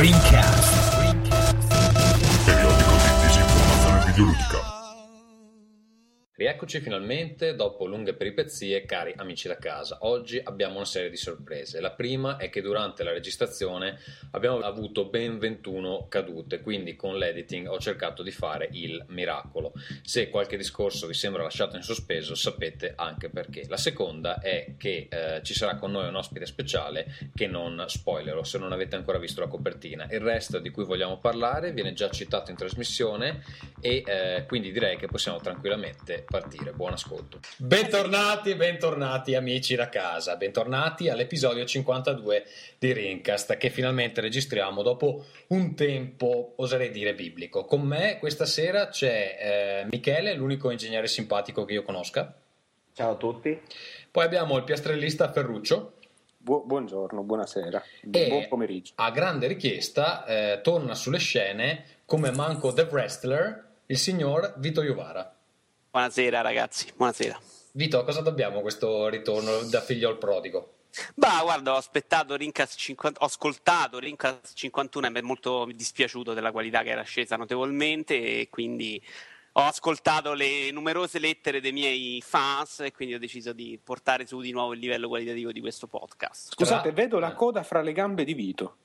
Rincast. Periodico di disinformazione videoludica. Rieccoci finalmente dopo lunghe peripezie, cari amici da casa. Oggi abbiamo una serie di sorprese. La prima è che durante la registrazione abbiamo avuto ben 21 cadute, quindi con l'editing ho cercato di fare il miracolo. Se qualche discorso vi sembra lasciato in sospeso, sapete anche perché. La seconda è che ci sarà con noi un ospite speciale che non spoilerò se non avete ancora visto la copertina. Il resto di cui vogliamo parlare viene già citato in trasmissione e quindi direi che possiamo tranquillamente partire. Buon ascolto. Bentornati amici da casa, bentornati all'episodio 52 di Rincast che finalmente registriamo dopo un tempo, oserei dire, biblico. Con me questa sera c'è Michele, l'unico ingegnere simpatico che io conosca. Ciao a tutti. Poi abbiamo il piastrellista Ferruccio. Buongiorno, buonasera, buon pomeriggio. A grande richiesta torna sulle scene come manco The Wrestler il signor Vito Iovara. Buonasera ragazzi, buonasera. Vito, a cosa dobbiamo questo ritorno da figliol prodigo? Bah, guarda, ho ascoltato Rincast 51 e mi è molto dispiaciuto della qualità che era scesa notevolmente e quindi ho ascoltato le numerose lettere dei miei fans e quindi ho deciso di portare su di nuovo il livello qualitativo di questo podcast. Scusate, vedo la coda fra le gambe di Vito.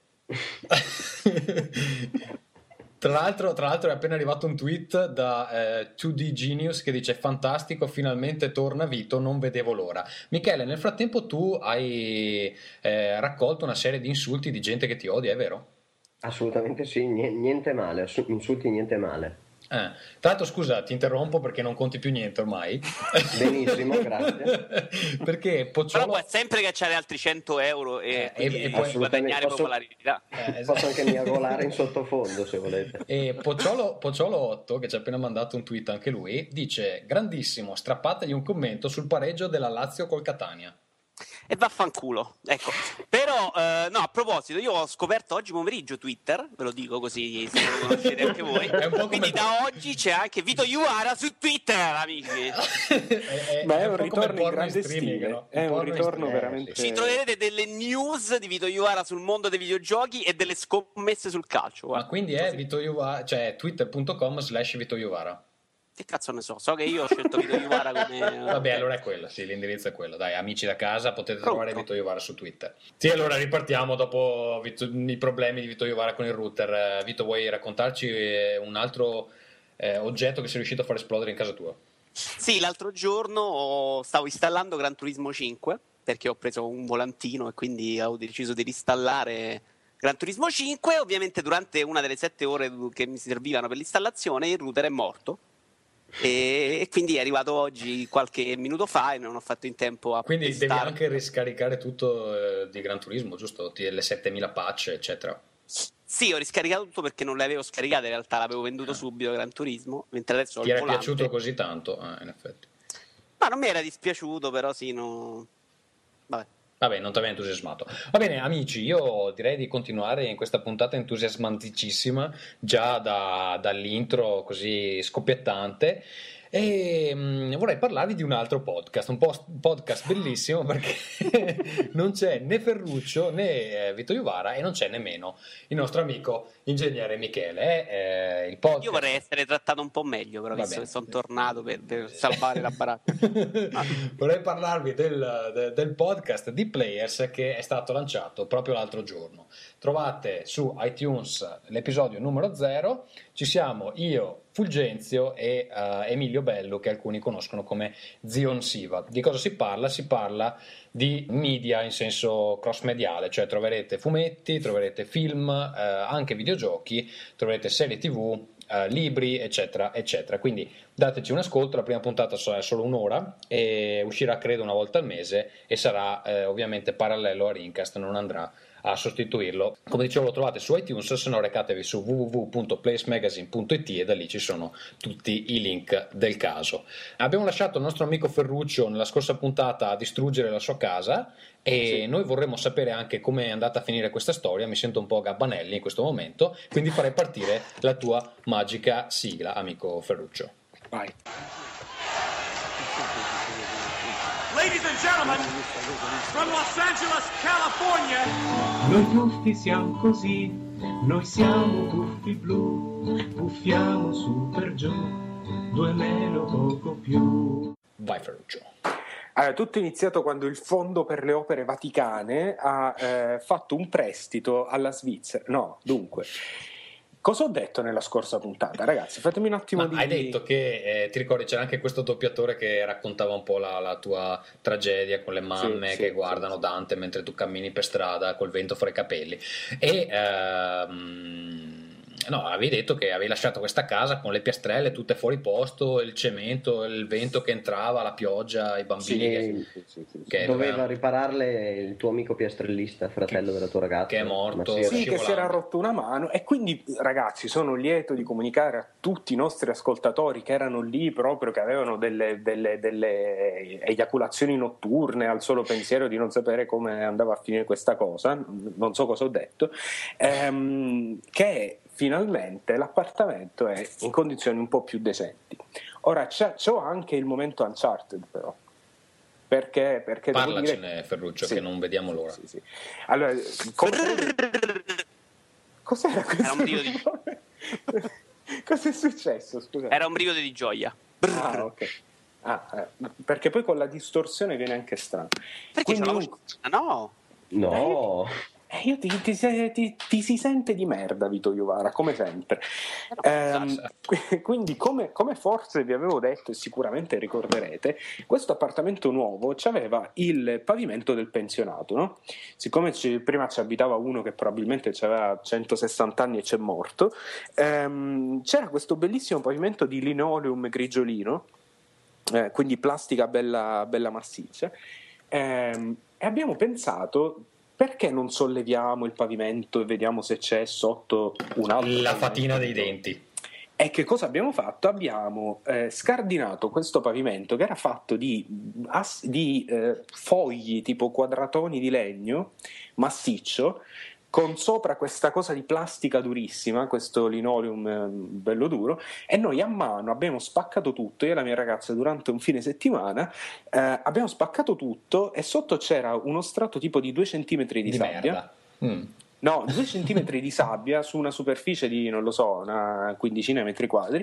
Tra l'altro è appena arrivato un tweet da 2D Genius che dice: fantastico, finalmente torna Vito, non vedevo l'ora. Michele, nel frattempo tu hai raccolto una serie di insulti di gente che ti odia, è vero? Assolutamente sì, niente male, insulti niente male. Tra l'altro scusa, ti interrompo perché non conti più niente ormai. Benissimo, grazie. Perché Pocciolo... Però puoi sempre cacciare altri 100 euro e puoi guadagnare popolarità. Posso anche miagolare in sottofondo se volete. E Pocciolo 8, che ci ha appena mandato un tweet anche lui, dice: grandissimo, strappategli un commento sul pareggio della Lazio col Catania. E vaffanculo, ecco. Però, no, a proposito, io ho scoperto oggi pomeriggio Twitter, ve lo dico così se lo conoscete anche voi. Quindi da oggi c'è anche Vito Iovara su Twitter, amici. Ma è un ritorno in grande stile, no? È un ritorno veramente... Ci troverete delle news di Vito Iovara sul mondo dei videogiochi e delle scommesse sul calcio. Guarda. Ma quindi è Vito Iovara, cioè twitter.com/Vito Iovara. Che cazzo ne so che io ho scelto Vito Iovara come... Vabbè, allora è quello, sì, l'indirizzo è quello. Dai, amici da casa, potete trovare Vito Iovara su Twitter. Sì, allora ripartiamo dopo i problemi di Vito Iovara con il router. Vito, vuoi raccontarci un altro oggetto che sei riuscito a far esplodere in casa tua? Sì, l'altro giorno stavo installando Gran Turismo 5 perché ho preso un volantino e quindi ho deciso di installare Gran Turismo 5. Ovviamente durante una delle 7 ore che mi servivano per l'installazione il router è morto. E quindi è arrivato oggi qualche minuto fa e non ho fatto in tempo a quindi devi anche riscaricare tutto di Gran Turismo, giusto? Le 7000 patch eccetera. Sì, ho riscaricato tutto perché non le avevo scaricate, in realtà l'avevo venduto subito Gran Turismo, mentre adesso ho il volante. Ti era piaciuto così tanto? In effetti ma non mi era dispiaciuto, però sì, no... Vabbè, non ti aveva entusiasmato. Va bene, amici, io direi di continuare in questa puntata entusiasmanticissima, già dall'intro così scoppiettante. E vorrei parlarvi di un altro podcast, un podcast bellissimo perché non c'è né Ferruccio né Vito Iovara e non c'è nemmeno il nostro amico ingegnere Michele. Il podcast... Io vorrei essere trattato un po' meglio, però visto che sono tornato per salvare la baracca. Vorrei parlarvi del podcast di Players che è stato lanciato proprio l'altro giorno. Trovate su iTunes l'episodio numero 0. Ci siamo io, Fulgenzio e Emilio Bello, che alcuni conoscono come Zion Siva. Di cosa si parla? Si parla di media in senso cross-mediale, cioè troverete fumetti, troverete film, anche videogiochi, troverete serie TV, libri, eccetera, eccetera. Quindi dateci un ascolto, la prima puntata è solo un'ora e uscirà credo una volta al mese e sarà ovviamente parallelo a Rincast, non andrà a sostituirlo. Come dicevo, lo trovate su iTunes, se no recatevi su www.placemagazine.it e da lì ci sono tutti i link del caso. Abbiamo lasciato il nostro amico Ferruccio nella scorsa puntata a distruggere la sua casa e noi vorremmo sapere anche come è andata a finire questa storia. Mi sento un po' Gabbanelli in questo momento, quindi farei partire la tua magica sigla, amico Ferruccio. Vai. Ladies and gentlemen, from Los Angeles, California. Noi tutti siamo così, Noi siamo Puffi Blu, puffiamo su per giù, 2 meno poco più. Vai Ferruccio. Allora, tutto è iniziato quando il Fondo per le Opere Vaticane ha fatto un prestito alla Svizzera. No, dunque, cosa ho detto nella scorsa puntata? Ragazzi, fatemi un attimo Hai detto che, ti ricordi, c'era anche questo doppiatore che raccontava un po' la tua tragedia con le mamme che guardano Dante mentre tu cammini per strada col vento fra i capelli. E... no, avevi detto che avevi lasciato questa casa con le piastrelle tutte fuori posto, il cemento, il vento che entrava, la pioggia, i bambini che doveva ripararle il tuo amico piastrellista, fratello della tua ragazza, che è morto, che si era rotto una mano. E quindi, ragazzi, sono lieto di comunicare a tutti i nostri ascoltatori che erano lì proprio, che avevano delle eiaculazioni notturne al solo pensiero di non sapere come andava a finire questa cosa, non so cosa ho detto, che finalmente l'appartamento è in condizioni un po' più decenti. Ora c'ho anche il momento Uncharted, però, perché parlacene, dire... Ferruccio, che non vediamo l'ora. Sì. Allora, cos'era questo? Era un brivido di... Cos'è successo? Scusa. Era un brivido di gioia. Ok. Perché poi con la distorsione viene anche strano. Perché c'è la voce? No. Ti si sente di merda, Vito Iuvara, come sempre. Quindi, come forse vi avevo detto e sicuramente ricorderete, questo appartamento nuovo c'aveva il pavimento del pensionato, no? Siccome prima ci abitava uno che probabilmente aveva 160 anni e c'è morto, c'era questo bellissimo pavimento di linoleum grigiolino, quindi plastica bella massiccia, e abbiamo pensato: perché non solleviamo il pavimento e vediamo se c'è sotto un altro la fatina dei denti? E che cosa abbiamo fatto? Abbiamo scardinato questo pavimento che era fatto di fogli tipo quadratoni di legno massiccio, con sopra questa cosa di plastica durissima, questo linoleum bello duro, e noi a mano abbiamo spaccato tutto. Io e la mia ragazza durante un fine settimana abbiamo spaccato tutto, e sotto c'era uno strato tipo di 2 centimetri di sabbia. No, 2 centimetri di sabbia su una superficie di, non lo so, una quindicina di metri quadri,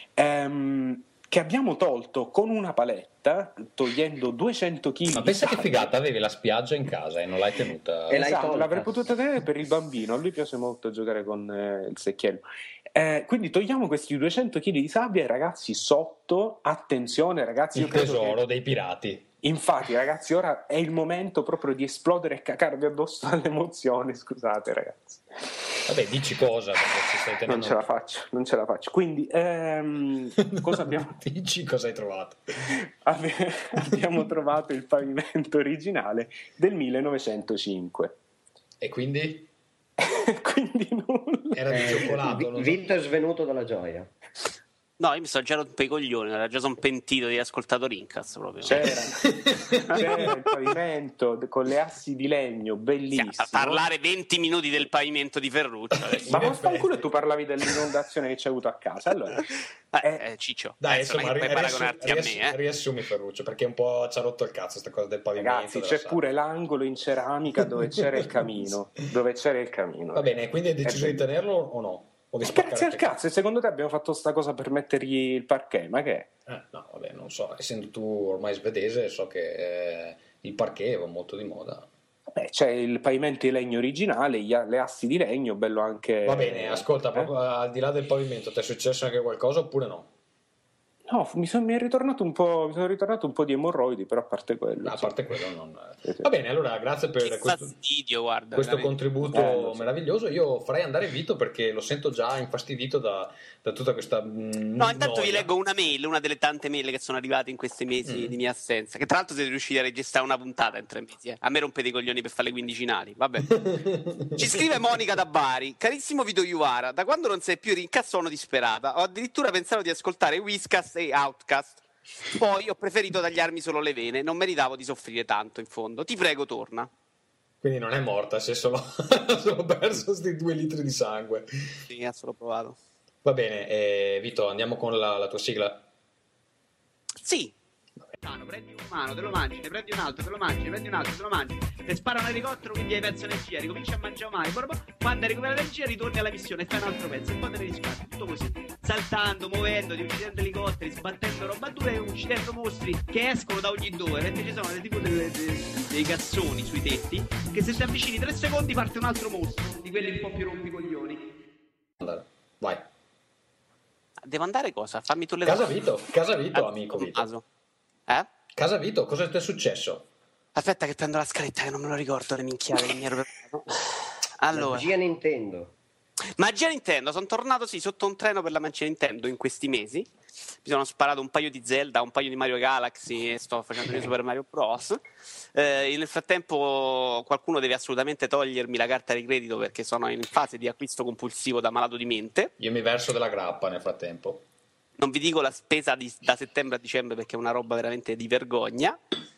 che abbiamo tolto con una paletta, togliendo 200 kg. Ma pensa che figata, avevi la spiaggia in casa e non l'hai tenuta. E esatto, l'avrei potuta tenere per il bambino, a lui piace molto giocare con il secchiello. Quindi togliamo questi 200 kg di sabbia, e ragazzi, sotto, attenzione ragazzi, il tesoro dei pirati. Infatti, ragazzi, ora è il momento proprio di esplodere e cacarvi addosso all'emozione. Scusate, ragazzi. Vabbè, dici cosa? Ci stai tenendo... Non ce la faccio. Quindi, cosa abbiamo... Dici cosa hai trovato? Abbiamo trovato il pavimento originale del 1905. E quindi? Quindi nulla. Era di cioccolato. Vito è svenuto dalla gioia. No, io mi sto già rotto i coglioni, già sono pentito di ascoltatori Incast proprio. C'era il pavimento con le assi di legno, bellissimo. A parlare 20 minuti del pavimento di Ferruccio. Ma vaffanculo, tu parlavi dell'inondazione che c'hai avuto a casa. Allora, Ciccio, dai, insomma, puoi paragonarti a me. Riassumi, Ferruccio, perché un po' ci ha rotto il cazzo questa cosa del pavimento. Ragazzi, c'è pure l'angolo in ceramica dove c'era il camino. Va bene, quindi hai deciso di tenerlo o no? Grazie al cazzo, e secondo te abbiamo fatto sta cosa per mettergli il parquet? Ma che è? No, vabbè, non so, essendo tu ormai svedese, so che il parquet va molto di moda. Vabbè, c'è il pavimento di legno originale, le assi di legno, bello anche... Va bene, ascolta, proprio al di là del pavimento, ti è successo anche qualcosa oppure no? No, mi sono ritornato un po' di emorroidi, però a parte quello. A parte quello non... Va bene, allora grazie per questo contributo meraviglioso. Io farei andare Vito perché lo sento già infastidito da tutta questa No, intanto vi leggo una mail, una delle tante mail che sono arrivate in questi mesi di mia assenza, che tra l'altro siete riusciti a registrare una puntata in 3 mesi. A me rompete i coglioni per fare le quindicinali, vabbè. Ci scrive Monica da Bari: carissimo Vito Iuvara, da quando non sei più rincazzo sono disperata, ho addirittura pensato di ascoltare Whiskas e Outcast, poi ho preferito tagliarmi solo le vene, non meritavo di soffrire tanto in fondo, ti prego torna. Quindi non è morta, si è solo perso questi 2 litri di sangue. Sì, ha solo provato. Va bene, Vito, andiamo con la tua sigla? Sì. prendi un umano, te lo mangi, ne prendi un altro, te lo mangi, ne prendi un altro, te lo mangi, ti spara un elicottero, quindi hai perso energia, ricominci a mangiare umani, quando hai recuperato energia ritorni alla missione e fai un altro pezzo e poi te ne riscatti, tutto così, saltando, muovendoti, uccidendo elicotteri, sbattendo roba dura e uccidendo mostri che escono da ogni dove, perché ci sono tipo dei cazzoni sui tetti che se ti avvicini 3 secondi parte un altro mostro di quelli un po' più rompicoglioni. Allora, vai. Devo andare cosa? Fammi tu le Casa Vito, amico Vito. Casa Vito, cosa ti è successo? Aspetta che prendo la scaletta che non me lo ricordo le minchiate che mi ero preparato. Allora, Magia Nintendo, sono tornato sotto un treno per la Magia Nintendo in questi mesi. Mi sono sparato un paio di Zelda, un paio di Mario Galaxy e sto facendo il Super Mario Bros. Nel frattempo qualcuno deve assolutamente togliermi la carta di credito perché sono in fase di acquisto compulsivo da malato di mente. Io mi verso della grappa nel frattempo. Non vi dico la spesa da settembre a dicembre perché è una roba veramente di vergogna.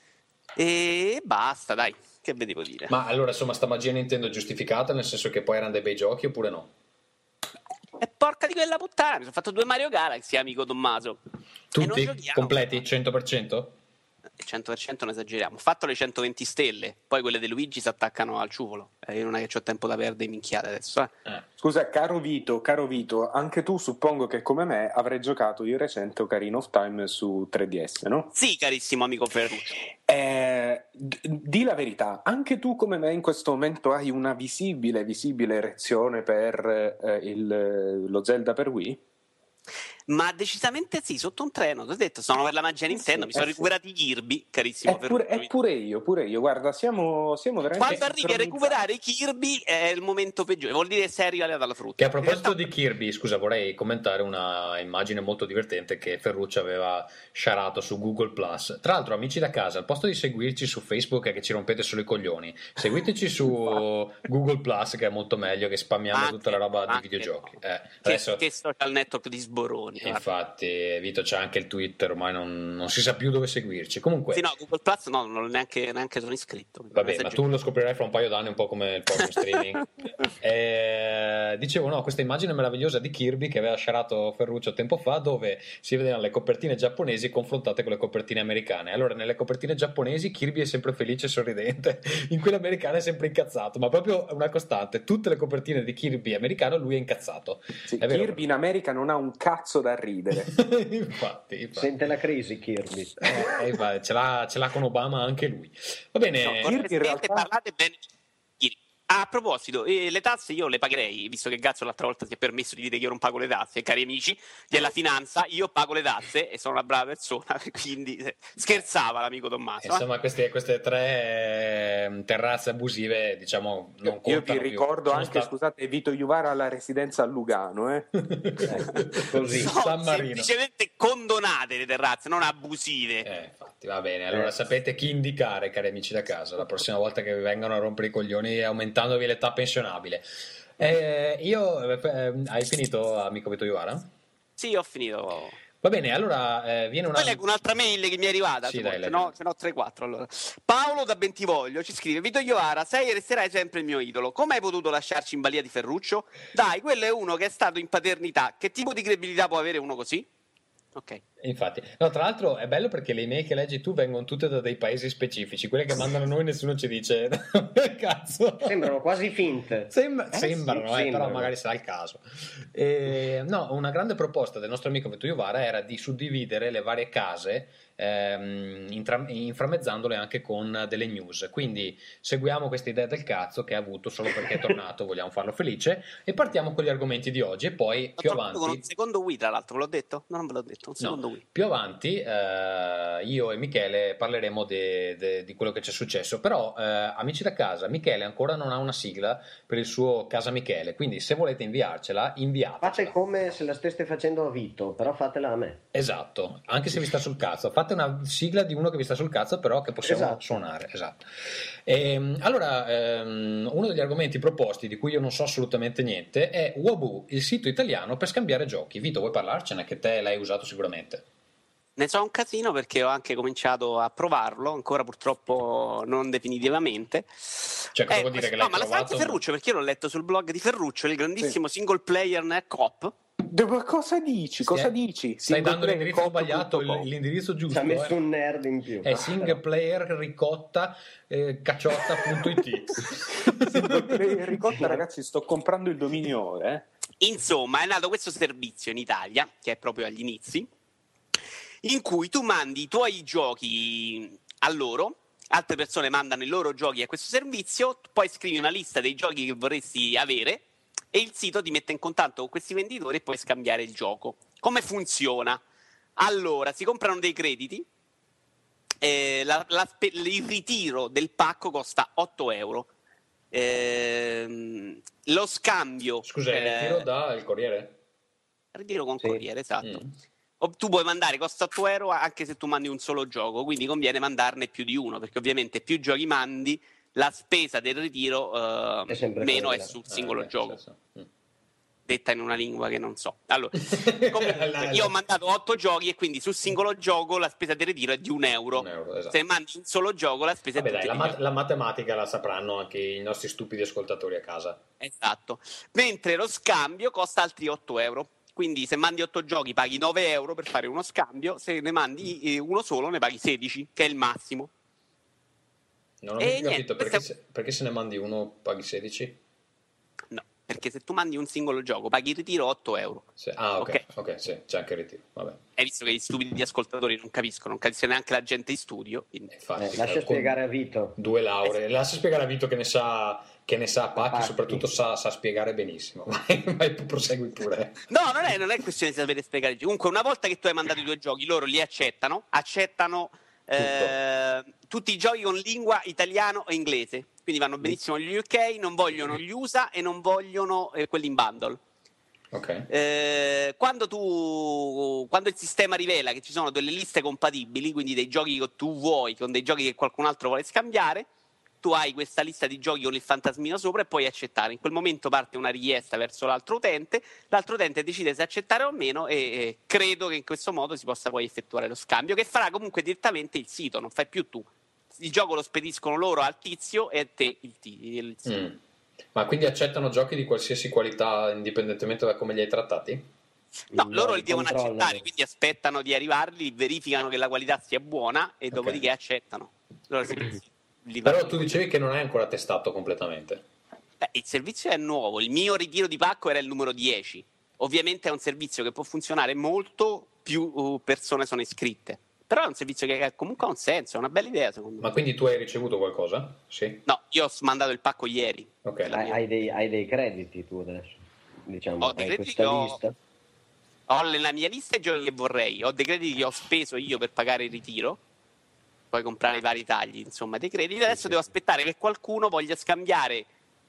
E basta, dai, che ve devo dire? Ma allora, insomma, sta Magia Nintendo è giustificata, nel senso che poi erano dei bei giochi oppure no? E porca di quella puttana, mi sono fatto 2 Mario Galaxy, amico Tommaso. Tutti completi, 100%? 100% non esageriamo. Ho fatto le 120 stelle, poi quelle di Luigi si attaccano al ciufolo. Io non è che ho tempo da perdere minchiate adesso. Scusa, caro Vito, anche tu suppongo che come me avrai giocato di recente Ocarina of Time su 3DS, no? Sì, carissimo amico Ferruccio. Di la verità, anche tu come me in questo momento hai una visibile erezione per lo Zelda per Wii? Ma decisamente sì, sotto un treno, ti ho detto, sono per la Magia Nintendo, mi sono recuperati i Kirby, carissimo Ferruccio. Pure io, guarda, siamo veramente... Quando arrivi a recuperare i Kirby è il momento peggiore, vuol dire sei arrivato dalla frutta. Che a proposito di Kirby, scusa, vorrei commentare una immagine molto divertente che Ferruccio aveva sharato su Google Plus. Tra l'altro, amici da casa, al posto di seguirci su Facebook e che ci rompete solo i coglioni, seguiteci su Google Plus, che è molto meglio, che spammiamo tutta la roba di videogiochi. Adesso... Che social network di sboroni. Infatti Vito c'ha anche il Twitter, ormai non si sa più dove seguirci. Comunque sì, no, Google Plus no, non neanche sono iscritto. Vabbè, ma tu lo scoprirai fra un paio d'anni, un po' come il porno streaming. Dicevo, no, questa immagine meravigliosa di Kirby che aveva sharato Ferruccio tempo fa, dove si vedevano le copertine giapponesi confrontate con le copertine americane. Allora, nelle copertine giapponesi Kirby è sempre felice e sorridente, in quelle americane è sempre incazzato, ma proprio una costante. Tutte le copertine di Kirby americano lui è incazzato. Sì, è vero, Kirby in America non ha un cazzo da ridere. infatti. Sente la crisi Kirby. Ce l'ha con Obama anche lui. Va bene. No, in realtà... parlate bene. A proposito, le tasse io le pagherei, visto che Gazzo l'altra volta si è permesso di dire che io non pago le tasse, cari amici della finanza, io pago le tasse e sono una brava persona, quindi scherzava l'amico Tommaso. Insomma, queste 3 terrazze abusive, diciamo, non contano. Io ti ricordo più. Anche, scusate, Vito Iuvara alla residenza a Lugano, Così, San Marino. Semplicemente condonate le terrazze, non abusive. Infatti, va bene. Allora sapete chi indicare, cari amici da casa, la prossima volta che vi vengono a rompere i coglioni aumentandovi l'età pensionabile. Hai finito, amico Vito Iuvara? Sì, ho finito. Va bene, allora viene una... Poi leggo un'altra mail che mi è arrivata, sì, se no 3-4 allora. Paolo da Bentivoglio ci scrive: Vito Iovara, sei e resterai sempre il mio idolo. Come hai potuto lasciarci in balia di Ferruccio? Dai, quello è uno che è stato in paternità. Che tipo di credibilità può avere uno così? Ok. Infatti, no, tra l'altro è bello perché le email che leggi tu vengono tutte da dei paesi specifici, quelle che mandano noi nessuno ci dice cazzo. Sembrano quasi finte. Sembrano, però magari sarà il caso. No, una grande proposta del nostro amico Vito Iuvara era di suddividere le varie case inframmezzandole anche con delle news. Quindi seguiamo questa idea del cazzo che ha avuto solo perché è tornato, vogliamo farlo felice, e partiamo con gli argomenti di oggi e poi più avanti con un secondo Wii, tra l'altro, ve l'ho detto? No, non ve l'ho detto, un secondo Wii. Più avanti io e Michele parleremo di quello che c'è successo, però amici da casa, Michele ancora non ha una sigla per il suo Casa Michele, quindi se volete inviarcela, inviatecela. Fate come se la steste facendo a Vito, però fatela a me. Esatto, anche se vi sta sul cazzo, fate una sigla di uno che vi sta sul cazzo, però che possiamo suonare. Esatto. Allora, uno degli argomenti proposti, di cui io non so assolutamente niente, è Waboo, il sito italiano per scambiare giochi. Vito, vuoi parlarcene? Che te l'hai usato sicuramente. Ne so un casino perché ho anche cominciato a provarlo, ancora purtroppo non definitivamente. Cioè, cosa vuol dire che l'hai provato? Ma la sa anche Ferruccio, perché io l'ho letto sul blog di Ferruccio, il grandissimo single player net coop. Ma cosa dici? Cosa dici? Stai dando l'indirizzo sbagliato, Singleplayerricotta.com. l'indirizzo Ci giusto. ha messo un nerd in più. È singleplayerricotta.it. Singleplayerricotta, ragazzi, sto comprando il dominio ora. Insomma, è nato questo servizio in Italia, che è proprio agli inizi, in cui tu mandi i tuoi giochi a loro, altre persone mandano i loro giochi a questo servizio, poi scrivi una lista dei giochi che vorresti avere e il sito ti mette in contatto con questi venditori e puoi scambiare il gioco. Come funziona? Allora, si comprano dei crediti, il ritiro del pacco costa 8 euro. Lo scambio... Scusa, il ritiro da il Corriere? Ritiro con Sì. Corriere, esatto. Tu puoi mandare, costa 8 euro anche se tu mandi un solo gioco, quindi conviene mandarne più di uno, perché ovviamente più giochi mandi, la spesa del ritiro È sempre meno quella. è sul singolo Beh, gioco. certo. Detta in una lingua che non so. Allora, comunque, io ho mandato 8 giochi e quindi sul singolo gioco la spesa del ritiro è di 1 euro. Un euro, esatto. Se mandi un solo gioco la spesa Vabbè è dai, tutti la matematica la sapranno anche i nostri stupidi ascoltatori a casa. Esatto. Mentre lo scambio costa altri 8 euro. Quindi se mandi 8 giochi paghi 9 euro per fare uno scambio, se ne mandi uno solo ne paghi 16, che è il massimo. Non ho E mica niente, capito perché se ne mandi uno paghi 16? No, perché se tu mandi un singolo gioco paghi il ritiro 8 euro. Ok, sì, c'è anche il ritiro, vabbè. Hai visto che gli stupidi ascoltatori non capiscono neanche la gente in studio. Quindi... Infatti, Lascia con spiegare a Vito. 2 lauree, lascia spiegare a Vito che ne sa pacchi, Pacchi. soprattutto sa spiegare benissimo. Vai, prosegui pure. No, non è questione di sapere spiegare. Comunque, una volta che tu hai mandato i tuoi giochi, loro li accettano tutti i giochi con lingua italiano e inglese. Quindi vanno benissimo gli UK, non vogliono gli USA e non vogliono quelli in bundle. Ok. Quando il sistema rivela che ci sono delle liste compatibili, quindi dei giochi che tu vuoi con dei giochi che qualcun altro vuole scambiare, tu hai questa lista di giochi con il fantasmino sopra e puoi accettare. In quel momento parte una richiesta verso l'altro utente decide se accettare o meno e credo che in questo modo si possa poi effettuare lo scambio, che farà comunque direttamente il sito, non fai più tu. Il gioco lo spediscono loro al tizio e a te il sito. Ma quindi accettano giochi di qualsiasi qualità indipendentemente da come li hai trattati? No, No, loro li li devono controllano. accettare, quindi aspettano di arrivarli, verificano che la qualità sia buona e dopodiché accettano. Allora, Però tu dicevi che non hai ancora testato completamente. Il servizio è nuovo, il mio ritiro di pacco era il numero 10. Ovviamente è un servizio che può funzionare molto più persone sono iscritte. Però è un servizio che comunque ha un senso, è una bella idea secondo me. Ma quindi tu hai ricevuto qualcosa? Sì. No, io ho mandato il pacco ieri. Ok. Hai dei crediti tu adesso? Diciamo, Ho dei hai crediti questa che ho- lista? Ho nella mia lista i giochi che vorrei, ho dei crediti che ho speso io per pagare il ritiro, poi comprare i vari tagli, insomma, dei crediti. Adesso devo aspettare che qualcuno voglia scambiare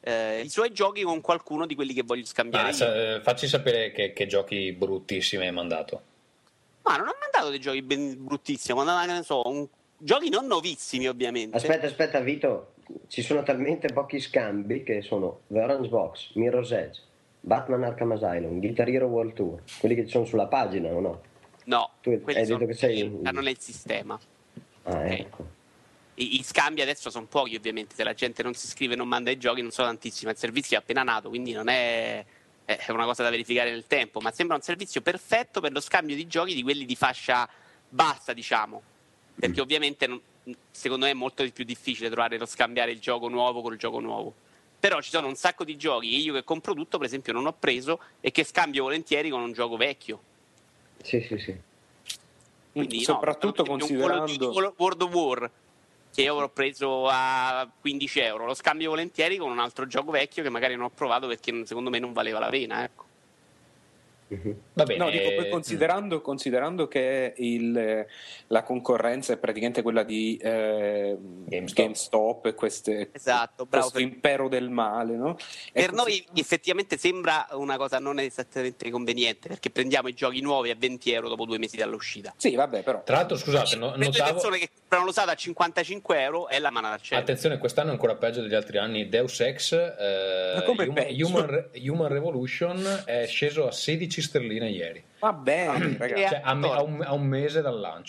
i suoi giochi con qualcuno di quelli che voglio scambiare io. Facci sapere che giochi bruttissimi hai mandato. Ma non ho mandato dei giochi bruttissimi, ho mandato, che ne so, giochi non nuovissimi ovviamente. Aspetta Vito, ci sono talmente pochi scambi che sono The Orange Box, Mirror's Edge, Batman Arkham Asylum, Guitar Hero World Tour, quelli che ci sono sulla pagina o no? No, Tu quelli hai sono detto che sei- stanno nel sistema. Ah, Ok. ecco. I scambi adesso sono pochi ovviamente, se la gente non si iscrive e non manda i giochi non sono tantissimi, il servizio è appena nato, quindi non è una cosa da verificare nel tempo, ma sembra un servizio perfetto per lo scambio di giochi di quelli di fascia bassa, diciamo, perché ovviamente secondo me è molto più difficile trovare lo scambiare il gioco nuovo col gioco nuovo. Però ci sono un sacco di giochi che io che compro tutto, per esempio, non ho preso e che scambio volentieri con un gioco vecchio. Sì. Quindi, soprattutto per esempio, considerando World of War, che io avrò preso a 15 euro, lo scambio volentieri con un altro gioco vecchio che magari non ho provato perché secondo me non valeva la pena, ecco. Va bene. no, dico poi considerando che la concorrenza è praticamente quella di GameStop e Esatto, bravo. questo impero del male, no? Per noi effettivamente sembra una cosa non esattamente conveniente perché prendiamo i giochi nuovi a 20 euro dopo 2 mesi dall'uscita. Sì, vabbè, però Tra l'altro, scusate, Per le persone che comprano l'usato a 55 euro è la mano al cielo. attenzione, quest'anno è ancora peggio degli altri anni. Deus Ex come peggio? Human Revolution è sceso a 16 sterline ieri. va bene, ragazzi. Cioè, a un mese dal lancio.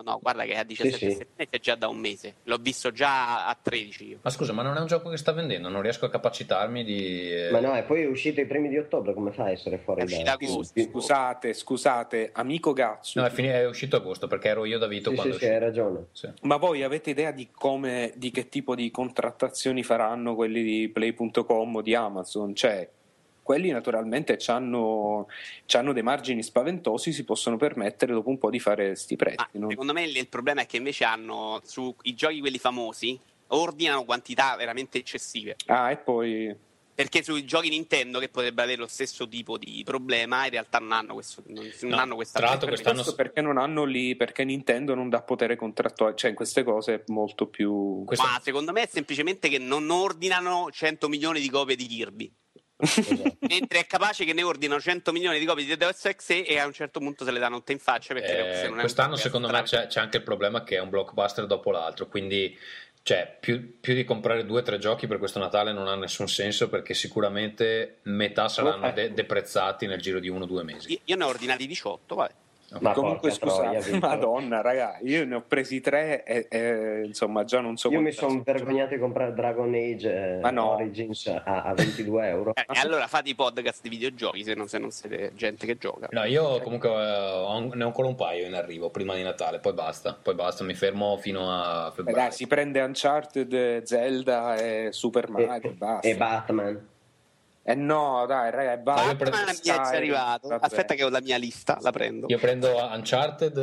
No, guarda che a 17 Sì. settimane c'è già da un mese. L'ho visto già a 13 io. Ma scusa, ma non è un gioco che sta vendendo? Non riesco a capacitarmi di... Ma no, e poi è uscito i primi di ottobre, come fa a essere fuori È uscita da... agosto. Scusate, amico Gazzu. No, è uscito agosto perché ero io da Vito Sì, quando sì, è hai uscito. ragione. Sì. Ma voi avete idea di che tipo di contrattazioni faranno quelli di Play.com o di Amazon? Cioè, quelli naturalmente c'hanno dei margini spaventosi, si possono permettere dopo un po' di fare sti prezzi. Ma no? secondo me il problema è che invece hanno sui giochi quelli famosi ordinano quantità veramente eccessive. Ah, e poi... Perché sui giochi Nintendo, che potrebbero avere lo stesso tipo di problema, in realtà non hanno questo, non hanno questa. tra l'altro quest'anno- Questo perché non hanno lì, perché Nintendo non dà potere contrattuale, cioè in queste cose è molto più... Questo- Ma secondo me è semplicemente che non ordinano 100 milioni di copie di Kirby. Esatto. Mentre è capace che ne ordinano 100 milioni di copie di Deus Ex e a un certo punto se le danno tutte in faccia perché se non è quest'anno un secondo me c'è anche il problema che è un blockbuster dopo l'altro, quindi cioè, più di comprare 2 o 3 giochi per questo Natale non ha nessun senso, perché sicuramente metà saranno deprezzati nel giro di 1 o 2 mesi. Io ne ho ordinati 18, vabbè. Ma Comunque porca troia, scusate, Vito. Madonna raga, io ne ho presi 3 e insomma già non so Io mi quanto- sono vergognato di comprare Dragon Age Ma no. Origins a 22 euro. E allora fate i podcast di videogiochi se non siete gente che gioca. No, io comunque ne ho ancora un paio in arrivo prima di Natale, poi basta, mi fermo fino a febbraio. Dai, si prende Uncharted, Zelda e Super Mario, basta. E Batman. No, dai, raga, basta. Batman mi è già arrivato. Vabbè. Aspetta che ho la mia lista, la prendo. Io prendo Uncharted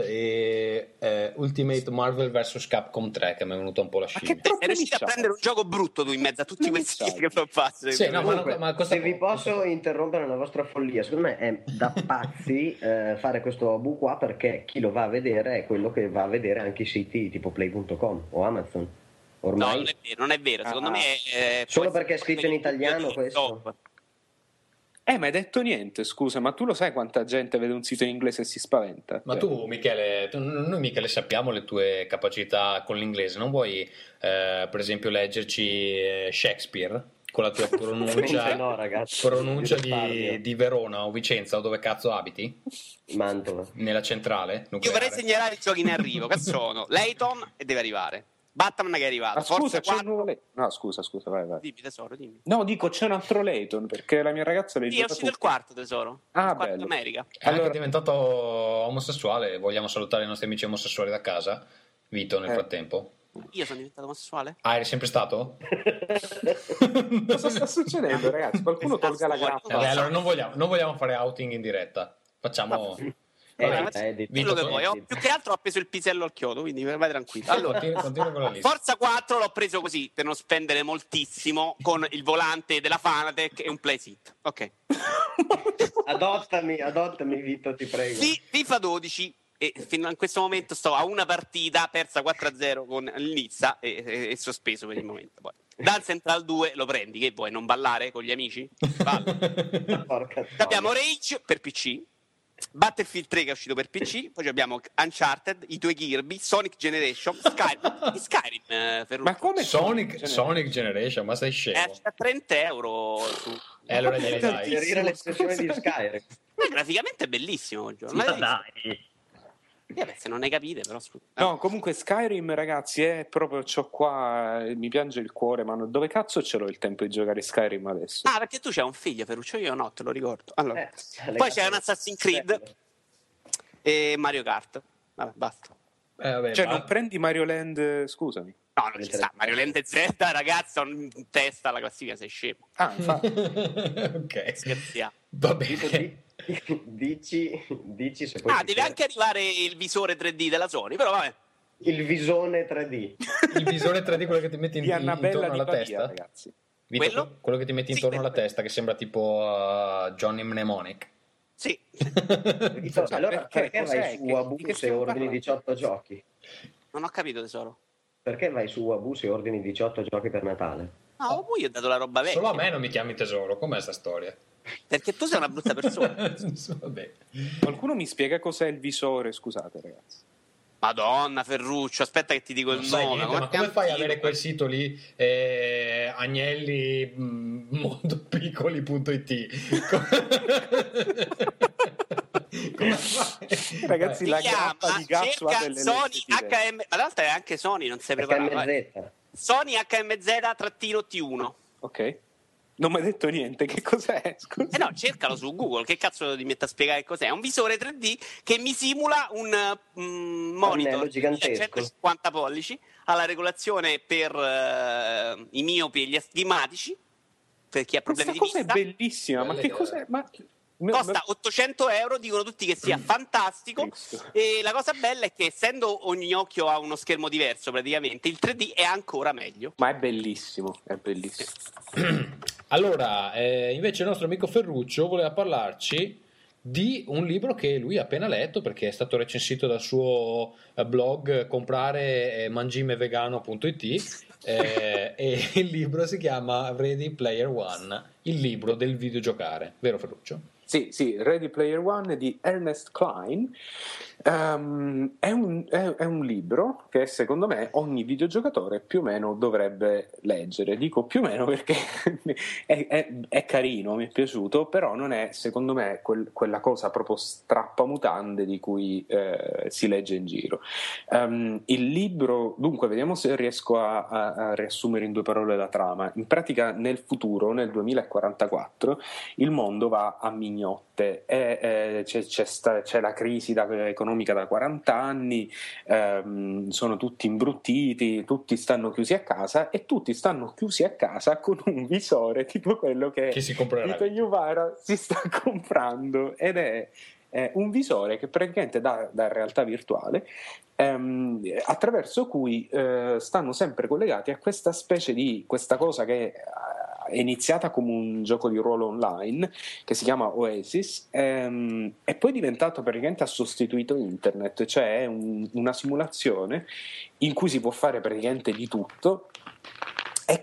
e Ultimate Marvel vs Capcom 3, che mi è venuto un po' la Ma che scimmia. troppo Sei riuscito a nicciato. prendere un gioco brutto tu in mezzo a tutti Non questi nicciato. che sono fatti. Sì, no, Comunque, ma cosa se vi posso interrompere la vostra follia, secondo me è da pazzi fare questo abu qua, perché chi lo va a vedere è quello che va a vedere anche i siti tipo Play.com o Amazon. No, Ormai non è vero. Secondo me solo può perché è essere scritto in come il italiano video di questo? top. Ma hai detto niente, scusa, ma tu lo sai quanta gente vede un sito in inglese e si spaventa? Ma tu, Michele, noi Michele sappiamo le tue capacità con l'inglese, non vuoi per esempio leggerci Shakespeare con la tua pronuncia, No, ragazzi, pronuncia vi risparmio. di Verona o Vicenza o dove cazzo abiti? Mantova. Nella centrale Io nucleare? vorrei segnalare i giochi in arrivo, che sono Layton e deve arrivare. Batman che è arrivato. Ma scusa, Forza c'è un 4. nuovo Layton. No, scusa, vai. Dimmi tesoro, dimmi. No, dico c'è un altro Layton perché la mia ragazza l'ha Sì, è uscito il quarto tesoro. Ah, il quarto bello. America. È anche Allora- diventato omosessuale. Vogliamo salutare i nostri amici omosessuali da casa? Vito, nel frattempo. Io sono diventato omosessuale? Ah, eri sempre stato? Cosa sta succedendo, ragazzi? Qualcuno tolga la grappa. Vabbè, allora non vogliamo fare outing in diretta. Facciamo... Edit. Quello che Vito, vuoi. Più che altro ho preso il pisello al chiodo, quindi vai tranquillo. Allora, continua con la lista. Forza 4 l'ho preso così, per non spendere moltissimo, con il volante della Fanatec e un playseat. Ok. Adottami Vito, ti prego. FIFA 12, e fino a questo momento sto a una partita persa 4-0 con il Nizza e sospeso per il momento. Poi. Dance Central 2 lo prendi, che vuoi, non ballare con gli amici? Ballo. Porca Poi abbiamo Rage per PC, Battlefield 3 che è uscito per PC, poi abbiamo Uncharted, i 2 Kirby, Sonic Generation, Skyrim, Ferruccio. Ma come Sonic Generation, ma sei È scemo. a 30 euro su... Allora glieli dai. Inserire l'espressione di Skyrim. graficamente è bellissimo quel gioco. Ma L'avete dai. visto? Se non ne capite però No, comunque Skyrim, ragazzi, è proprio c'ho qua, mi piange il cuore, ma dove cazzo ce l'ho il tempo di giocare Skyrim adesso? Ah, perché tu c'hai un figlio, Ferruccio, io no, te lo ricordo. Allora, Le poi cazzo- c'è un Assassin's Creed e Mario Kart. Vabbè, basta. Vabbè, Cioè, ma- non prendi Mario Land, scusami. No, non ci sta. Mario Land e Zelda, ragazzo, in testa alla classifica, sei scemo. Ah, infatti. ok. Scherziamo. Va Vito, bene. dici se poi Ah, ti deve serve. anche arrivare il visore 3D della Sony, però vabbè. Il visone 3D. Il visore 3D, quello che ti metti Di Annabella intorno di alla Pavia, testa. ragazzi. Vito, quello che ti metti Sì, intorno alla quello. testa, che sembra tipo Johnny Mnemonic. Sì. Vito, allora perché cos'è? vai su Di Wabu che se stiamo ordini parlando? 18 giochi? Non ho capito, tesoro. Perché vai su Wabu se ordini 18 giochi per Natale? No, poi io ho dato la roba vecchia. Solo a me non mi chiami tesoro, com'è sta storia? Perché tu sei una brutta persona. Vabbè. Qualcuno mi spiega cos'è il visore, scusate, ragazzi. Madonna, Ferruccio, aspetta che ti dico il Non sai nome. niente, ma come ti fai a anticipo? avere quel sito lì, Agnelli mondopiccoli.it Ragazzi, Si la chiama, grappa di cazzo ha cerca delle Sony necessità. HM, ma l'altra è anche Sony, non sei preparato. HMZ. Sony HMZ-T1. Ok. Non mi hai detto niente, che cos'è? Scusa. No, cercalo su Google, che cazzo ti metti a spiegare cos'è? È un visore 3D che mi simula un monitor Pannello gigantesco. 150 pollici, ha la regolazione per i miopi e gli astigmatici, per chi ha problemi Questa di cosa è vista. bellissima, ma Bella che idea. cos'è? Costa 800 euro, dicono tutti che sia fantastico. Cristo. E la cosa bella è che essendo ogni occhio ha uno schermo diverso praticamente, il 3D è ancora meglio. Ma è bellissimo, è bellissimo. Allora, invece il nostro amico Ferruccio voleva parlarci di un libro che lui ha appena letto, perché è stato recensito dal suo blog comprare mangimevegano.it, e il libro si chiama Ready Player One, il libro del videogiocare, vero Ferruccio? Sì, Ready Player One di Ernest Cline. È un libro che secondo me ogni videogiocatore più o meno dovrebbe leggere. Dico più o meno perché è carino, mi è piaciuto, però non è secondo me quella cosa proprio strappamutande di cui si legge in giro. Il libro, dunque, vediamo se riesco a riassumere in 2 parole la trama. In pratica, nel futuro, nel 2044, il mondo va a mignotte e c'è la crisi economica da 40 anni, sono tutti imbruttiti, tutti stanno chiusi a casa e tutti stanno chiusi a casa con un visore tipo quello che si comprerà. Vito Iuvara si sta comprando, ed è un visore che praticamente da realtà virtuale, attraverso cui stanno sempre collegati a questa specie di questa cosa che è iniziata come un gioco di ruolo online che si chiama Oasis, e poi è diventato praticamente, ha sostituito internet, cioè è una simulazione in cui si può fare praticamente di tutto. E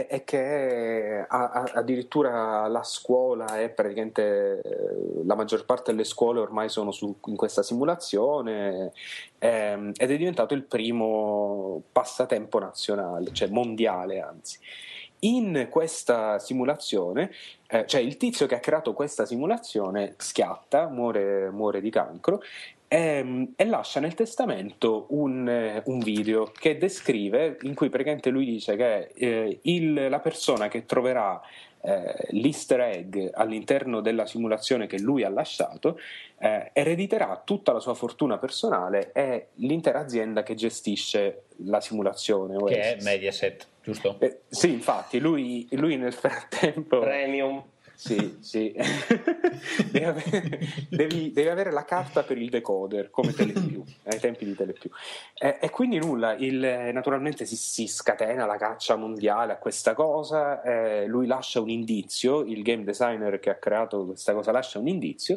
che addirittura la scuola è praticamente la maggior parte delle scuole ormai sono in questa simulazione, ed è diventato il primo passatempo nazionale, cioè mondiale anzi. In questa simulazione, cioè il tizio che ha creato questa simulazione schiatta, muore di cancro, e lascia nel testamento un video che descrive, in cui praticamente lui dice che la persona che troverà l'easter egg all'interno della simulazione che lui ha lasciato erediterà tutta la sua fortuna personale e l'intera azienda che gestisce la simulazione Che Oasis. è Mediaset, giusto? Sì, infatti lui nel frattempo Premium. sì. devi avere la carta per il decoder come Telepiù, ai tempi di Telepiù, e quindi nulla, naturalmente si scatena la caccia mondiale a questa cosa. Lui lascia un indizio, il game designer che ha creato questa cosa lascia un indizio,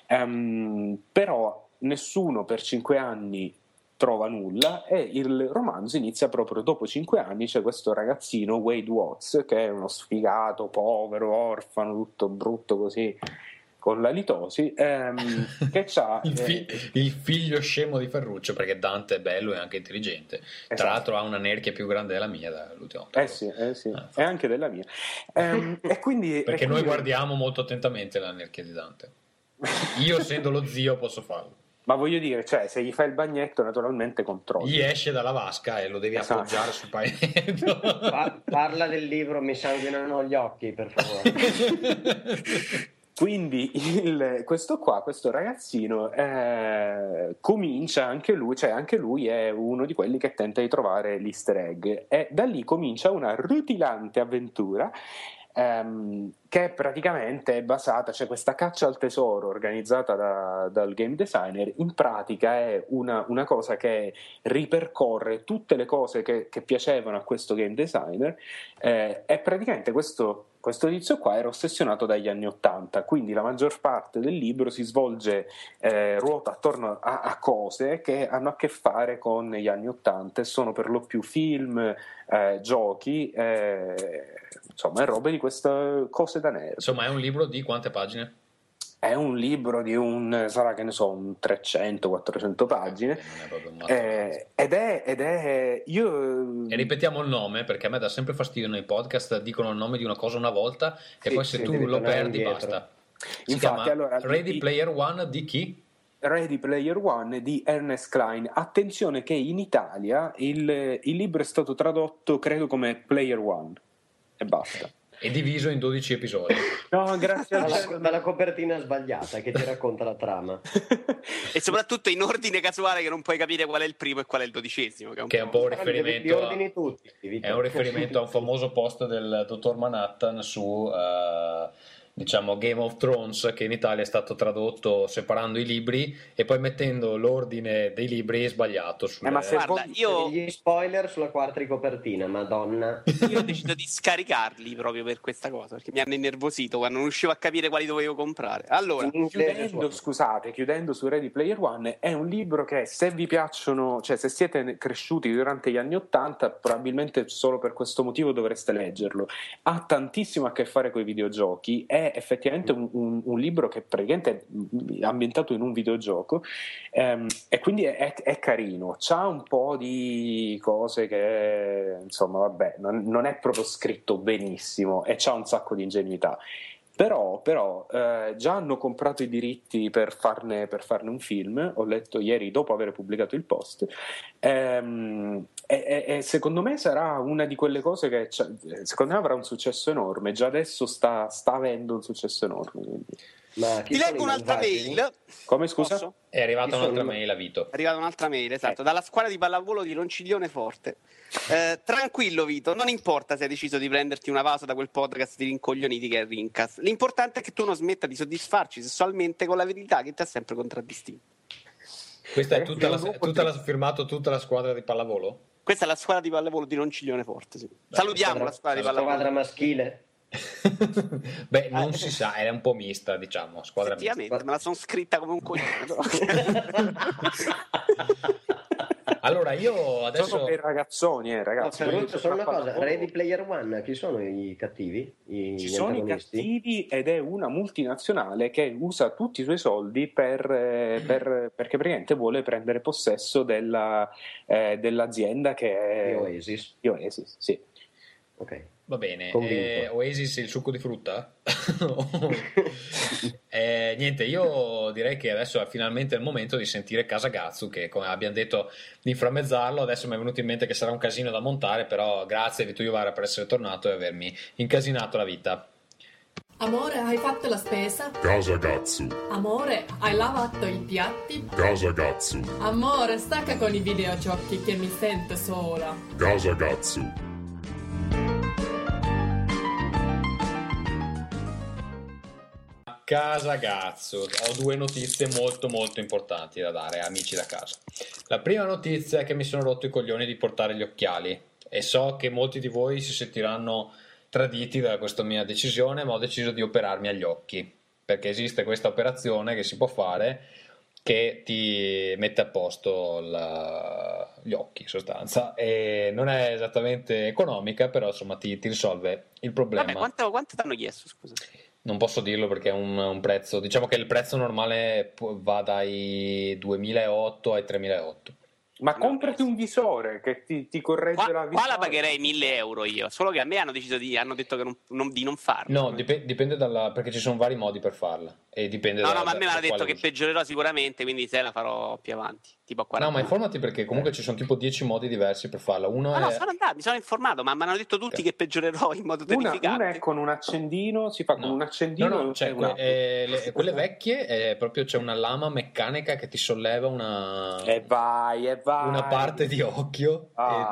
però nessuno per 5 anni trova nulla, e il romanzo inizia proprio dopo 5 anni. C'è questo ragazzino Wade Watts che è uno sfigato, povero, orfano, tutto brutto così, con la litosi, che c'ha il figlio scemo di Ferruccio, perché Dante è bello e anche intelligente. Tra Esatto. l'altro ha una nerchia più grande della mia dall'ultimo volta. sì, è anche della mia, e quindi Perché e noi quindi- guardiamo molto attentamente la nerchia di Dante. Io, essendo lo zio, posso farlo. ma voglio dire, cioè, se gli fai il bagnetto naturalmente controlli. Gli esce dalla vasca e lo devi Esatto. appoggiare sul pavimento. Parla del libro Mi sanguinano gli occhi, per favore. Quindi questo ragazzino comincia anche lui è uno di quelli che tenta di trovare l'easter egg, e da lì comincia una rutilante avventura che praticamente è basata, cioè questa caccia al tesoro organizzata dal game designer in pratica è una cosa che ripercorre tutte le cose che piacevano a questo game designer, e praticamente questo tizio qua era ossessionato dagli anni '80, quindi la maggior parte del libro si svolge, ruota attorno a cose che hanno a che fare con gli anni '80 e sono per lo più film, giochi, insomma, è robe di queste cose da nerd. Insomma, è un libro di quante pagine? È un libro di sarà che ne so, un 300-400 pagine, Non è proprio un mazzo. ed è io E ripetiamo il nome, perché a me dà sempre fastidio nei podcast, dicono il nome di una cosa una volta e Sì, poi se sì, tu devi lo tornare perdi indietro. basta. Si Infatti, chiama allora, Ready Player One di chi? Ready Player One di Ernest Cline. Attenzione che in Italia il libro è stato tradotto credo come Player One e basta. È diviso in 12 episodi. No, grazie al cielo. Dalla copertina sbagliata che ti racconta la trama. E soprattutto in ordine casuale che non puoi capire qual è il primo e qual è il 12°. Che è un po' un riferimento, Li ordini tutti, è un riferimento a un famoso post del dottor Manhattan su diciamo Game of Thrones, che in Italia è stato tradotto separando i libri e poi mettendo l'ordine dei libri sbagliato ma se Guarda, Gli spoiler sulla quarta di copertina, madonna. io ho deciso di scaricarli proprio per questa cosa, perché mi hanno innervosito quando non riuscivo a capire quali dovevo comprare. Allora, chiudendo su Ready Player One, è un libro che se vi piacciono, cioè se siete cresciuti durante gli anni '80, probabilmente solo per questo motivo dovreste leggerlo. Ha tantissimo a che fare con i videogiochi, è effettivamente un libro che praticamente è ambientato in un videogioco, e quindi è carino, c'ha un po' di cose che insomma vabbè non è proprio scritto benissimo e c'ha un sacco di ingenuità. Però già hanno comprato i diritti per farne un film, ho letto ieri dopo aver pubblicato il post, e secondo me sarà una di quelle cose che secondo me avrà un successo enorme, già adesso sta avendo un successo enorme, quindi. Ma ti leggo un'altra mail. Come, scusa? Posso? È arrivata un'altra mail a Vito. È arrivata un'altra mail, esatto, dalla squadra di pallavolo di Ronciglione Forte. Tranquillo Vito, non importa se hai deciso di prenderti una pausa da quel podcast di rincoglioniti che è Rincast. L'importante è che tu non smetta di soddisfarci sessualmente con la verità che ti ha sempre contraddistinto. Questa è firmato tutta la squadra di pallavolo? Questa è la squadra di pallavolo di Ronciglione Forte, sì. Salutiamo la squadra di pallavolo. Squadra maschile? Beh, non si sa, è un po' mista, diciamo, squadra mista. Effettivamente, me la sono scritta come un coglione. Allora, io adesso sono per ragazzoni, ragazzi. Solo una cosa, Ready Player One, chi sono i cattivi? Ci sono i cattivi ed è una multinazionale che usa tutti i suoi soldi perché praticamente vuole prendere possesso dell'azienda che è Oasis, sì. Ok. Va bene, Convinto. Oasis il succo di frutta? Niente, io direi che adesso è finalmente il momento di sentire Casagazzu, che come abbiamo detto di inframmezzarlo. Adesso mi è venuto in mente che sarà un casino da montare, però grazie Vito Iuvara per essere tornato e avermi incasinato la vita. Amore, hai fatto la spesa? Casagazzu. Amore, hai lavato i piatti? Casagazzu. Amore, stacca con i videogiochi che mi sento sola. Casagazzu. Casagazzu, ho due notizie molto molto importanti da dare, amici da casa. La prima notizia è che mi sono rotto i coglioni di portare gli occhiali e so che molti di voi si sentiranno traditi da questa mia decisione, ma ho deciso di operarmi agli occhi, perché esiste questa operazione che si può fare che ti mette a posto gli occhi in sostanza, e non è esattamente economica, però insomma ti risolve il problema. Vabbè, quanto ti hanno chiesto, scusa? Non posso dirlo perché è un prezzo, diciamo che il prezzo normale va dai 2.800 ai 3.800. Ma comprati un visore che ti corregge la vista. Qua la pagherei 1.000 euro io, solo che a me hanno detto che di non farlo. No, dipende perché ci sono vari modi per farla e dipende ma a me mi hanno detto che peggiorerò sicuramente, quindi se la farò più avanti, tipo a 40. No, ma informati, perché comunque ci sono tipo 10 modi diversi per farla. Uno no, mi sono informato, ma mi hanno detto tutti che peggiorerò in modo terrificante. Una è con un accendino, si fa con un accendino. No, cioè, quelle vecchie proprio c'è una lama meccanica che ti solleva una una parte di occhio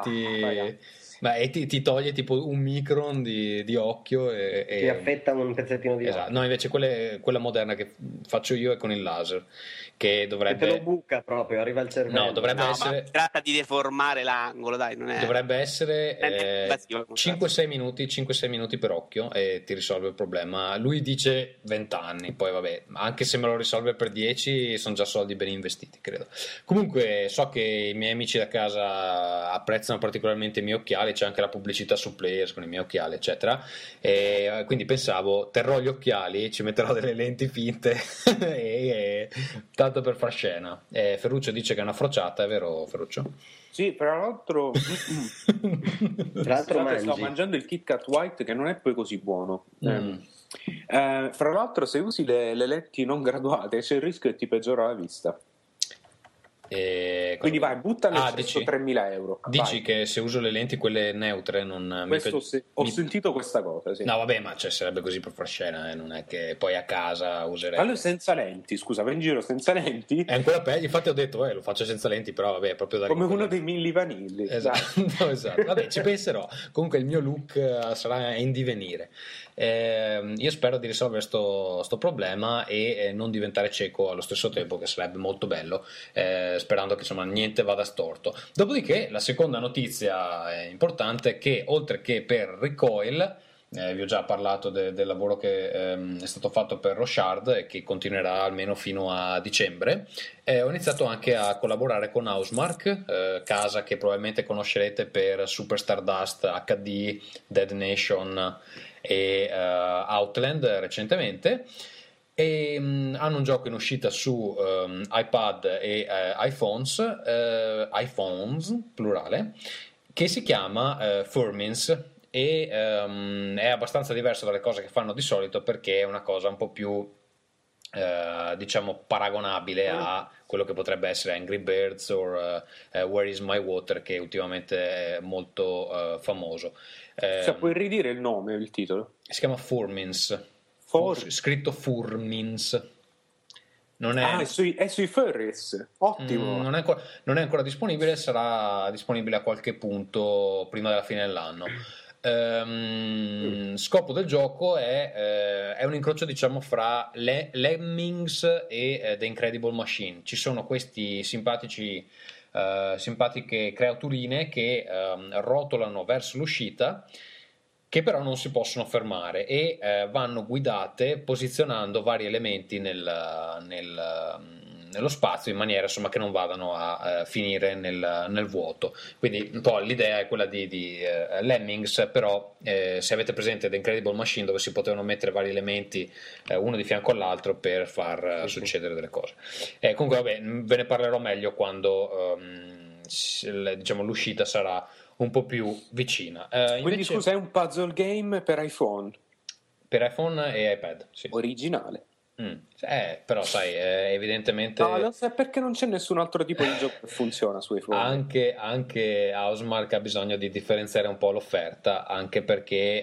e ti toglie tipo un micron di occhio e ti affetta un pezzettino di occhio. No, invece quella moderna che faccio io è con il laser, che dovrebbe... Te lo buca proprio, arriva al cervello. No, dovrebbe essere... ma si tratta di deformare l'angolo, dai, non è... Dovrebbe essere 5-6 minuti per occhio e ti risolve il problema. Lui dice 20 anni, poi vabbè, anche se me lo risolve per 10 sono già soldi ben investiti, credo. Comunque so che i miei amici da casa apprezzano particolarmente i miei occhiali, c'è anche la pubblicità su Players con i miei occhiali, eccetera, e quindi pensavo, terrò gli occhiali, ci metterò delle lenti finte e tanto per far scena. Ferruccio dice che è una frociata, è vero Ferruccio? Sì, tra l'altro sto mangiando il Kit Kat White, che non è poi così buono. Fra l'altro, se usi le lenti non graduate c'è il rischio che ti peggiora la vista. Quindi vai, buttale dici? 3.000 euro. Dici vai. che se uso le lenti quelle neutre non Ho sentito questa cosa, sì. No, vabbè, ma sarebbe così per far scena, non è che poi a casa userei. Allora senza lenti, scusa, vai in giro senza lenti. È ancora peggio, infatti ho detto lo faccio senza lenti, però vabbè, è proprio da come uno dei Milli Vanilli. Esatto, esatto. Vabbè, ci penserò. Comunque il mio look sarà in divenire. Io spero di risolvere sto problema e non diventare cieco allo stesso tempo, che sarebbe molto bello, sperando che insomma niente vada storto. Dopodiché la seconda notizia importante è che oltre che per Recoil, vi ho già parlato del lavoro che è stato fatto per Rochard e che continuerà almeno fino a dicembre, ho iniziato anche a collaborare con Housemarque, casa che probabilmente conoscerete per Super Stardust, HD, Dead Nation e Outland recentemente, e hanno un gioco in uscita su iPad e iPhones plurale, che si chiama Furmins, e è abbastanza diverso dalle cose che fanno di solito, perché è una cosa un po' più diciamo paragonabile a quello che potrebbe essere Angry Birds o Where is My Water, che ultimamente è molto famoso. Puoi ridire il nome, il titolo? Si chiama Furmins, scritto Furmins. Non è... è sui furries, ottimo. Non è ancora disponibile, sarà disponibile a qualche punto prima della fine dell'anno. Scopo del gioco è un incrocio, diciamo, fra Lemmings e The Incredible Machine. Ci sono questi simpatiche creaturine che rotolano verso l'uscita, che però non si possono fermare e vanno guidate posizionando vari elementi nello spazio, in maniera insomma che non vadano a finire nel vuoto. Quindi un po' l'idea è quella di Lemmings, però se avete presente The Incredible Machine, dove si potevano mettere vari elementi uno di fianco all'altro per far succedere delle cose. Comunque vabbè, ve ne parlerò meglio quando diciamo l'uscita sarà un po' più vicina. Quindi invece, scusa, è un puzzle game per iPhone? Per iPhone e iPad, sì. Originale. Però sai, evidentemente no, non so perché non c'è nessun altro tipo di gioco che funziona su iPhone. Anche Housemarque ha bisogno di differenziare un po' l'offerta, anche perché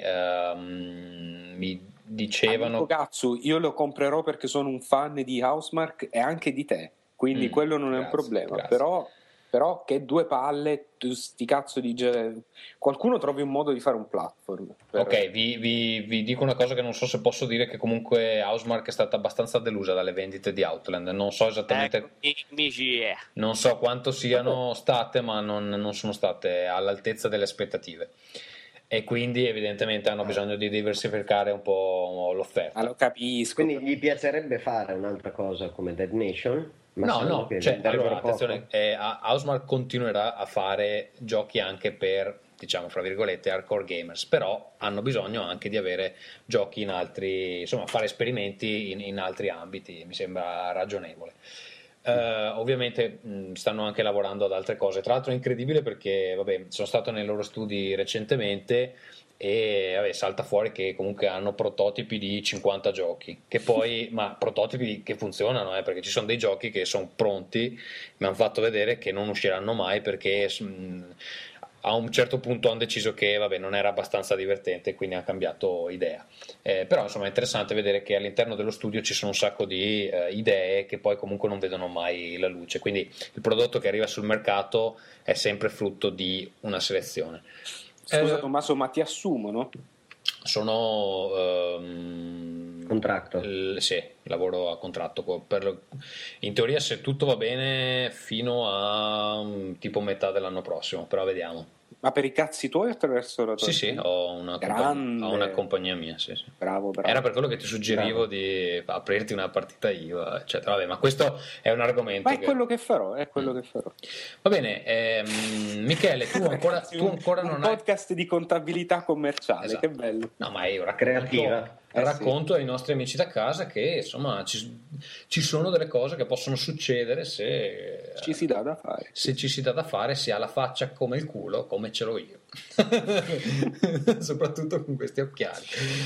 mi dicevano cazzo, io lo comprerò perché sono un fan di Housemarque e anche di te, quindi quello non è un problema. Grazie. Però che due palle, sti cazzo di qualcuno trovi un modo di fare un platform. Ok, vi dico una cosa che non so se posso dire, che comunque Housemarque è stata abbastanza delusa dalle vendite di Outland. Non so esattamente, non so quanto siano state, ma non sono state all'altezza delle aspettative. E quindi evidentemente hanno bisogno di diversificare un po' l'offerta. Lo capisco. Quindi gli piacerebbe fare un'altra cosa come Dead Nation? No, cioè, allora, attenzione, Housemarque continuerà a fare giochi anche per, diciamo, fra virgolette, hardcore gamers, però hanno bisogno anche di avere giochi in altri, insomma, fare esperimenti in altri ambiti, mi sembra ragionevole. Ovviamente stanno anche lavorando ad altre cose. Tra l'altro è incredibile perché, vabbè, sono stato nei loro studi recentemente e salta fuori che comunque hanno prototipi di 50 giochi, che poi, ma prototipi che funzionano, perché ci sono dei giochi che sono pronti, mi hanno fatto vedere che non usciranno mai perché a un certo punto hanno deciso che non era abbastanza divertente, quindi hanno cambiato idea. Però insomma è interessante vedere che all'interno dello studio ci sono un sacco di idee che poi comunque non vedono mai la luce, quindi il prodotto che arriva sul mercato è sempre frutto di una selezione. Scusa Tommaso, ma ti assumono? Sono contratto. Sì, lavoro a contratto in teoria, se tutto va bene, fino a tipo metà dell'anno prossimo, però vediamo. Ma per i cazzi tuoi attraverso la tua... Sì, ho una compagnia mia, sì. Bravo. Era per quello che ti suggerivo di aprirti una partita IVA, eccetera. Vabbè, ma questo è un argomento. Ma è quello che farò, Va bene, Michele, tu ancora non hai... Un podcast di contabilità commerciale, esatto. Che bello. No, ma io creativa. racconto ai nostri amici da casa che insomma ci sono delle cose che possono succedere se ci si dà da fare. Se ci si dà da fare, si ha la faccia come il culo, come ce l'ho io. Soprattutto con questi occhiali.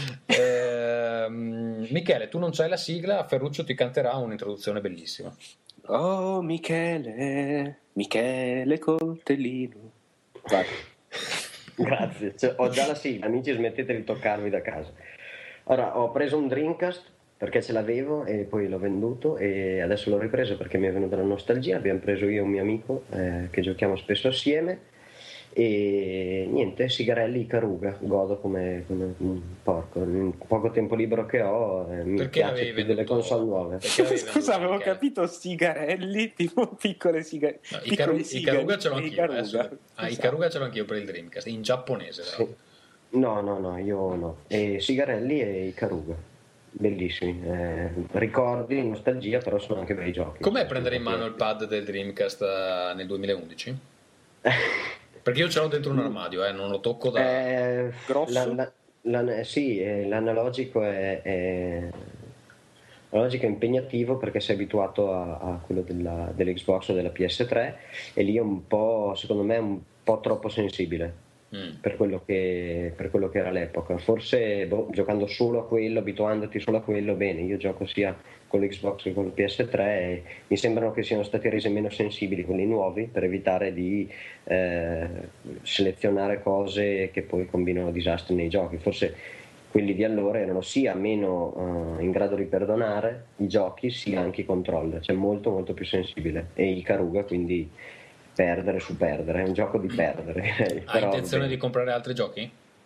Michele, tu non c'hai la sigla, Ferruccio ti canterà un'introduzione bellissima. Oh Michele coltellino. Vai. Grazie, ho già la sigla, amici, smettete di toccarvi da casa. Ora, ho preso un Dreamcast perché ce l'avevo e poi l'ho venduto e adesso l'ho ripreso perché mi è venuta la nostalgia. Abbiamo preso io e un mio amico che giochiamo spesso assieme e niente, sigarelli Ikaruga, godo come un porco. In poco tempo libero che ho mi Perché piace avevi più delle venduto- console nuove. perché avevi Scusa, avevo Michele? capito sigarelli, tipo piccole sigari. No, piccoli Ikaruga ce l'ho anch'io. Ikaruga. Esatto. Ikaruga ce l'ho anch'io per il Dreamcast, in giapponese però. Sì. No, io no. E sigarelli e Ikaruga, bellissimi. Ricordi, nostalgia, però sono anche bei giochi. Com'è prendere in mano il pad del Dreamcast nel 2011? Perché io ce l'ho dentro un armadio, non lo tocco da... Grosso? Sì, l'analogico l'analogico è impegnativo perché sei abituato a quello dell'Xbox o della PS3 e lì è un po', secondo me, un po' troppo sensibile. Per quello che era all'epoca, forse giocando solo a quello, abituandoti solo a quello, bene. Io gioco sia con l'Xbox che con il PS3 e mi sembrano che siano stati resi meno sensibili quelli nuovi per evitare di selezionare cose che poi combinano disastri nei giochi. Forse quelli di allora erano sia meno in grado di perdonare i giochi sia anche i controller, cioè molto molto più sensibile, e Ikaruga quindi perdere su perdere, è un gioco di perdere, direi. Hai Però, intenzione vabbè. di comprare altri giochi?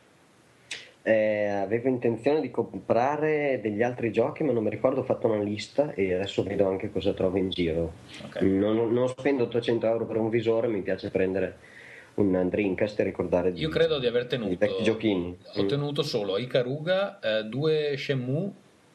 Avevo intenzione di comprare degli altri giochi, ma non mi ricordo, ho fatto una lista e adesso vedo anche cosa trovo in giro. Ok. Non spendo 800 euro per un visore, mi piace prendere un Dreamcast e ricordare Io credo di aver i tenuto... vecchi giochini. Ho tenuto solo Ikaruga, 2 Shenmue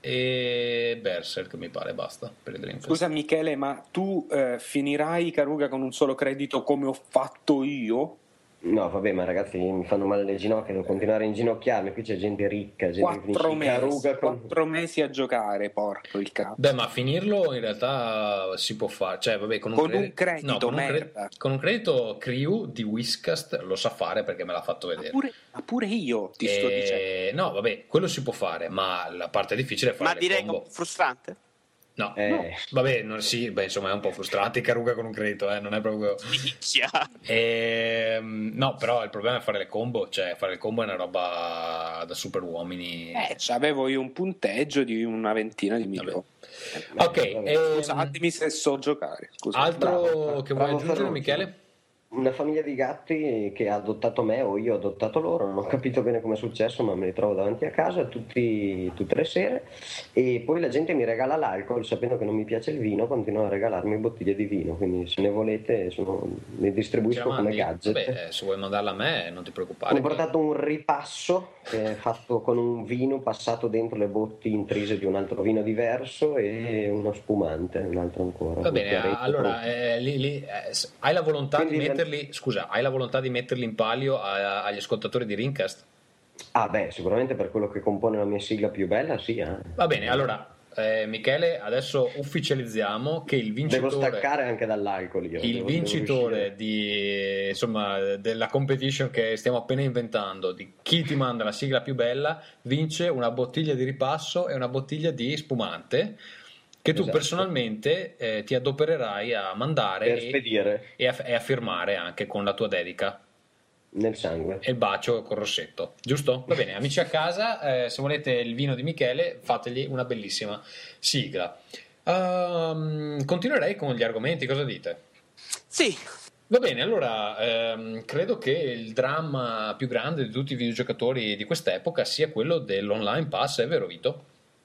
e Berserk, mi pare, basta per il Dreamcast. Scusa Michele, ma tu finirai Ikaruga con un solo credito come ho fatto io? No, vabbè, ma ragazzi, mi fanno male le ginocchia, devo continuare a inginocchiarmi. Qui c'è gente ricca, gente che finisce 4 in mesi, Ikaruga con... 4 mesi a giocare, porco il cazzo. Beh, ma finirlo in realtà si può fare, cioè vabbè, con un, Con un credito, con merda. con un credito Crew di Whiscast lo sa fare perché me l'ha fatto vedere. Ma pure io ti sto dicendo. No, vabbè, quello si può fare, ma la parte difficile è fare Ma le direi che è combo. un po' frustrante. No, Eh. vabbè, sì, beh, insomma è un po' frustrante Ikaruga con un credito, non è proprio... Minchia. No, però il problema è fare le combo, cioè fare le combo è una roba da super uomini. Avevo io un punteggio di una ventina di milioni. Ok, Scusatemi se so giocare. Scusate. altro Bravo, che vuoi bravo aggiungere, Ferruccio. Michele? Una famiglia di gatti che ha adottato me o io ho adottato loro, non ho capito bene come è successo, ma me li trovo davanti a casa tutte le sere e poi la gente mi regala l'alcol, sapendo che non mi piace il vino, continua a regalarmi bottiglie di vino, quindi se ne volete le distribuisco Ce la come mandi? gadget. Beh, se vuoi mandarla a me non ti preoccupare. Ho portato un ripasso che è fatto con un vino passato dentro le botti intrise di un altro vino diverso e uno spumante, un altro ancora. Va un bene, chiaretto allora pronto. hai la volontà Quindi di hai la volontà di metterli in palio agli ascoltatori di Rincast? Ah beh, sicuramente per quello che compone la mia sigla più bella, sì. Va bene, allora Michele, adesso ufficializziamo che il Devo vincitore staccare anche dall'alcol io. il devo vincitore riuscire. della competition che stiamo appena inventando, di chi ti manda la sigla più bella, vince una bottiglia di ripasso e una bottiglia di spumante che tu Esatto. personalmente ti adopererai a mandare Per spedire e a firmare anche con la tua dedica nel sangue. e il bacio col rossetto, giusto? Va bene, amici a casa, se volete il vino di Michele fategli una bellissima sigla. Continuerei con gli argomenti, cosa dite? Sì, Va bene, allora credo che il dramma più grande di tutti i videogiocatori di quest'epoca sia quello dell'online pass, è vero Vito?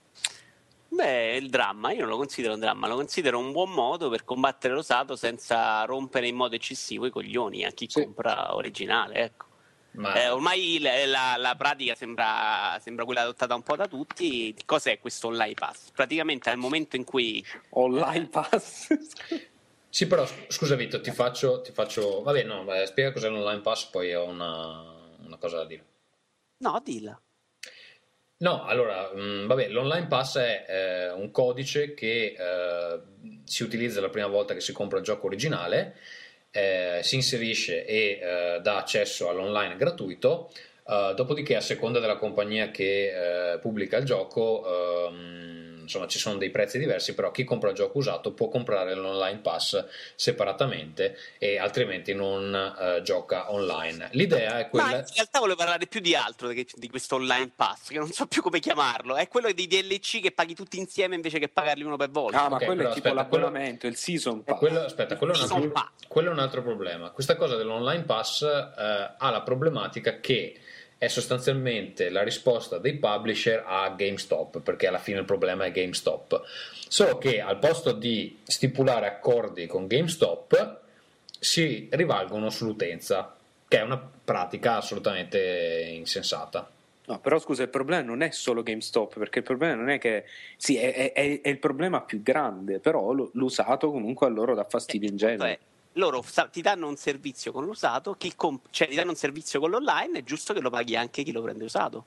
beh, il dramma, io non lo considero un dramma, lo considero un buon modo per combattere l'usato senza rompere in modo eccessivo i coglioni a chi compra originale, ecco. Ma Ormai la pratica sembra quella adottata un po' da tutti. Cos'è questo online pass? Praticamente al momento in cui Online pass. sì, però scusa Vito, ti faccio vabbè, no, spiega cos'è l'online pass, poi ho una cosa da dire. no, dilla. No, allora, vabbè, l'Online Pass è un codice che si utilizza la prima volta che si compra il gioco originale, si inserisce e dà accesso all'online gratuito, dopodiché a seconda della compagnia che pubblica il gioco, insomma ci sono dei prezzi diversi, però chi compra il gioco usato può comprare l'Online Pass separatamente e altrimenti non gioca online. L'idea è quella... Ma in realtà volevo parlare più di altro di questo online pass, che non so più come chiamarlo. È quello dei DLC che paghi tutti insieme invece che pagarli uno per volta. Ma Ok, quello è però tipo aspetta, l'abbonamento, il season pass. quello è Season un altro, pass. quello è un altro problema. Questa cosa dell'Online Pass ha la problematica che è sostanzialmente la risposta dei publisher a GameStop, perché alla fine il problema è GameStop. Solo che al posto di stipulare accordi con GameStop si rivalgono sull'utenza, che è una pratica assolutamente insensata. No, però scusa, il problema non è solo GameStop, perché il problema non è che... Sì, è il problema più grande, però l'usato comunque a loro dà fastidio in genere. Loro ti danno un servizio con l'usato, cioè ti danno un servizio con l'online, è giusto che lo paghi anche chi lo prende usato.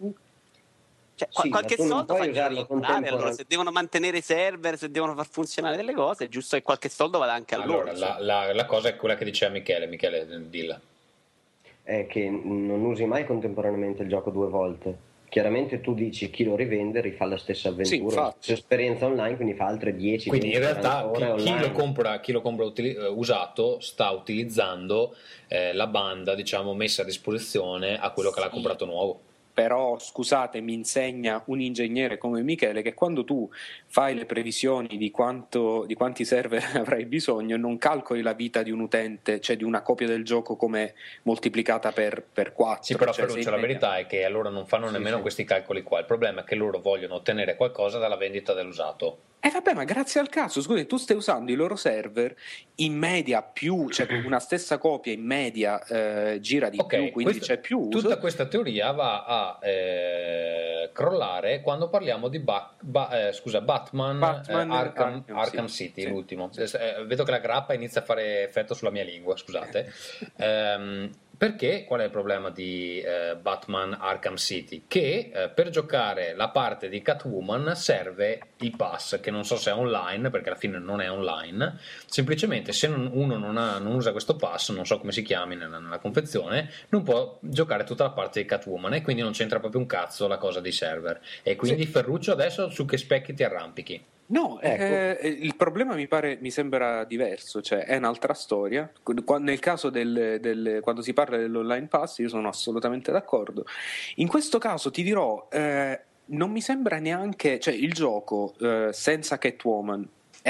Cioè, Sì, qualche ma tu non soldo puoi fai usarlo entrare, contemporaneamente. allora se devono mantenere i server, se devono far funzionare delle cose, è giusto che qualche soldo vada anche a loro. Allora, la cosa è quella che diceva Michele, dilla. È che non usi mai contemporaneamente il gioco due volte. Chiaramente tu dici chi lo rivende rifà la stessa Sì, avventura, la infatti. stessa esperienza online, quindi fa altre 10, Quindi in 20, realtà 40 ore chi online. lo compra usato sta utilizzando la banda, diciamo, messa a disposizione a quello che l'ha Sì. comprato nuovo. Però scusate, mi insegna un ingegnere come Michele che quando tu fai le previsioni di quanti server avrai bisogno, non calcoli la vita di un utente, cioè di una copia del gioco come moltiplicata per 4. Sì, però cioè Ferruccio, la verità è che allora non fanno nemmeno sì. questi calcoli qua. Il problema è che loro vogliono ottenere qualcosa dalla vendita dell'usato. Vabbè, ma grazie al cazzo, scusi, tu stai usando i loro server in media più, cioè una stessa copia in media gira di più, quindi c'è più uso. Tutta questa teoria va a crollare quando parliamo di Batman Arkham sì. City, Sì. l'ultimo. Vedo che la grappa inizia a fare effetto sulla mia lingua, scusate. Perché qual è il problema di Batman Arkham City? Che per giocare la parte di Catwoman serve il pass, che non so se è online, perché alla fine non è online. Semplicemente se uno non usa questo pass, non so come si chiami nella confezione, non può giocare tutta la parte di Catwoman e quindi non c'entra proprio un cazzo la cosa dei server. E quindi Ferruccio adesso su che specchi ti arrampichi? No, Ecco. il problema mi sembra diverso, cioè è un'altra storia. Nel caso quando si parla dell'online pass io sono assolutamente d'accordo. In questo caso ti dirò, non mi sembra neanche, cioè il gioco senza Catwoman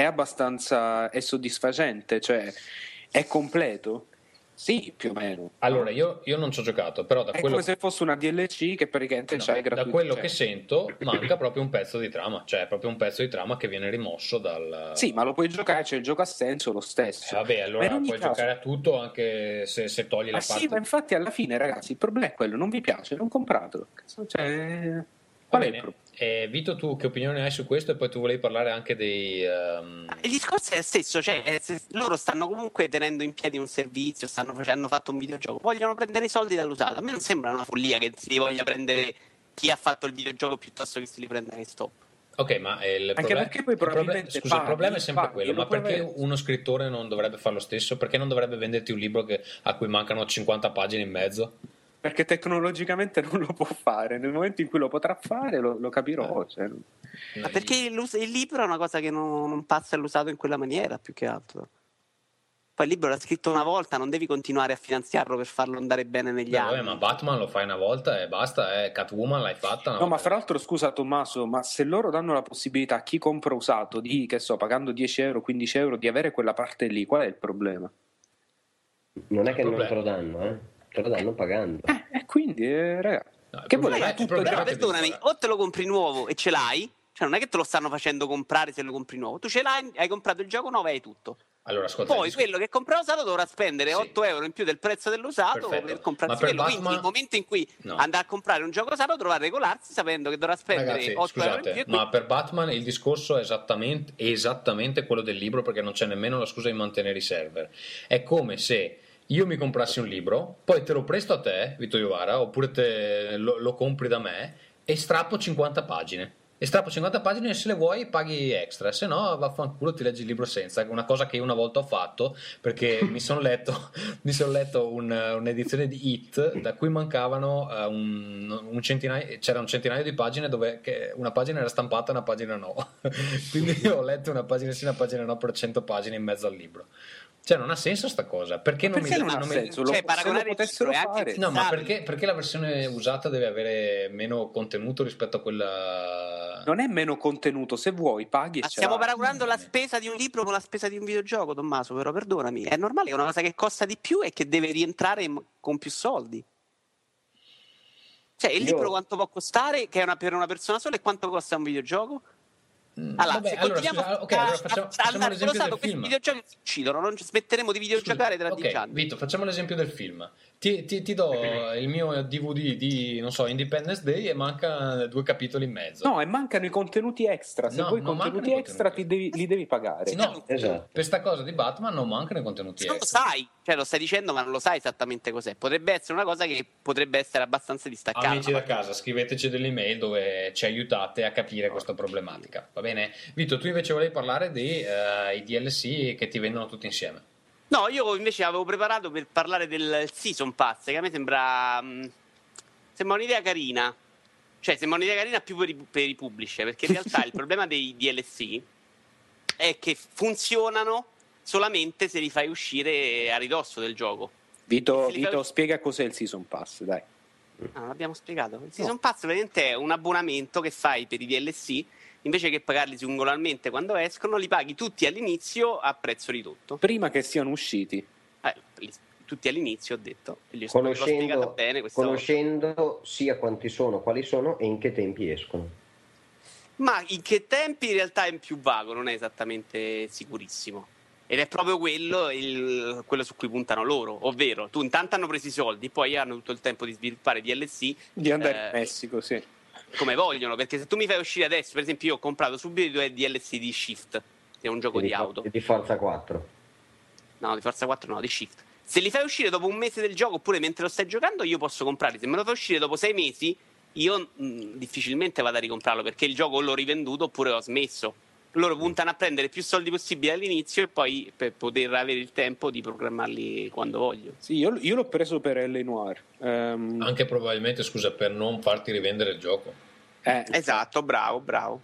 è soddisfacente, cioè è completo? Sì, più o meno. Allora, io non ci ho giocato, però È come se fosse una DLC che praticamente c'hai gratuito. da quello che sento manca proprio un pezzo di trama, cioè proprio un pezzo di trama che viene rimosso dal... Sì, ma lo puoi giocare, cioè il gioco ha senso lo stesso. Vabbè, Ma allora in ogni puoi caso- giocare a tutto anche se togli la parte... Sì, ma infatti alla fine, ragazzi, il problema è quello, non vi piace, non compratelo. Cioè, Va qual è il bene. problema? Vito, tu che opinione hai su questo? E poi tu volevi parlare anche dei... Il discorso è lo stesso, cioè loro stanno comunque tenendo in piedi un servizio, hanno fatto un videogioco, vogliono prendere i soldi dall'usato. A me non sembra una follia che si voglia prendere chi ha fatto il videogioco piuttosto che si li prenda GameStop. Ok, ma Anche perché poi probabilmente scusa, il problema è sempre paghi, quello, lo ma puoi perché avere. uno scrittore non dovrebbe fare lo stesso? Perché non dovrebbe venderti un libro a cui mancano 50 pagine in mezzo? Perché tecnologicamente non lo può fare, nel momento in cui lo potrà fare lo capirò. Cioè. Ma perché il libro è una cosa che non passa all'usato in quella maniera, più che altro. Poi il libro l'ha scritto una volta, non devi continuare a finanziarlo per farlo andare bene negli anni. Vabbè, ma Batman lo fai una volta e basta, Catwoman l'hai fatta una No, ma volta. fra l'altro, scusa Tommaso, ma se loro danno la possibilità a chi compra usato di, che so, pagando 10 euro, 15 euro, di avere quella parte lì, qual è il problema? Non è che non problema. te lo danno, te lo danno pagando. E quindi, ragazzi, No, il che problema vuole è- tutto il Però problema è che perdonami, devi o te lo compri nuovo e ce l'hai, cioè non è che te lo stanno facendo comprare se lo compri nuovo, tu ce l'hai, hai comprato il gioco nuovo e hai tutto. Allora, ascolta, Poi quello che compra usato dovrà spendere Sì. 8 euro in più del prezzo dell'usato Perfetto. per comprarsi Ma per quello. Batman- Quindi nel momento in cui No. andrà a comprare un gioco usato dovrà regolarsi sapendo che dovrà spendere Ragazzi, 8 euro in più. scusate, E quindi... ma per Batman il discorso è esattamente quello del libro, perché non c'è nemmeno la scusa di mantenere i server. È come se io mi comprassi un libro, poi te lo presto a te, Vito Iovara, oppure lo compri da me, e strappo 50 pagine. E strappo 50 pagine e se le vuoi paghi extra, se no vaffanculo, ti leggi il libro senza. Una cosa che io una volta ho fatto perché mi sono letto un'edizione di It da cui mancavano un centinaio, c'era un centinaio di pagine dove una pagina era stampata e una pagina no. Quindi io ho letto una pagina sì, una pagina no per 100 pagine in mezzo al libro. Cioè non ha senso sta cosa, perché non perché mi non ha senso? Cioè, Se lo paragonare potessero il libro è fare. anche No, ma pensabile. perché la versione usata deve avere meno contenuto rispetto a quella... Non è meno contenuto, se vuoi paghi e Ma ce stiamo l'hai. paragonando la spesa di un libro con la spesa di un videogioco, Tommaso, però perdonami. È normale che una cosa che costa di più e che deve rientrare con più soldi. Cioè, il libro quanto può costare, che è per una persona sola, e quanto costa un videogioco? Allora, Vabbè, se allora, continuiamo scusa, ok, allora facciamo andare l'esempio del questi film. videogiochi si uccidono, non smetteremo di videogiocare tra 10 anni. Vito, facciamo l'esempio del film. Ti do il mio DVD di, non so, Independence Day e manca 2 capitoli in mezzo. No, e mancano i contenuti extra. Se No, vuoi non contenuti mancano i extra contenuti. li devi pagare. No, Esatto. per sta cosa di Batman non mancano i contenuti Non lo extra. sai, cioè lo stai dicendo, ma non lo sai esattamente cos'è. Potrebbe essere una cosa che potrebbe essere abbastanza distaccata. Amici da casa, scriveteci delle email dove ci aiutate a capire questa problematica, va bene? Vito, tu invece volevi parlare dei i DLC che ti vendono tutti insieme. No, io invece avevo preparato per parlare del Season Pass, che a me sembra un'idea carina. Cioè, sembra un'idea carina più per i publisher, perché in realtà il problema dei DLC è che funzionano solamente se li fai uscire a ridosso del gioco. Vito, Se li fai spiega cos'è il Season Pass, dai. Ah, l'abbiamo spiegato. Il Season Pass praticamente è un abbonamento che fai per i DLC, invece che pagarli singolarmente quando escono, li paghi tutti all'inizio a prezzo ridotto. Prima che siano usciti. Tutti all'inizio ho detto. L'ho spiegato bene questa conoscendo sia quanti sono, quali sono e in che tempi escono. Ma in che tempi in realtà è più vago, non è esattamente sicurissimo. Ed è proprio quello su cui puntano loro, ovvero tu intanto hanno preso i soldi, poi hanno tutto il tempo di sviluppare DLC. Di andare in Messico, sì. Come vogliono, perché se tu mi fai uscire adesso, per esempio io ho comprato subito i 2 DLC di Shift, che è un gioco di auto. Di Forza 4. No, di Forza 4 no, di Shift. Se li fai uscire dopo un mese del gioco oppure mentre lo stai giocando, io posso comprarli. Se me lo fai uscire dopo 6 mesi, io difficilmente vado a ricomprarlo, perché il gioco l'ho rivenduto oppure ho smesso. Loro puntano a prendere più soldi possibili all'inizio e poi per poter avere il tempo di programmarli quando voglio. Sì, io l'ho preso per L.A. Noire. Anche probabilmente, scusa, per non farti rivendere il gioco. Esatto, bravo.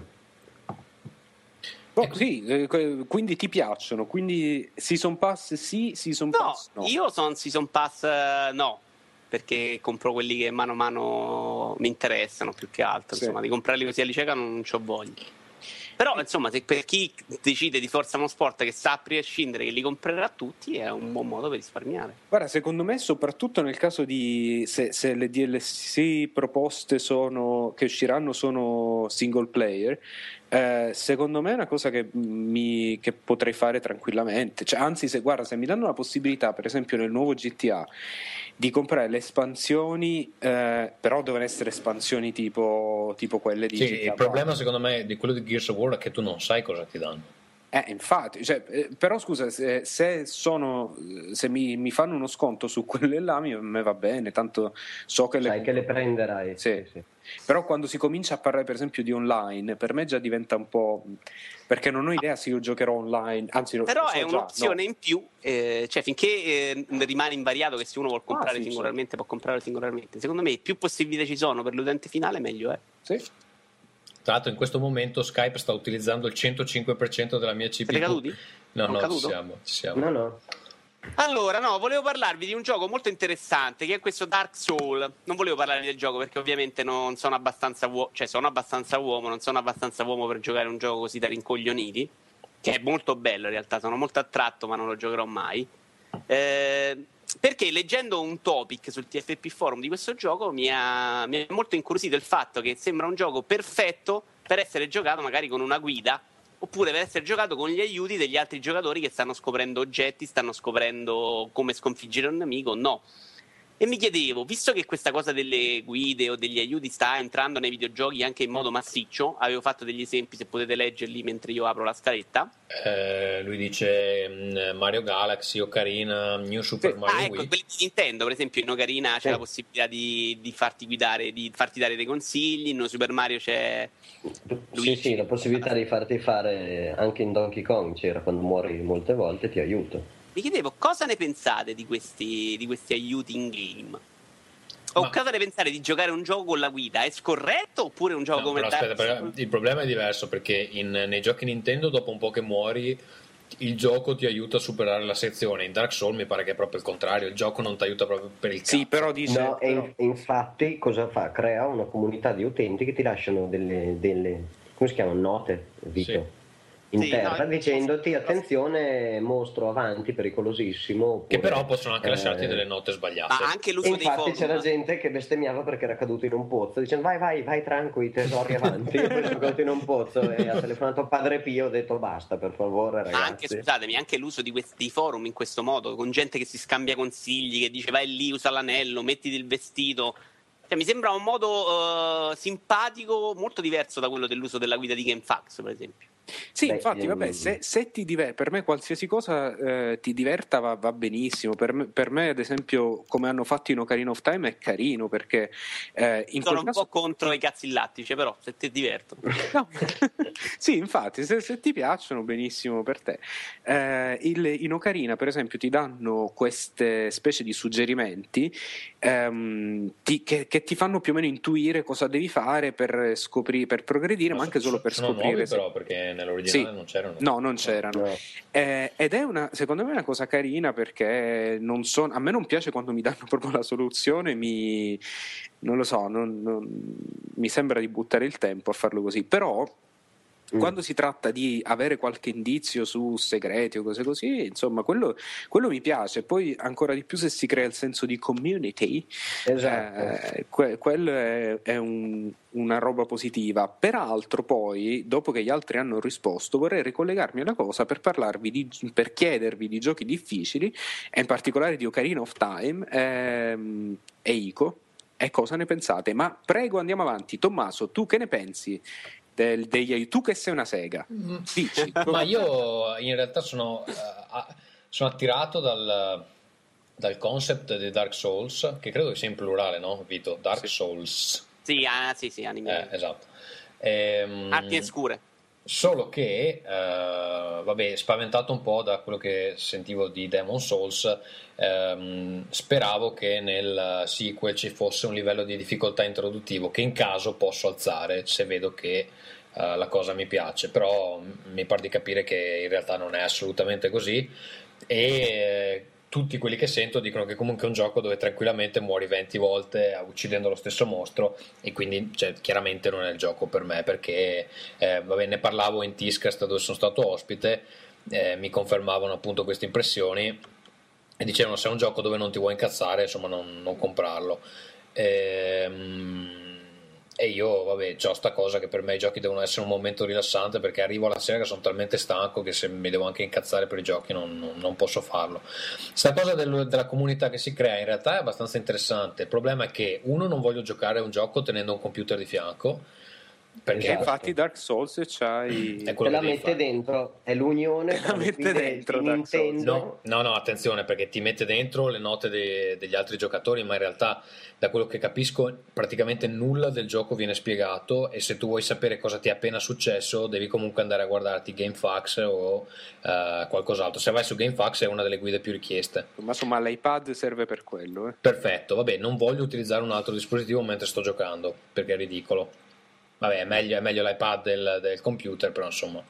Sì, quindi ti piacciono, quindi Season Pass sì, Season Pass no. Io sono Season Pass no, perché compro quelli che mano a mano mi interessano più che altro, Sì. insomma, di comprarli così alla cieca non c'ho voglia. Però insomma, se per chi decide di Forza Motorsport che sa a prescindere che li comprerà tutti, è un buon modo per risparmiare. Guarda, secondo me soprattutto nel caso di se le DLC proposte che usciranno sono single player, secondo me è una cosa che potrei fare tranquillamente. Cioè, anzi, se mi danno la possibilità, per esempio nel nuovo GTA, di comprare le espansioni, però devono essere espansioni tipo quelle di Sì, GTA. il problema secondo me di quello di Gears of War è che tu non sai cosa ti danno. Infatti, però scusa, se mi fanno uno sconto su quelle là, me va bene, tanto so che sai che le prenderai. Sì. Però quando si comincia a parlare per esempio di online, per me già diventa un po', perché non ho idea se io giocherò online, anzi però so è un'opzione in più, cioè finché rimane invariato che se uno vuole comprare sì, singolarmente può comprare singolarmente. Secondo me più possibilità ci sono per l'utente finale meglio è. Sì. Tra l'altro in questo momento Skype sta utilizzando il 105% della mia CPU. Siete caduti? No, ci siamo. No. Allora, volevo parlarvi di un gioco molto interessante che è questo Dark Souls. Non volevo parlare del gioco perché ovviamente non sono abbastanza sono abbastanza uomo, non sono abbastanza uomo per giocare un gioco così da rincoglioniti, che è molto bello in realtà, sono molto attratto ma non lo giocherò mai. Perché leggendo un topic sul TFP Forum di questo gioco mi ha molto incuriosito il fatto che sembra un gioco perfetto per essere giocato magari con una guida, oppure per essere giocato con gli aiuti degli altri giocatori che stanno scoprendo oggetti, stanno scoprendo come sconfiggere un nemico. No. E mi chiedevo, visto che questa cosa delle guide o degli aiuti sta entrando nei videogiochi anche in modo massiccio, avevo fatto degli esempi, se potete leggerli mentre io apro la scaletta. Lui dice Mario Galaxy, Ocarina, New Super Mario ecco, Wii. quelli di Nintendo, per esempio in Ocarina c'è la possibilità di farti guidare, di farti dare dei consigli, in Super Mario c'è Luigi. Sì, la possibilità di farti fare anche in Donkey Kong c'era, quando muori molte volte ti aiuto. Mi chiedevo cosa ne pensate di questi aiuti in game? O cosa ne pensate di giocare un gioco con la guida? È scorretto oppure un gioco come però Dark aspetta, Souls? il problema è diverso, perché nei giochi Nintendo dopo un po' che muori il gioco ti aiuta a superare la sezione. In Dark Souls mi pare che è proprio il contrario, il gioco non ti aiuta proprio per il cazzo. Sì, però dice... No, e infatti cosa fa? Crea una comunità di utenti che ti lasciano delle come si chiamano? Note, Vito? Sì. In Sì, terra, no, dicendoti attenzione, mostro avanti, pericolosissimo. Oppure, Che però possono anche lasciarti delle note sbagliate. Ma anche l'uso dei infatti forum. c'era gente che bestemmiava perché era caduto in un pozzo, dicendo vai tranquilli, tesori avanti. Io poi sono caduto in un pozzo e ha telefonato a Padre Pio, ho detto basta, per favore ragazzi. Ma anche, scusatemi, anche l'uso di questi forum in questo modo, con gente che si scambia consigli, che dice vai lì, usa l'anello, mettiti il vestito. Cioè, mi sembra un modo simpatico, molto diverso da quello dell'uso della guida di GameFAQs, per esempio. Sì, Beh, infatti, vabbè, se ti per me qualsiasi cosa ti diverta va benissimo. Per me, ad esempio, come hanno fatto in Ocarina of Time è carino, perché in Sono quel un caso... po' contro i cazzi in lattice, però se ti divertono. No. Sì, infatti, se ti piacciono, benissimo per te. In Ocarina, per esempio, ti danno queste specie di suggerimenti che ti fanno più o meno intuire cosa devi fare per scoprire, per progredire, ma anche solo per sono scoprire. Nuovi, però, perché nell'originale non c'erano. No, non c'erano. No. Ed è secondo me una cosa carina, perché a me non piace quando mi danno proprio la soluzione, non lo so, mi sembra di buttare il tempo a farlo così, però quando si tratta di avere qualche indizio su segreti o cose così, insomma, quello mi piace. Poi ancora di più se si crea il senso di community, Esatto. quello è una roba positiva. Peraltro, poi, dopo che gli altri hanno risposto, vorrei ricollegarmi alla cosa per per chiedervi di giochi difficili, e in particolare di Ocarina of Time e Ico, e cosa ne pensate. Ma prego, andiamo avanti. Tommaso, tu che ne pensi? Tu che sei una sega, dici. Ma io in realtà sono attirato dal concept di Dark Souls, che credo che sia in plurale, no, Vito? Dark Souls. Sì, anime. Esatto. Arti scure. Solo che, vabbè, spaventato un po' da quello che sentivo di Demon Souls, speravo che nel sequel ci fosse un livello di difficoltà introduttivo che in caso posso alzare se vedo che la cosa mi piace, però mi pare di capire che in realtà non è assolutamente così, e tutti quelli che sento dicono che comunque è un gioco dove tranquillamente muori 20 volte uccidendo lo stesso mostro, e quindi chiaramente non è il gioco per me, perché vabbè, ne parlavo in Tiscast dove sono stato ospite, mi confermavano appunto queste impressioni e dicevano se è un gioco dove non ti vuoi incazzare, insomma non comprarlo. E io, vabbè, c'ho sta cosa che per me i giochi devono essere un momento rilassante, perché arrivo alla sera che sono talmente stanco che se mi devo anche incazzare per i giochi non posso farlo. Sta cosa della comunità che si crea in realtà è abbastanza interessante. Il problema è che non voglio giocare a un gioco tenendo un computer di fianco, perché Esatto. Infatti Dark Souls c'hai è Te quello la che devi mette fare. dentro, è l'unione Te la mette dentro, di Dark Souls. Nintendo. No, attenzione, perché ti mette dentro le note degli altri giocatori, ma in realtà, da quello che capisco, praticamente nulla del gioco viene spiegato, e se tu vuoi sapere cosa ti è appena successo devi comunque andare a guardarti GameFAQs o qualcos'altro. Se vai su GameFAQs è una delle guide più richieste. Ma insomma l'iPad serve per quello. Perfetto, vabbè, non voglio utilizzare un altro dispositivo mentre sto giocando, perché è ridicolo. Vabbè, è meglio l'iPad del computer, però insomma.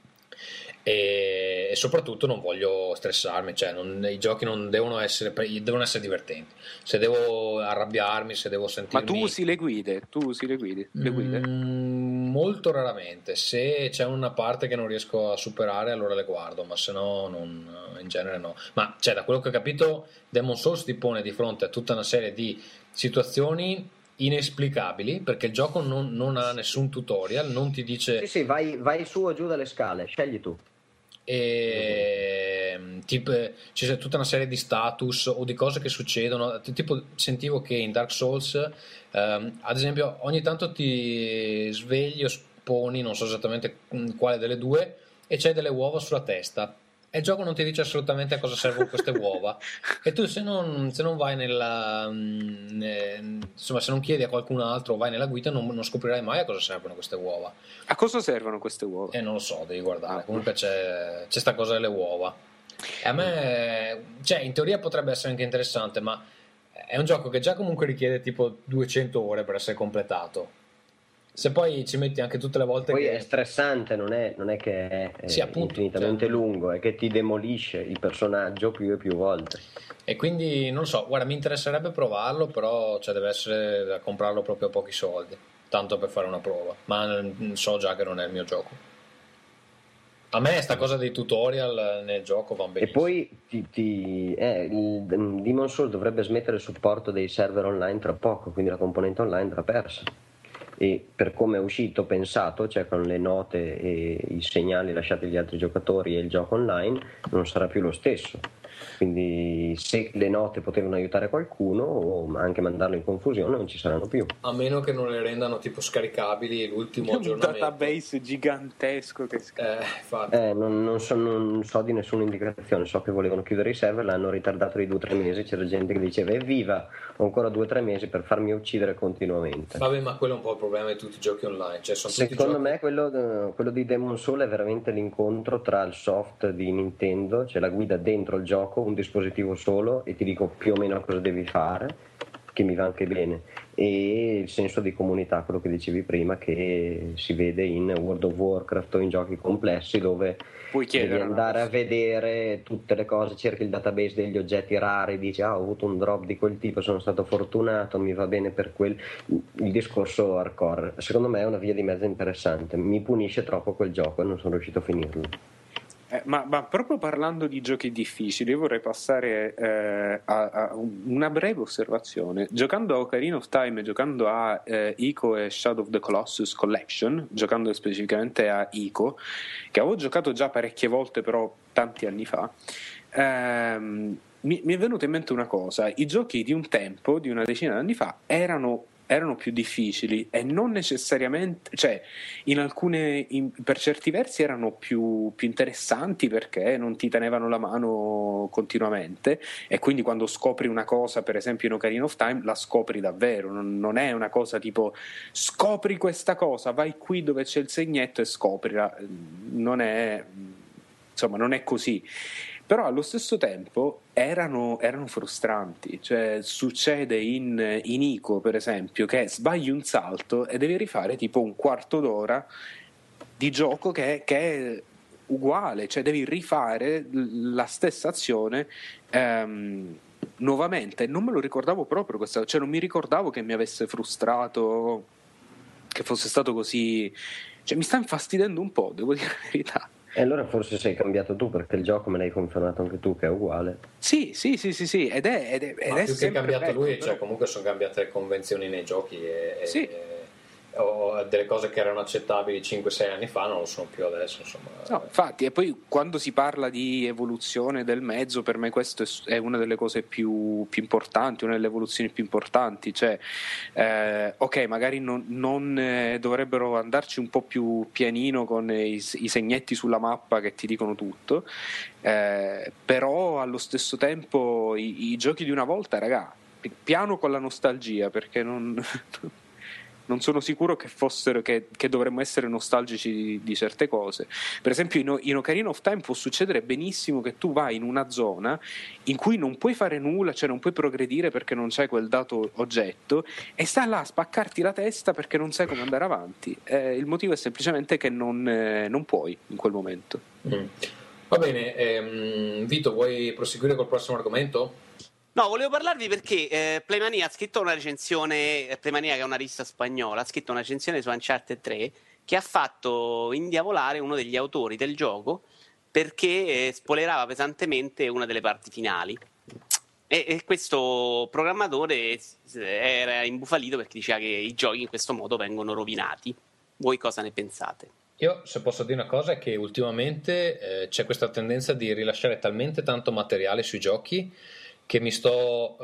E soprattutto non voglio stressarmi, cioè i giochi non devono essere divertenti. Se devo arrabbiarmi, se devo sentirmi... Ma tu usi le guide? Le guide? Molto raramente. Se c'è una parte che non riesco a superare, allora le guardo, ma se no in genere no. Ma da quello che ho capito, Demon Souls ti pone di fronte a tutta una serie di situazioni inesplicabili, perché il gioco non ha nessun tutorial, non ti dice Sì, vai su o giù dalle scale, scegli tu. e tipo, c'è tutta una serie di status o di cose che succedono. Tipo, sentivo che in Dark Souls, ad esempio, ogni tanto ti svegli o sponi, non so esattamente quale delle due, e c'hai delle uova sulla testa. E il gioco non ti dice assolutamente a cosa servono queste uova. E tu se non vai insomma, se non chiedi a qualcun altro o vai nella guida, non scoprirai mai a cosa servono queste uova. A cosa servono queste uova? Non lo so, devi guardare. Comunque c'è sta cosa delle uova. E a me, cioè, in teoria potrebbe essere anche interessante, ma è un gioco che già comunque richiede tipo 200 ore per essere completato. Se poi ci metti anche tutte le volte poi che è stressante, non è che è sì, appunto, infinitamente cioè, lungo, è che ti demolisce il personaggio più e più volte. e quindi non lo so, guarda, mi interesserebbe provarlo, però cioè, deve essere da comprarlo proprio a pochi soldi, tanto per fare una prova, ma so già che non è il mio gioco. A me sta cosa dei tutorial nel gioco va benissimo. E poi il Demon's Souls dovrebbe smettere il supporto dei server online tra poco, quindi la componente online andrà persa. E per come è uscito, pensato, cioè con le note e i segnali lasciati agli altri giocatori e il gioco online, non sarà più lo stesso. Quindi se le note potevano aiutare qualcuno o anche mandarlo in confusione, non ci saranno più. A meno che non le rendano tipo scaricabili l'ultimo Un aggiornamento. database gigantesco che Infatti. Non so di nessuna indicazione, so che volevano chiudere i server, l'hanno ritardato di 2 o 3 mesi, c'era gente che diceva evviva, ho ancora 2 o 3 mesi per farmi uccidere continuamente. Vabbè, ma quello è un po' il problema di tutti i giochi online, cioè, sono tutti Secondo giochi... me quello di Demon's Souls è veramente l'incontro tra il soft di Nintendo, cioè la guida dentro il gioco, un dispositivo solo e ti dico più o meno cosa devi fare, che mi va anche bene, e il senso di comunità, quello che dicevi prima, che si vede in World of Warcraft o in giochi complessi dove devi andare a vedere tutte le cose, cerchi il database degli oggetti rari, dici ho avuto un drop di quel tipo, sono stato fortunato, mi va bene per il discorso hardcore. Secondo me è una via di mezzo interessante, mi punisce troppo quel gioco e non sono riuscito a finirlo. Ma proprio parlando di giochi difficili, io vorrei passare a una breve osservazione. Giocando a Ocarina of Time e giocando a Ico e Shadow of the Colossus Collection, giocando specificamente a Ico, che avevo giocato già parecchie volte però tanti anni fa, mi è venuta in mente una cosa: i giochi di un tempo, di una decina di anni fa, erano più difficili e non necessariamente, cioè per certi versi erano più interessanti perché non ti tenevano la mano continuamente, e quindi quando scopri una cosa, per esempio in Ocarina of Time, la scopri davvero, non è una cosa tipo scopri questa cosa, vai qui dove c'è il segnetto e scoprila, non è così. Però allo stesso tempo erano frustranti, cioè succede in Ico per esempio che sbagli un salto e devi rifare tipo un quarto d'ora di gioco che è uguale, cioè devi rifare la stessa azione nuovamente. Non me lo ricordavo proprio questa, cioè non mi ricordavo che mi avesse frustrato, che fosse stato così, cioè mi sta infastidendo un po', devo dire la verità. E allora forse sei cambiato tu, perché il gioco me l'hai confermato anche tu che è uguale. Sì, ed è Ma più che cambiato bello, lui, però... cioè comunque sono cambiate le convenzioni nei giochi sì. O delle cose che erano accettabili 5-6 anni fa non lo sono più adesso, insomma. No, infatti, e poi quando si parla di evoluzione del mezzo, per me questo è una delle cose più importanti, una delle evoluzioni più importanti, cioè ok, magari non dovrebbero andarci un po' più pianino con i segnetti sulla mappa che ti dicono tutto, però allo stesso tempo i giochi di una volta, raga, piano con la nostalgia, perché non sono sicuro che fossero che dovremmo essere nostalgici di certe cose. Per esempio in Ocarina of Time può succedere benissimo che tu vai in una zona in cui non puoi fare nulla, cioè non puoi progredire perché non c'hai quel dato oggetto, e stai là a spaccarti la testa perché non sai come andare avanti. Il motivo è semplicemente che non puoi in quel momento. Va bene, Vito, vuoi proseguire col prossimo argomento? No, volevo parlarvi perché Playmania ha scritto una recensione, Playmania che è una rivista spagnola, ha scritto una recensione su Uncharted 3 che ha fatto indiavolare uno degli autori del gioco perché spoilerava pesantemente una delle parti finali. E questo programmatore era imbufalito perché diceva che i giochi in questo modo vengono rovinati. Voi cosa ne pensate? Io, se posso dire una cosa, è che ultimamente c'è questa tendenza di rilasciare talmente tanto materiale sui giochi che mi sto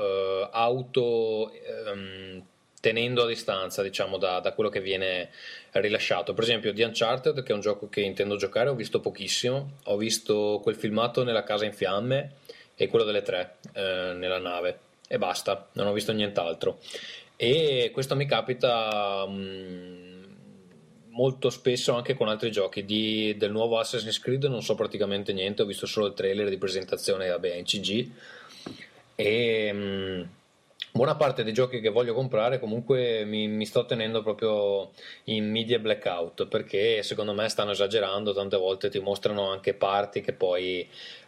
tenendo a distanza, diciamo, da quello che viene rilasciato. Per esempio, di Uncharted, che è un gioco che intendo giocare, ho visto pochissimo. Ho visto quel filmato nella casa in fiamme e quello delle 3 nella nave, e basta, non ho visto nient'altro. E questo mi capita molto spesso anche con altri giochi. Del nuovo Assassin's Creed non so praticamente niente, ho visto solo il trailer di presentazione, vabbè, in CG. E buona parte dei giochi che voglio comprare comunque mi sto tenendo proprio in media blackout, perché secondo me stanno esagerando. Tante volte ti mostrano anche parti che poi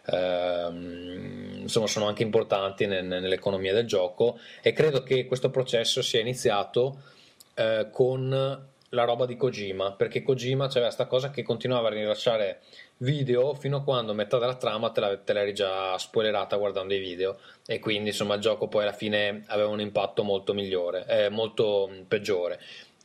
insomma sono anche importanti nell'economia del gioco, e credo che questo processo sia iniziato con la roba di Kojima, perché Kojima c'aveva sta cosa che continuava a rilasciare video fino a quando metà della trama te l'eri già spoilerata guardando i video, e quindi insomma il gioco poi alla fine aveva un impatto molto migliore, molto peggiore.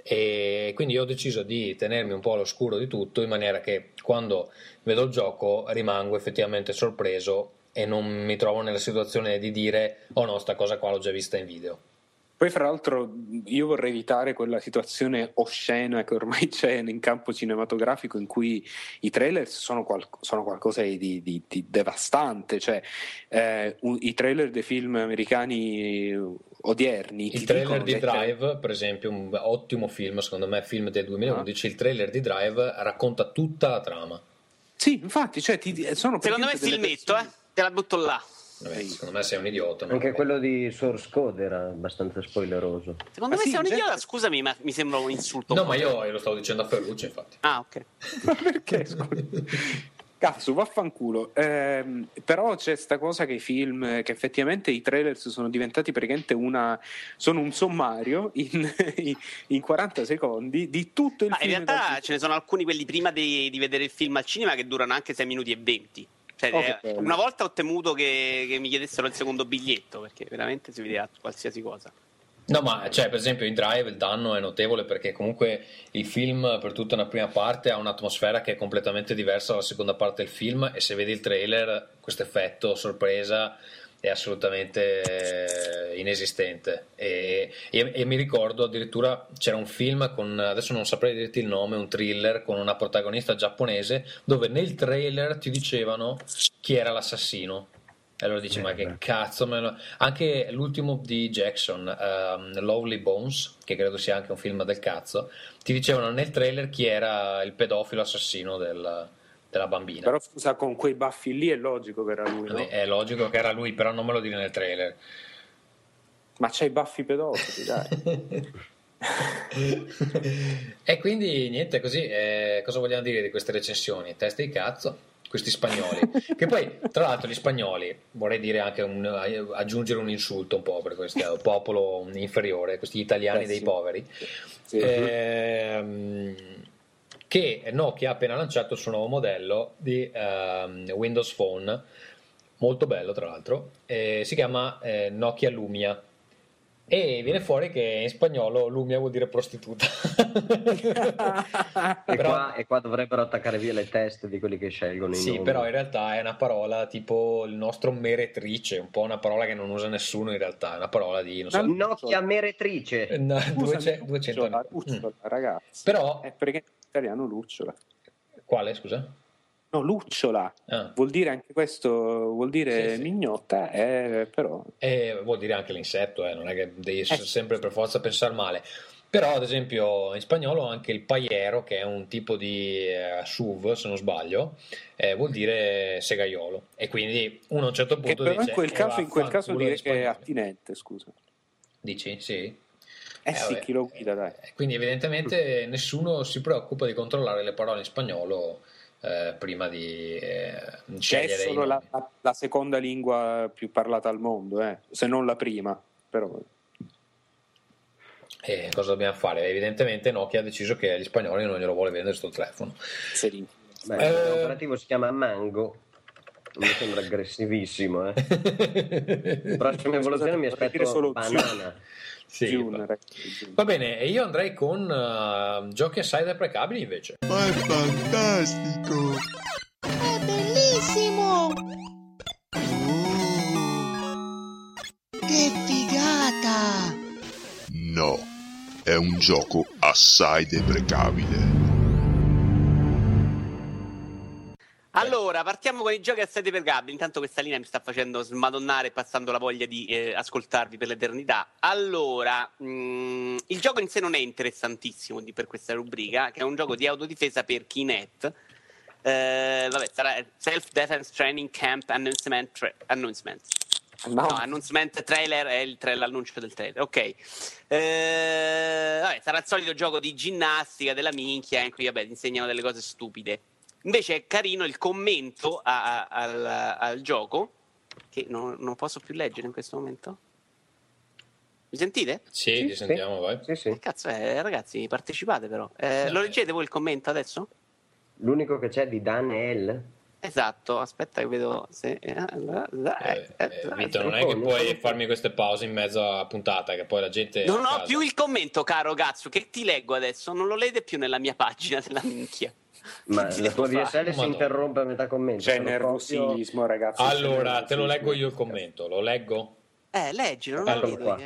E quindi io ho deciso di tenermi un po' all'oscuro di tutto, in maniera che quando vedo il gioco rimango effettivamente sorpreso e non mi trovo nella situazione di dire oh no, sta cosa qua l'ho già vista in video. Poi fra l'altro io vorrei evitare quella situazione oscena che ormai c'è in campo cinematografico, in cui i trailer sono qualcosa di devastante, cioè i trailer dei film americani odierni. Il trailer di Drive, per esempio, un ottimo film, secondo me, film del 2011, il trailer di Drive racconta tutta la trama. Sì, infatti, cioè, secondo me è filmetto, te la butto là. Vabbè, secondo me sei un idiota. Anche quello di Source Code era abbastanza spoileroso. Secondo me sei un idiota, scusami, ma mi sembra un insulto. No, ma io lo stavo dicendo a Ferruccio, infatti. Ah, ok. Ma perché? Cazzo, vaffanculo. Però c'è sta cosa che i film, che effettivamente i trailer sono diventati praticamente sono un sommario in 40 secondi di tutto il film. In realtà ce ne sono alcuni, quelli prima di vedere il film al cinema, che durano anche 6 minuti e 20. Cioè, una volta ho temuto che mi chiedessero il secondo biglietto, perché veramente si vedeva qualsiasi cosa. No, ma cioè, per esempio in Drive il danno è notevole, perché comunque il film per tutta una prima parte ha un'atmosfera che è completamente diversa dalla seconda parte del film, e se vedi il trailer questo effetto sorpresa è assolutamente inesistente. E mi ricordo addirittura c'era un film adesso non saprei dirti il nome, un thriller con una protagonista giapponese, dove nel trailer ti dicevano chi era l'assassino. E allora dici, ma che cazzo, anche l'ultimo di Jackson, Lovely Bones, che credo sia anche un film del cazzo, ti dicevano nel trailer chi era il pedofilo assassino della bambina. Però scusa, con quei baffi lì è logico che era lui, no? È logico che era lui, però non me lo dire nel trailer. Ma c'hai i baffi pedofili, dai. E quindi niente, così cosa vogliamo dire di queste recensioni? Testa di cazzo, questi spagnoli. Che poi, tra l'altro, gli spagnoli, vorrei dire anche aggiungere un insulto un po' per questo popolo inferiore, questi italiani dei poveri. Sì. Che Nokia ha appena lanciato il suo nuovo modello di Windows Phone, molto bello tra l'altro, si chiama Nokia Lumia, e viene fuori che in spagnolo Lumia vuol dire prostituta. E qua dovrebbero attaccare via le teste di quelli che scelgono i nomi. Sì, però in realtà è una parola tipo il nostro meretrice, un po' una parola che non usa nessuno in realtà, è una parola di non so, Nokia meretrice. 200 Lucciola, ragazzi. Però perché in italiano lucciola. Quale, scusa? No, lucciola. Vuol dire anche questo, vuol dire sì. mignotta, però Vuol dire anche l'insetto, non è che devi sempre per forza pensare male. Però ad esempio in spagnolo anche il paiero, che è un tipo di SUV se non sbaglio, vuol dire segaiolo, e quindi uno a un certo punto però dice in quel caso direi che è attinente, scusa. Dici? Sì. Sì, chi lo guida, dai. Quindi evidentemente nessuno si preoccupa di controllare le parole in spagnolo prima di scegliere. È solo la seconda lingua più parlata al mondo, se non la prima, però. Cosa dobbiamo fare? Evidentemente Nokia ha deciso che agli spagnoli non glielo vuole vendere sto telefono. L'operativo si chiama Mango. Mi sembra aggressivissimo. Prossima evoluzione mi aspetto solo banana. Sì, June. Va bene, e io andrei con giochi assai deprecabili invece. Ma è fantastico! È bellissimo! Che figata! No, è un gioco assai deprecabile. Allora, partiamo con i giochi assai deprecabili. Intanto questa linea mi sta facendo smadonnare, passando la voglia di ascoltarvi per l'eternità. Allora, il gioco in sé non è interessantissimo per questa rubrica, che è un gioco di autodifesa per Kinect. Vabbè, sarà Self Defense Training Camp Announcement. No, announcement trailer è l'annuncio del trailer. Ok. Vabbè, sarà il solito gioco di ginnastica della minchia in cui ti insegnano delle cose stupide. Invece è carino il commento al gioco, che non posso più leggere in questo momento. Mi sentite? Sì, ti sentiamo, vai. Sì. Cazzo ragazzi, partecipate però. Lo leggete voi il commento adesso? L'unico che c'è di Dan è L. Esatto, aspetta che vedo se... Vito, non è che puoi farmi queste pause in mezzo a puntata, che poi la gente... Non ho più il commento, caro cazzo, che ti leggo adesso, non lo legge più nella mia pagina della minchia. Ma la tua DSL si interrompe a metà commento. C'è nervosismo, ragazzi. Allora, te lo leggo io il commento, lo leggo? Leggilo, non lo vedo.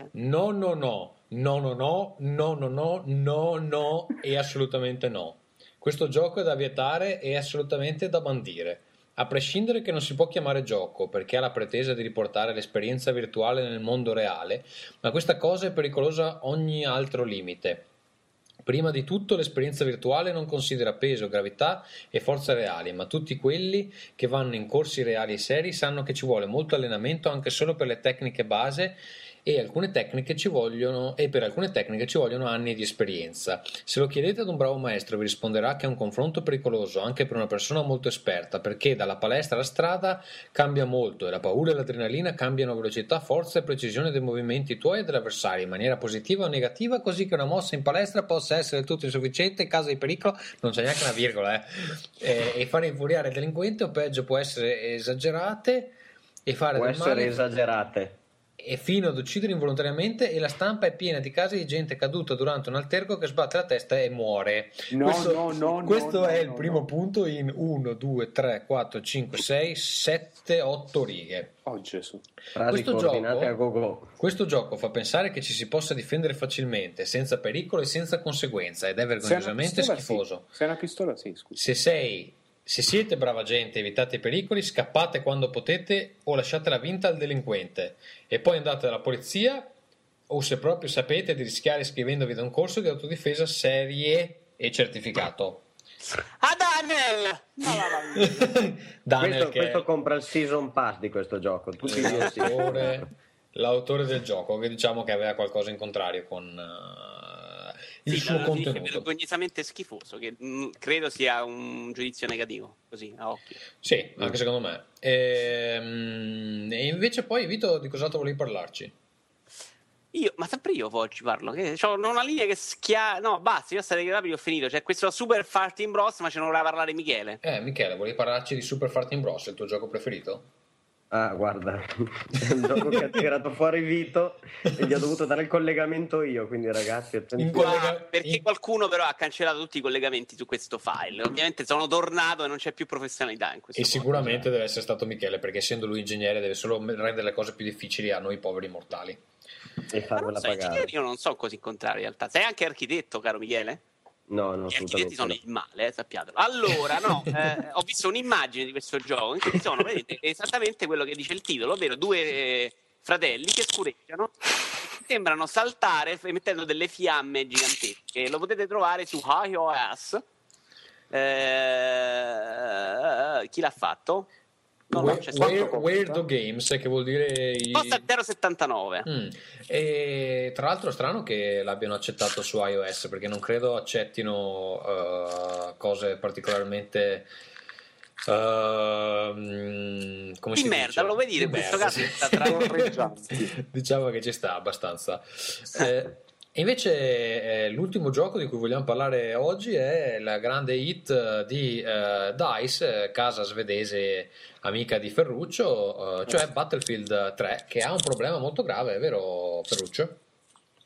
No, e assolutamente no. Questo gioco è da vietare e assolutamente da bandire. A prescindere che non si può chiamare gioco perché ha la pretesa di riportare l'esperienza virtuale nel mondo reale, ma questa cosa è pericolosa a ogni altro limite. Prima di tutto l'esperienza virtuale non considera peso, gravità e forza reali, ma tutti quelli che vanno in corsi reali e seri sanno che ci vuole molto allenamento anche solo per le tecniche base e per alcune tecniche ci vogliono anni di esperienza. Se lo chiedete ad un bravo maestro vi risponderà che è un confronto pericoloso anche per una persona molto esperta, perché dalla palestra alla strada cambia molto e la paura e l'adrenalina cambiano velocità, forza e precisione dei movimenti tuoi e dell'avversario in maniera positiva o negativa, così che una mossa in palestra possa essere tutto insufficiente in caso di pericolo, non c'è neanche una virgola, e fare infuriare il delinquente o peggio può essere esagerate e fare può del essere male esagerate e fino ad uccidere involontariamente, e la stampa è piena di casi di gente caduta durante un alterco che sbatte la testa e muore. Questo è il primo punto in 1, 2, 3, 4, 5, 6, 7, 8 righe. Oh Gesù. Questo gioco fa pensare che ci si possa difendere facilmente, senza pericolo e senza conseguenza, ed è vergognosamente schifoso. Se è una pistola, sì, scusa. Se siete brava gente, evitate i pericoli, scappate quando potete o lasciatela vinta al delinquente e poi andate dalla polizia, o se proprio sapete di rischiare iscrivendovi da un corso di autodifesa serie e certificato. Daniel questo compra il season pass di questo gioco, tutti l'autore del gioco, che diciamo che aveva qualcosa in contrario con il suo contenuto. È vergognosamente schifoso, che credo sia un giudizio negativo, così a occhio. Sì, anche secondo me. E invece poi, Vito, di cos'altro volevi parlarci? Ma sempre io oggi parlo, che ho una linea che no, basta, io sarei rapido, ho finito. C'è questo Super Farting Bros, ma ce ne voleva parlare Michele. Michele, volevi parlarci di Super Farting Bros, il tuo gioco preferito? Ah, guarda, è un gioco che ha tirato fuori Vito e gli ho dovuto dare il collegamento io, quindi ragazzi perché qualcuno però ha cancellato tutti i collegamenti su questo file. Ovviamente sono tornato e non c'è più professionalità in questo sicuramente deve essere stato Michele, perché essendo lui ingegnere deve solo rendere le cose più difficili a noi poveri mortali e farvela pagare. Io non so così in contrario in realtà. Sei anche architetto, caro Michele? No, gli architetti sono il male, sappiatelo. Allora, ho visto un'immagine di questo gioco in cui sono, vedete, esattamente quello che dice il titolo, ovvero due fratelli che scureggiano e sembrano saltare emettendo delle fiamme gigantesche. Lo potete trovare su iOS. Chi l'ha fatto? Weirdo Games, che vuol dire costa 0,79. E tra l'altro è strano che l'abbiano accettato su iOS, perché non credo accettino cose particolarmente come si merda, dice? lo vuoi dire? In questo caso sta tra diciamo che ci sta abbastanza. E invece l'ultimo gioco di cui vogliamo parlare oggi è la grande hit di DICE, casa svedese amica di Ferruccio, cioè Battlefield 3, che ha un problema molto grave, è vero Ferruccio?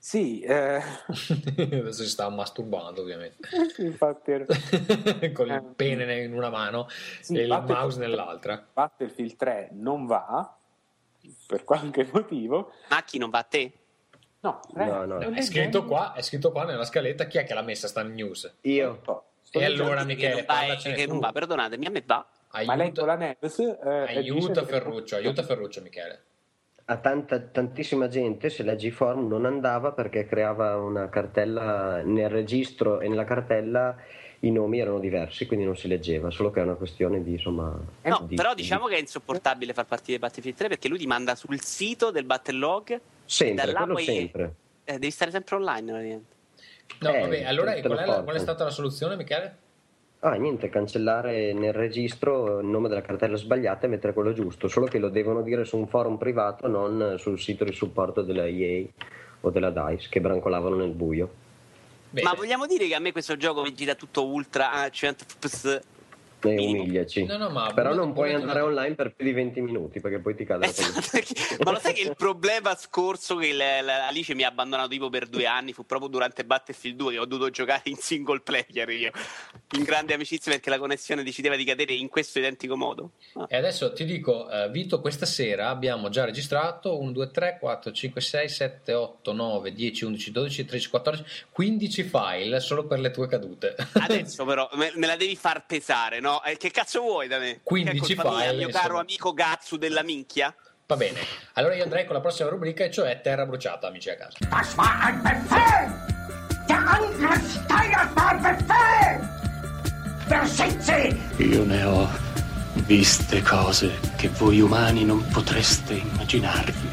Sì, Adesso si sta masturbando ovviamente. infatti Con il pene in una mano sì, e il mouse nell'altra. Battlefield 3 non va per qualche motivo. Ma chi non va a te? No, No. È scritto qua nella scaletta. Chi è che l'ha messa sta news? Io. E allora Che Michele, non va, parlacene che tu. non va, perdonatemi, a me va. Ma leggo la Neves. Aiuta Ferruccio Michele. A tantissima gente, se leggi i forum, non andava perché creava una cartella nel registro e nella cartella i nomi erano diversi, quindi non si leggeva, solo che è una questione di insomma. No, però diciamo che è insopportabile far partire Battlefield 3 perché lui ti manda sul sito del Battlelog Sempre, e da là quello poi sempre. Devi stare sempre online praticamente. No, vabbè, allora te lo qual è portano. stata la soluzione, Michele? Niente, cancellare nel registro il nome della cartella sbagliata e mettere quello giusto, solo che lo devono dire su un forum privato, non sul sito di supporto della EA o della DICE che brancolavano nel buio. Bene. Ma vogliamo dire che a me questo gioco mi gira tutto ultra a 100 fps? E umiliaci. No, ma però non puoi buttati andare online per più di 20 minuti perché poi ti cade la connessione. Ma lo sai che il problema scorso che Alice mi ha abbandonato tipo per 2 anni fu proprio durante Battlefield 2 che ho dovuto giocare in single player io, in grande amicizia perché la connessione decideva di cadere in questo identico modo. E adesso ti dico, Vito, questa sera abbiamo già registrato 1, 2, 3, 4, 5, 6, 7, 8, 9, 10, 11, 12, 13, 14, 15 file solo per le tue cadute. Adesso però me la devi far pesare, no? Che cazzo vuoi da me? 15 che è colpa mia, file, mio insomma. caro amico Gatsu della minchia? Va bene, allora io andrei con la prossima rubrica, e cioè Terra bruciata, amici a casa. Das war ein Befehl! Der Angriff Steiners war ein Befehl! Wer sind Sie? Io ne ho viste cose che voi umani non potreste immaginarvi.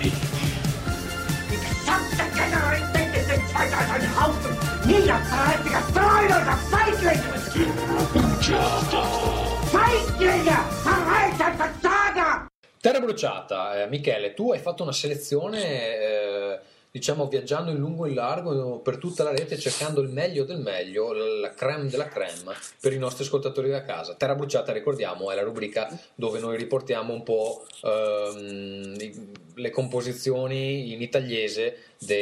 Die gesamte Generalität ist in 2000 Haufen niederträchtiger, treuloser Feiglinge! Feiglinge! Verreiter Versager! Terra bruciata, Michele, tu hai fatto una selezione, diciamo viaggiando in lungo e in largo per tutta la rete, cercando il meglio del meglio, la crème della crème per i nostri ascoltatori da casa. Terra bruciata, ricordiamo, è la rubrica dove noi riportiamo un po' le composizioni in italiese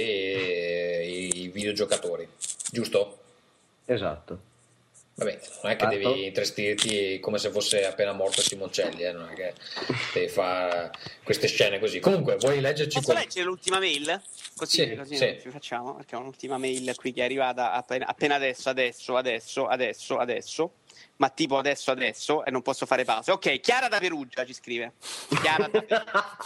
dei videogiocatori, giusto? Esatto. Vabbè, non è che devi intristirti come se fosse appena morto Simoncelli, non è che devi fare queste scene così. Comunque, vuoi leggerci? Posso leggere l'ultima mail? Così Sì. ci facciamo, perché ho un'ultima mail qui che è arrivata appena adesso, ma tipo adesso e non posso fare pause. Ok, Chiara da Perugia ci scrive. Chiara da Perugia.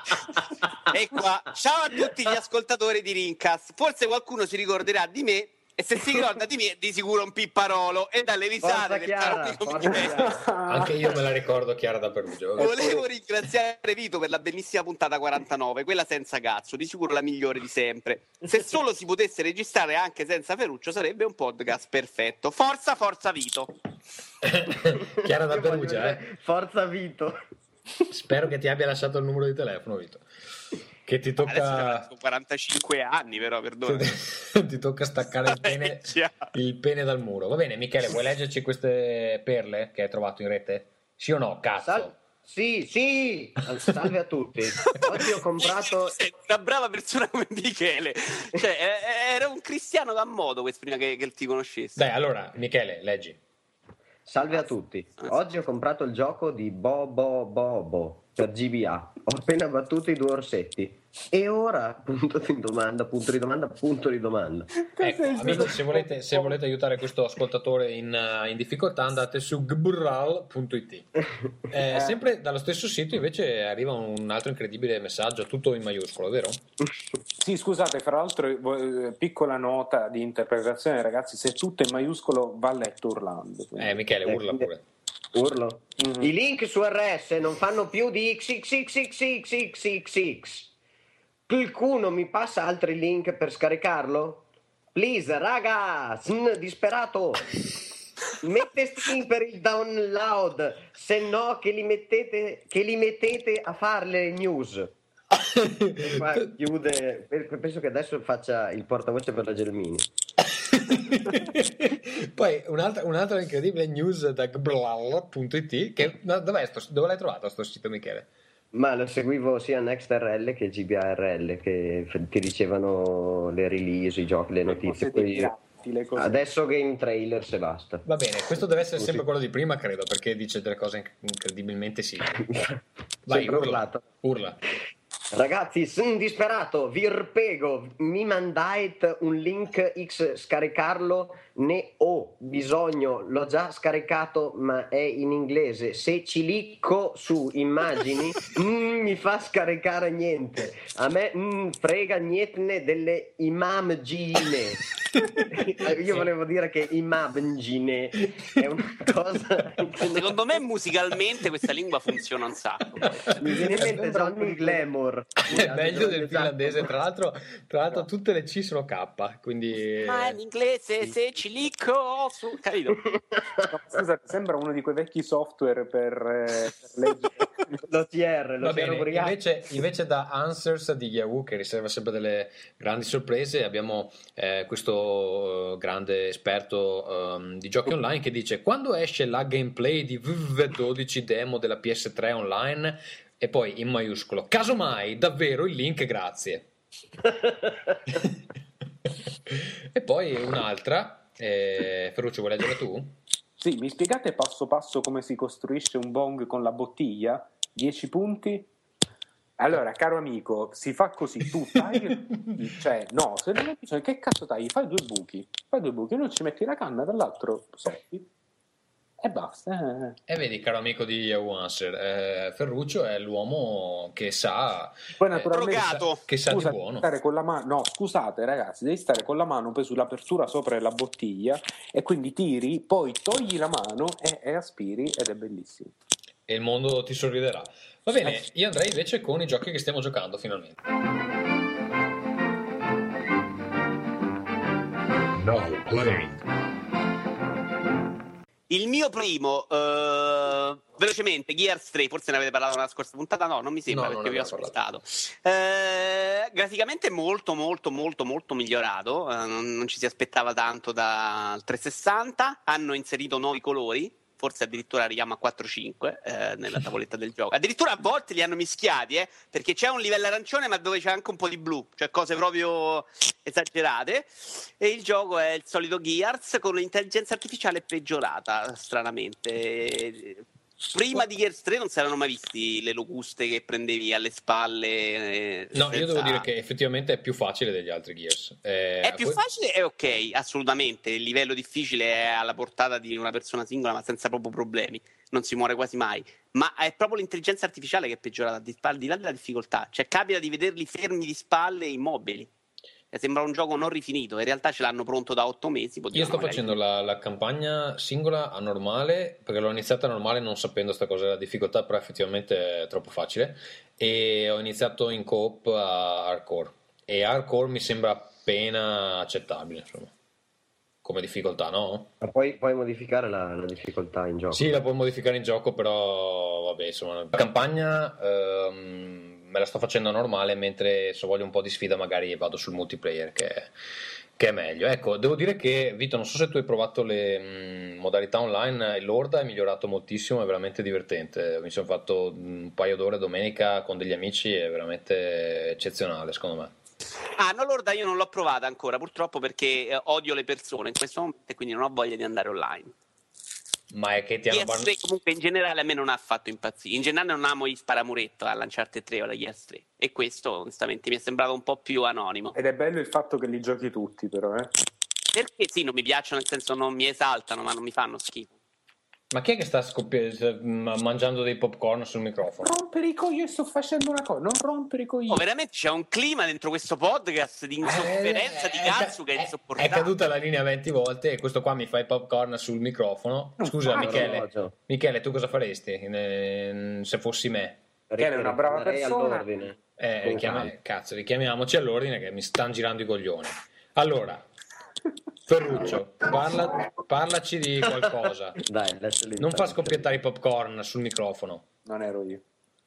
E qua, ciao a tutti gli ascoltatori di Rincast. Forse qualcuno si ricorderà di me. E se si ricorda di me, di sicuro un pipparolo e dalle risate del caro amico Michele. Anche io me la ricordo, Chiara da Perugia. Volevo ringraziare Vito per la bellissima puntata 49, quella senza cazzo, di sicuro la migliore di sempre. Se solo si potesse registrare anche senza Ferruccio sarebbe un podcast perfetto. Forza Vito. Chiara da Perugia, Forza Vito. Spero che ti abbia lasciato il numero di telefono, Vito. Che ti tocca. Adesso 45 anni, però, perdono. Ti tocca staccare il pene dal muro. Va bene, Michele, vuoi leggerci queste perle che hai trovato in rete? Sì o no? Cazzo. Sì. Salve a tutti. Oggi ho comprato. Sei una brava persona come Michele. Cioè, era un cristiano da modo questo prima che ti conoscessi. Dai, allora, Michele, leggi. Salve a tutti. Oggi ho comprato il gioco di Bo per GBA. Ho appena battuto i 2 orsetti. E ora? Punto di domanda. Ecco, amici, se volete aiutare questo ascoltatore in difficoltà, andate su gbral.it. Sempre dallo stesso sito invece arriva un altro incredibile messaggio, tutto in maiuscolo, vero? Sì, scusate, fra l'altro, piccola nota di interpretazione, ragazzi, se tutto è in maiuscolo va letto urlando. Quindi. Michele, urla pure. Urlo. I link su RS non fanno più di XXXXXXXX. Qualcuno mi passa altri link per scaricarlo? Please, raga, disperato. Mettesti per il download, se no che li mettete a fare le news. Qua chiude, penso che adesso faccia il portavoce per la Gelmini. Poi un'altra incredibile news da gbral.it che dove l'hai trovato sto sito, Michele? Ma lo seguivo sia NextRL che GBARL, che ti dicevano le release, i giochi, le notizie. Poi adesso game trailers e basta. Va bene, questo deve essere sempre quello di prima, credo, perché dice delle cose incredibilmente simili. Vai, urla. Ragazzi, sono disperato, vi rpego, mi mandate un link X scaricarlo, ne ho bisogno, l'ho già scaricato ma è in inglese, se ci clicco su immagini mi fa scaricare niente, a me frega niente delle imamgine. Io volevo dire che imamgine è una cosa secondo me musicalmente questa lingua funziona un sacco. Mi viene in mente Johnny Glamour. È meglio del finlandese, tra l'altro tutte le C sono K, quindi ma in inglese se ci licco su, capito? Scusa, sembra uno di quei vecchi software per leggere l'OTR. Va bene, invece da Answers di Yahoo, che riserva sempre delle grandi sorprese, abbiamo questo grande esperto di giochi online che dice: quando esce la gameplay di WW12 demo della PS3 online? E poi in maiuscolo, casomai davvero il link, grazie. E poi un'altra, Ferruccio, vuoi leggere tu? Sì, mi spiegate passo passo come si costruisce un bong con la bottiglia? 10 punti? Allora, caro amico, si fa così, tu tagli, cioè no, se non hai bisogno, che cazzo tagli? Fai due buchi, uno ci metti la canna, dall'altro soffi e basta. E vedi, caro amico di Yahoo Answer, Ferruccio è l'uomo che sa, poi naturalmente che sa di buono. Stare con la no, scusate ragazzi, devi stare con la mano poi sull'apertura sopra la bottiglia e quindi tiri, poi togli la mano e aspiri ed è bellissimo. E il mondo ti sorriderà. Va bene, io andrei invece con i giochi che stiamo giocando finalmente. Now playing. Il mio primo, velocemente, Gears 3, forse ne avete parlato nella scorsa puntata, no, non mi sembra, perché vi ho ascoltato. Graficamente molto migliorato, non ci si aspettava tanto dal 360, hanno inserito nuovi colori, forse addirittura arriviamo a 4-5 nella tavoletta del gioco. Addirittura a volte li hanno mischiati, perché c'è un livello arancione ma dove c'è anche un po' di blu, cioè cose proprio esagerate. E il gioco è il solito Gears con l'intelligenza artificiale peggiorata, stranamente. Prima di Gears 3 non si erano mai visti le locuste che prendevi alle spalle. No, io devo dire che effettivamente è più facile degli altri Gears. È più facile, è ok, assolutamente. Il livello difficile è alla portata di una persona singola, ma senza proprio problemi. Non si muore quasi mai. Ma è proprio l'intelligenza artificiale che è peggiorata, al di là della difficoltà. Cioè, capita di vederli fermi di spalle immobili. Sembra un gioco non rifinito, in realtà ce l'hanno pronto da 8 mesi. Io sto facendo la campagna singola a normale, perché l'ho iniziata a normale non sapendo sta cosa della difficoltà, però effettivamente è troppo facile, e ho iniziato in co-op a hardcore, e hardcore mi sembra appena accettabile, insomma, come difficoltà, no? Ma puoi modificare la difficoltà in gioco? Sì, la puoi modificare in gioco, però vabbè, insomma, la campagna me la sto facendo normale, mentre se voglio un po' di sfida magari vado sul multiplayer che è meglio. Ecco, devo dire che Vito, non so se tu hai provato le modalità online, l'Horda è migliorato moltissimo, è veramente divertente. Mi sono fatto un paio d'ore domenica con degli amici, è veramente eccezionale secondo me. No, l'Horda io non l'ho provata ancora, purtroppo, perché odio le persone in questo momento e quindi non ho voglia di andare online. Ma è che ti hanno comunque in generale a me non ha fatto impazzire. In generale non amo gli sparamuretto all'Uncharted 3 o alla Gears 3, e questo onestamente mi è sembrato un po' più anonimo. Ed è bello il fatto che li giochi tutti, però perché sì, non mi piacciono, nel senso non mi esaltano, ma non mi fanno schifo. Ma chi è che sta mangiando dei popcorn sul microfono? Rompere i coglioni, sto facendo una cosa, non rompere i coglioni. Veramente c'è un clima dentro questo podcast di insofferenza di cazzo che è insopportabile. È caduta la linea 20 volte e questo qua mi fa i popcorn sul microfono. Scusa Michele, tu cosa faresti se fossi me? Michele è una brava persona. Richiamiamoci all'ordine che mi stanno girando i coglioni. Allora, Ferruccio, parlaci di qualcosa. Dai, non fa scoppiettare i popcorn sul microfono. Non ero io.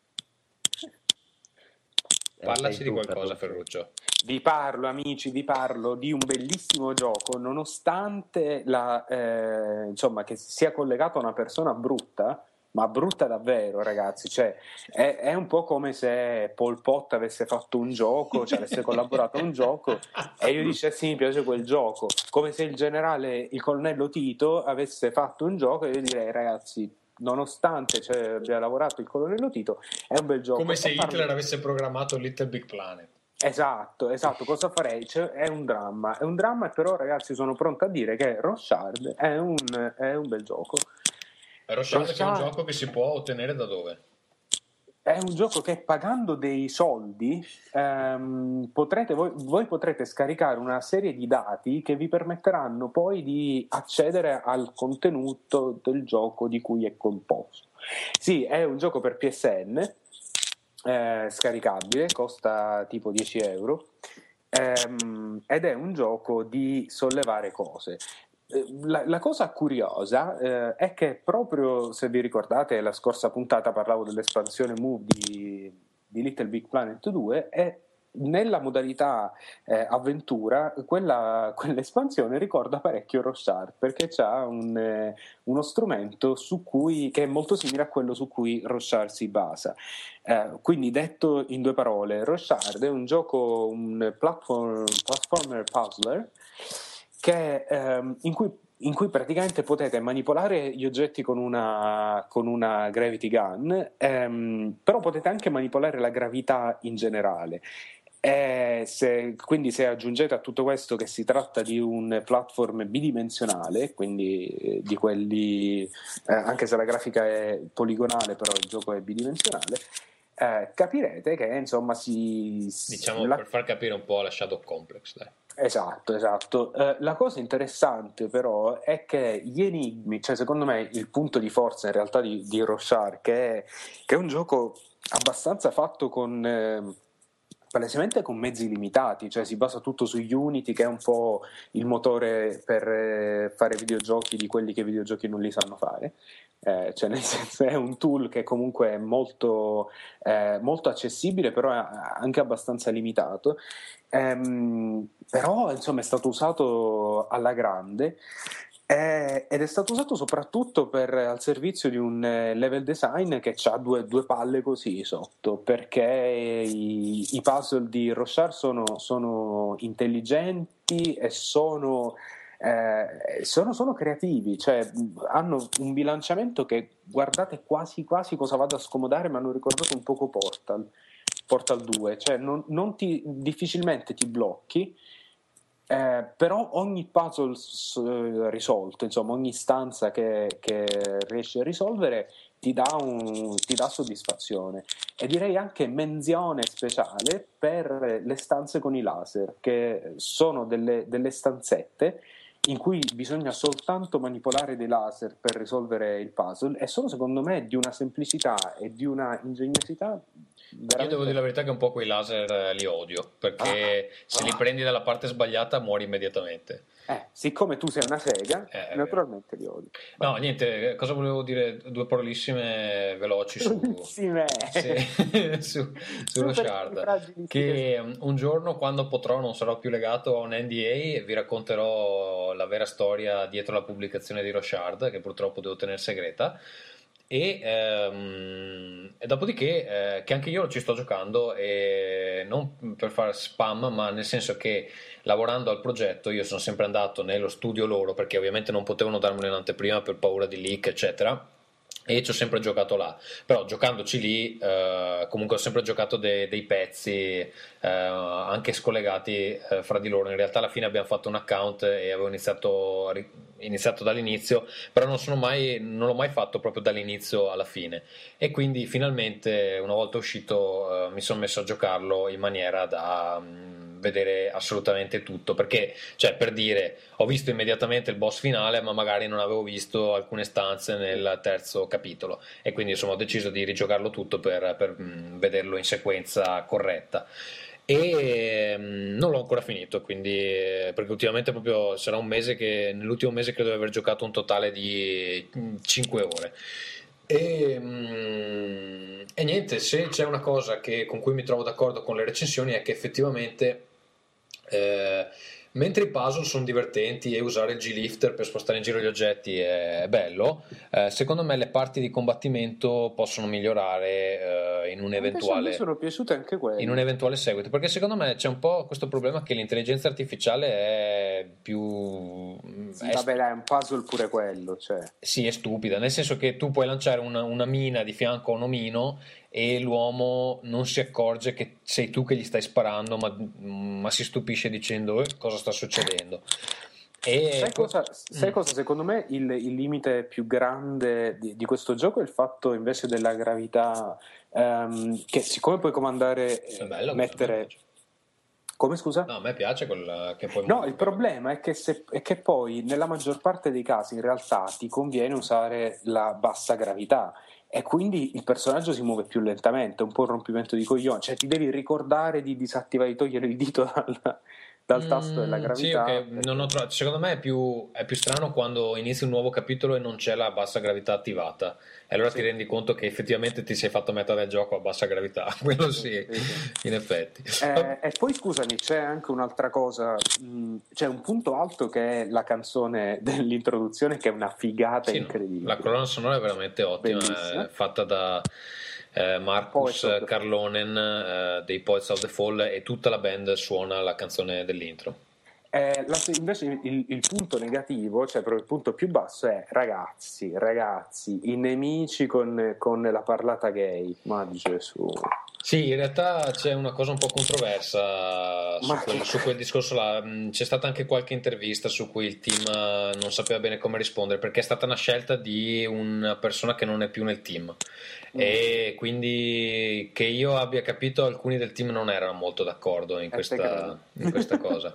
Parlaci di qualcosa, Ferruccio. Vi parlo, amici, di un bellissimo gioco, nonostante insomma, che sia collegato a una persona brutta, ma brutta davvero, ragazzi. Cioè, è un po' come se Pol Pot avesse fatto un gioco, cioè avesse collaborato a un gioco e io dicessi mi piace quel gioco, come se il colonnello Tito avesse fatto un gioco e io direi ragazzi, nonostante abbia lavorato il colonnello Tito, è un bel gioco. Come se Hitler avesse programmato Little Big Planet. Esatto, cosa farei? È un dramma, però ragazzi sono pronto a dire che Rochard è un bel gioco. Rochard è un gioco che si può ottenere da dove? È un gioco che pagando dei soldi voi potrete scaricare una serie di dati che vi permetteranno poi di accedere al contenuto del gioco di cui è composto. Sì, è un gioco per PSN, scaricabile, costa tipo 10 euro ed è un gioco di sollevare cose. La cosa curiosa è che proprio, se vi ricordate, la scorsa puntata parlavo dell'espansione Move di Little Big Planet 2 e nella modalità avventura quell'espansione ricorda parecchio Rochard perché c'ha uno strumento che è molto simile a quello su cui Rochard si basa. Quindi detto in due parole, Rochard è un gioco, un platformer puzzler che, in cui praticamente potete manipolare gli oggetti con una gravity gun, però potete anche manipolare la gravità in generale. Quindi se aggiungete a tutto questo che si tratta di un platform bidimensionale, quindi di quelli, anche se la grafica è poligonale, però il gioco è bidimensionale, capirete che insomma per far capire un po' la Shadow Complex, dai. Esatto. La cosa interessante però è che gli enigmi, cioè secondo me il punto di forza in realtà di Rochard, che è un gioco abbastanza fatto palesemente con mezzi limitati, cioè si basa tutto su Unity, che è un po' il motore per fare videogiochi di quelli che videogiochi non li sanno fare. Cioè nel senso è un tool che comunque è molto accessibile, però è anche abbastanza limitato, però insomma è stato usato alla grande ed è stato usato soprattutto al servizio di un level design che ha due palle così sotto, perché i puzzle di Rochard sono intelligenti e sono creativi, cioè hanno un bilanciamento che guardate quasi cosa vado a scomodare, ma hanno ricordato un poco Portal 2, cioè difficilmente ti blocchi, però ogni puzzle risolto, insomma ogni stanza che riesci a risolvere ti dà soddisfazione. E direi anche menzione speciale per le stanze con i laser, che sono delle stanzette in cui bisogna soltanto manipolare dei laser per risolvere il puzzle, e sono secondo me di una semplicità e di una ingegnosità veramente... Io devo dire la verità che un po' quei laser li odio, perché se li prendi dalla parte sbagliata muori immediatamente. Siccome tu sei una sega, naturalmente li odio. No, niente, cosa volevo dire? Due parolissime veloci su Rochard, che un giorno, quando potrò, non sarò più legato a un NDA e vi racconterò la vera storia dietro la pubblicazione di Rochard, che purtroppo devo tenere segreta. E dopodiché che anche io ci sto giocando, e non per fare spam, ma nel senso che lavorando al progetto io sono sempre andato nello studio loro, perché ovviamente non potevano darmi un'anteprima per paura di leak eccetera, e ci ho sempre giocato là. Però giocandoci lì comunque ho sempre giocato dei pezzi anche scollegati fra di loro. In realtà alla fine abbiamo fatto un account e avevo iniziato dall'inizio, però non l'ho mai fatto proprio dall'inizio alla fine, e quindi finalmente una volta uscito mi sono messo a giocarlo in maniera da vedere assolutamente tutto, perché cioè, per dire, ho visto immediatamente il boss finale, ma magari non avevo visto alcune stanze nel terzo capitolo, e quindi insomma ho deciso di rigiocarlo tutto per vederlo in sequenza corretta. E non l'ho ancora finito, quindi perché ultimamente proprio sarà un mese che nell'ultimo mese credo di aver giocato un totale di 5 ore. E niente, se c'è una cosa con cui mi trovo d'accordo con le recensioni è che effettivamente mentre i puzzle sono divertenti e usare il G-Lifter per spostare in giro gli oggetti è bello, secondo me le parti di combattimento possono migliorare in un eventuale... Mi sono piaciute anche quelle. In un eventuale seguito, perché secondo me c'è un po' questo problema che l'intelligenza artificiale è più... Vabbè, dai, è un puzzle pure quello, cioè. Sì, è stupida, nel senso che tu puoi lanciare una mina di fianco a un omino e l'uomo non si accorge che sei tu che gli stai sparando, ma si stupisce dicendo cosa sta succedendo. E sai cosa secondo me il limite più grande di questo gioco è il fatto invece della gravità, che siccome puoi comandare, mettere... Come, scusa? No, a me piace quella che poi... No, il problema è che poi nella maggior parte dei casi in realtà ti conviene usare la bassa gravità e quindi il personaggio si muove più lentamente, è un po' un rompimento di coglioni, cioè ti devi ricordare di disattivare, di togliere il dito dal tasto della gravità. Sì, okay. Secondo me è più strano quando inizi un nuovo capitolo e non c'è la bassa gravità attivata, e allora ti rendi conto che effettivamente ti sei fatto metà del gioco a bassa gravità. Quello sì. In effetti. E poi scusami, c'è anche un'altra cosa, c'è un punto alto che è la canzone dell'introduzione, che è una figata incredibile. La colonna sonora è veramente ottima, è fatta da Marcus Carlonen dei Poets of the Fall, e tutta la band suona la canzone dell'intro. Invece il punto negativo, cioè proprio il punto più basso, è ragazzi, i nemici con la parlata gay. Ma Gesù. Sì, in realtà c'è una cosa un po' controversa su quel discorso là. C'è stata anche qualche intervista su cui il team non sapeva bene come rispondere, perché è stata una scelta di una persona che non è più nel team. E quindi, che io abbia capito, alcuni del team non erano molto d'accordo in questa cosa.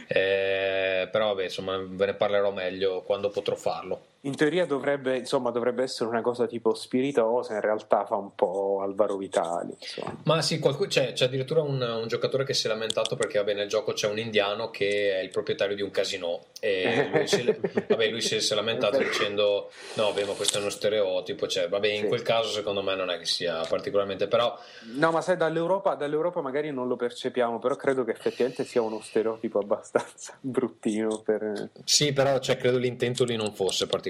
Però vabbè, insomma, ve ne parlerò meglio quando potrò farlo. In teoria dovrebbe essere una cosa tipo spiritosa, in realtà fa un po' Alvaro Vitali, insomma. Ma sì, c'è addirittura un giocatore che si è lamentato perché nel gioco c'è un indiano che è il proprietario di un casino, e lui si è lamentato dicendo no, ma questo è uno stereotipo, cioè in quel caso secondo me non è che sia particolarmente, però no, ma sai, dall'Europa magari non lo percepiamo, però credo che effettivamente sia uno stereotipo abbastanza bruttino sì, però credo l'intento lì non fosse particolarmente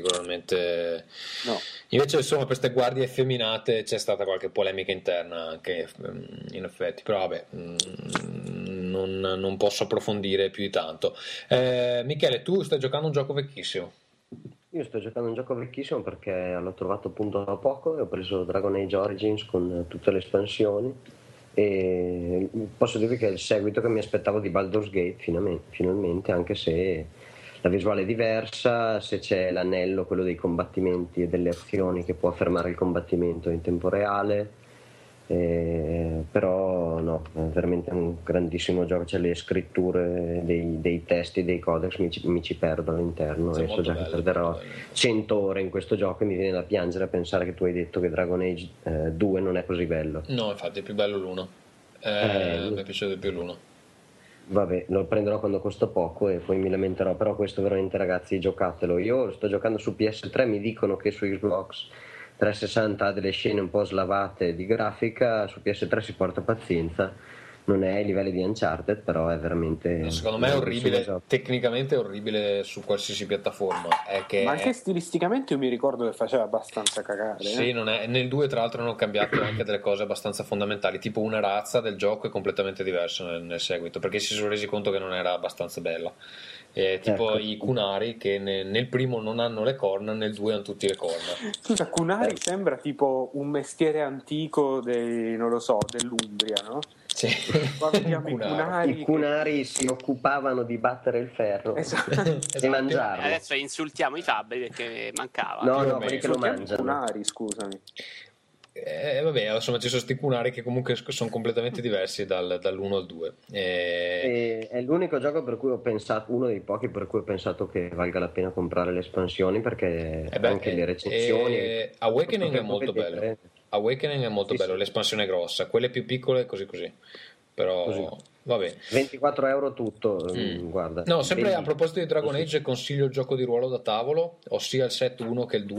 no. Invece insomma per queste guardie effeminate c'è stata qualche polemica interna anche, in effetti, però vabbè, non posso approfondire più di tanto. Michele, tu stai giocando un gioco vecchissimo. Io sto giocando un gioco vecchissimo perché l'ho trovato appunto da poco e ho preso Dragon Age Origins con tutte le espansioni, e posso dirvi che è il seguito che mi aspettavo di Baldur's Gate finalmente, anche se la visuale è diversa, se c'è l'anello, quello dei combattimenti e delle azioni che può fermare il combattimento in tempo reale, però no, è veramente un grandissimo gioco. C'è le scritture dei testi, dei codex, mi ci perdo all'interno, e so già che perderò 100 ore in questo gioco, e mi viene da piangere a pensare che tu hai detto che Dragon Age 2 non è così bello. No, infatti è più bello l'1, mi è piaciuto di più l'1. Vabbè, lo prenderò quando costa poco e poi mi lamenterò, però questo veramente, ragazzi, giocatelo. Io sto giocando su PS3, mi dicono che su Xbox 360 ha delle scene un po' slavate di grafica, su PS3 si porta pazienza, non è ai livelli di Uncharted, però è veramente... Secondo me è orribile, tecnicamente è orribile su qualsiasi piattaforma. Ma anche stilisticamente io mi ricordo che faceva abbastanza cagare. Sì, nel 2 tra l'altro hanno cambiato anche delle cose abbastanza fondamentali, tipo una razza del gioco è completamente diversa nel seguito, perché si sono resi conto che non era abbastanza bella. Tipo i Kunari, che nel primo non hanno le corna, nel 2 hanno tutti le corna. Scusa, Kunari sembra tipo un mestiere antico non lo so, dell'Umbria, no? Sì. I Kunari si occupavano di battere il ferro, e mangiarlo. Adesso insultiamo i fabbri perché mancava. No, quelli che lo mangiano. Kunari, scusami. Vabbè, insomma, ci sono sti Kunari che comunque sono completamente diversi dall'1 al 2. È l'unico gioco per cui ho pensato, uno dei pochi per cui ho pensato che valga la pena comprare le espansioni, perché anche le recensioni. Awakening è molto bello. Awakening è molto bello, l'espansione grossa, quelle più piccole così. Però così. Vabbè. 24 euro tutto, guarda. No, sempre a proposito di Dragon Age, consiglio il gioco di ruolo da tavolo, ossia il set 1 che il 2,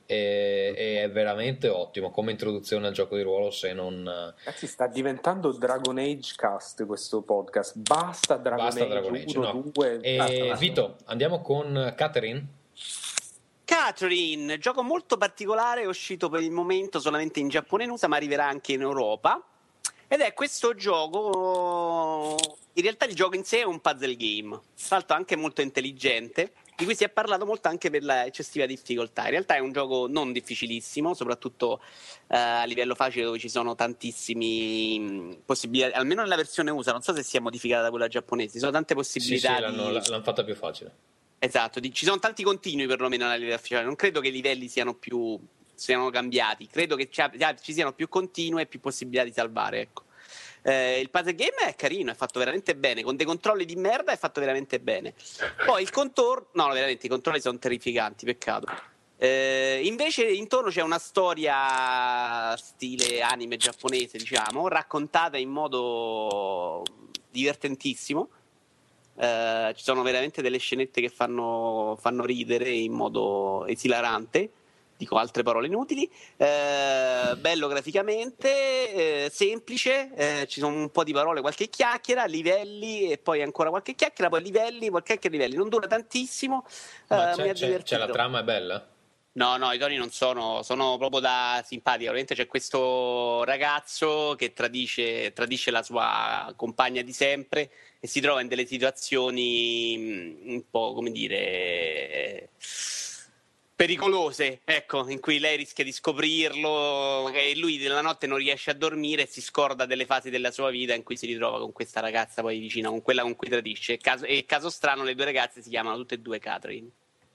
e è veramente ottimo come introduzione al gioco di ruolo, se non... Ragazzi, sta diventando Dragon Age Cast questo podcast. Basta Dragon Age 1, 2... E Vito, andiamo con Catherine. Catherine, gioco molto particolare, è uscito per il momento solamente in Giappone e in USA, ma arriverà anche in Europa. Ed è questo gioco, in realtà il gioco in sé è un puzzle game, tra l'altro anche molto intelligente, di cui si è parlato molto anche per la eccessiva difficoltà. In realtà è un gioco non difficilissimo, soprattutto a livello facile, dove ci sono tantissimi possibilità, almeno nella versione USA, non so se sia modificata da quella giapponese, ci sono tante possibilità. Sì, l'hanno fatta più facile. Esatto, ci sono tanti continui perlomeno nella livello ufficiale, non credo che i livelli siano cambiati, credo che ci siano più continui e più possibilità di salvare, ecco. Il puzzle game è carino, è fatto veramente bene, con dei controlli di merda è fatto veramente bene. Poi il contorno, no, veramente i controlli sono terrificanti, peccato. Invece intorno c'è una storia stile anime giapponese, diciamo, raccontata in modo divertentissimo. Ci sono veramente delle scenette che fanno ridere in modo esilarante. Dico altre parole inutili. Bello graficamente, semplice, ci sono un po' di parole, qualche chiacchiera, livelli e poi ancora qualche chiacchiera, poi livelli, qualche livelli. Non dura tantissimo. Ma mi ha divertito. c'è la trama, è bella? No, i toni non sono proprio da simpatica. Ovviamente c'è questo ragazzo che tradisce la sua compagna di sempre e si trova in delle situazioni un po', come dire, pericolose, ecco, in cui lei rischia di scoprirlo e lui della notte non riesce a dormire e si scorda delle fasi della sua vita in cui si ritrova con questa ragazza poi vicina, con quella con cui tradisce. E caso strano, le due ragazze si chiamano tutte e due Catherine.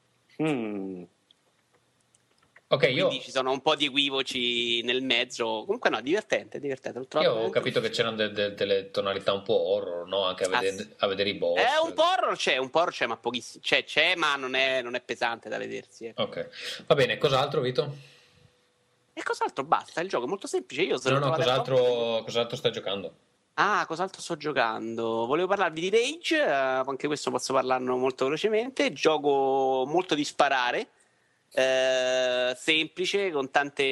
Ok, quindi ci sono un po' di equivoci nel mezzo. Comunque no, divertente. Io ho capito che c'erano delle tonalità un po' horror, no? Anche a vedere i boss. Un po' horror c'è, ma pochissimo. C'è, ma non è pesante da vedersi. Ok, va bene, cos'altro, Vito? E cos'altro? Basta, il gioco è molto semplice. Io sono cos'altro stai giocando? Cos'altro sto giocando? Volevo parlarvi di Rage, anche questo posso parlarne molto velocemente. Gioco molto di sparare. Semplice, con tanti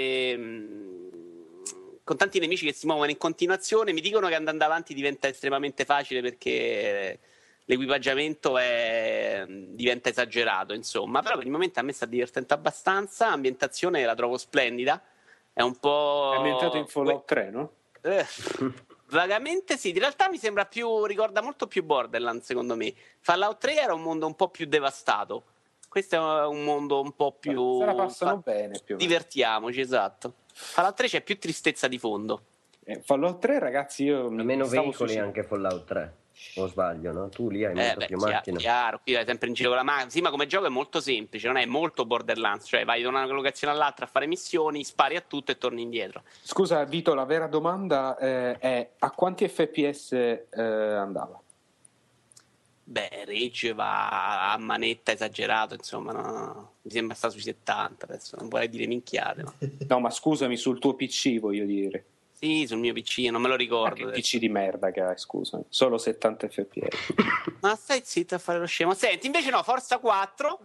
nemici che si muovono in continuazione. Mi dicono che andando avanti diventa estremamente facile perché l'equipaggiamento diventa esagerato, insomma. Però per il momento a me sta divertendo abbastanza. Ambientazione la trovo splendida, è un po'... È ambientato in Fallout 3, no? Vagamente sì, in realtà ricorda molto più Borderlands, secondo me. Fallout 3 era un mondo un po' più devastato. Questo è un mondo un po' più... Se la passano bene, più o meno. Divertiamoci, esatto. Fallout 3 c'è più tristezza di fondo. Fallout 3, ragazzi, io mi meno stavo veicoli anche Fallout 3, o sbaglio, no? Tu lì hai molto più macchine. Chiaro, qui vai sempre in giro con la macchina. Sì, ma come gioco è molto semplice, non è molto Borderlands, cioè vai da una locazione all'altra a fare missioni, spari a tutto e torni indietro. Scusa, Vito, la vera domanda è a quanti FPS andava? Beh, Rage va a manetta esagerato, insomma, no? Mi sembra sta sui 70 adesso, non vorrei dire minchiate. Ma... No, ma scusami, sul tuo PC voglio dire. Sì, sul mio PC, non me lo ricordo. Che PC di merda che hai, scusa. Solo 70 fps. Ma stai zitto a fare lo scemo. Senti, invece no, Forza 4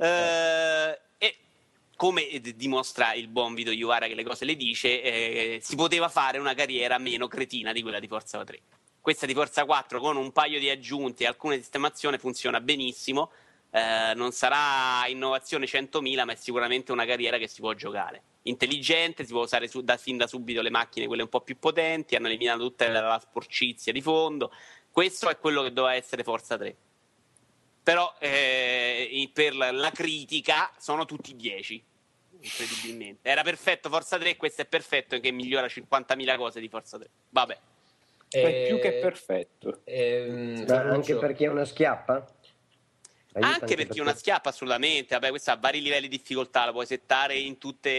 e come dimostra il buon Vito Iuvara che le cose le dice, si poteva fare una carriera meno cretina di quella di Forza 3. Questa di Forza 4 con un paio di aggiunte e alcune sistemazioni funziona benissimo. Non sarà innovazione 100.000, ma è sicuramente una carriera che si può giocare. Intelligente, si può usare fin da subito le macchine, quelle un po' più potenti, hanno eliminato tutta la sporcizia di fondo. Questo è quello che doveva essere Forza 3. Però per la critica sono tutti 10, incredibilmente. Era perfetto Forza 3, questo è perfetto, che migliora 50.000 cose di Forza 3. Vabbè. È più che perfetto. Anche perché è una schiappa? Anche perché una schiappa, assolutamente. Vabbè, questa ha vari livelli di difficoltà, la puoi settare in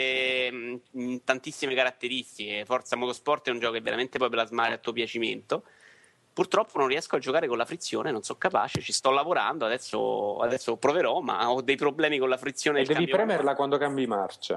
tantissime caratteristiche. Forza Motorsport è un gioco che veramente puoi plasmare a tuo piacimento. Purtroppo non riesco a giocare con la frizione, non sono capace, ci sto lavorando, adesso proverò, ma ho dei problemi con la frizione. E devi premerla quando cambi marcia.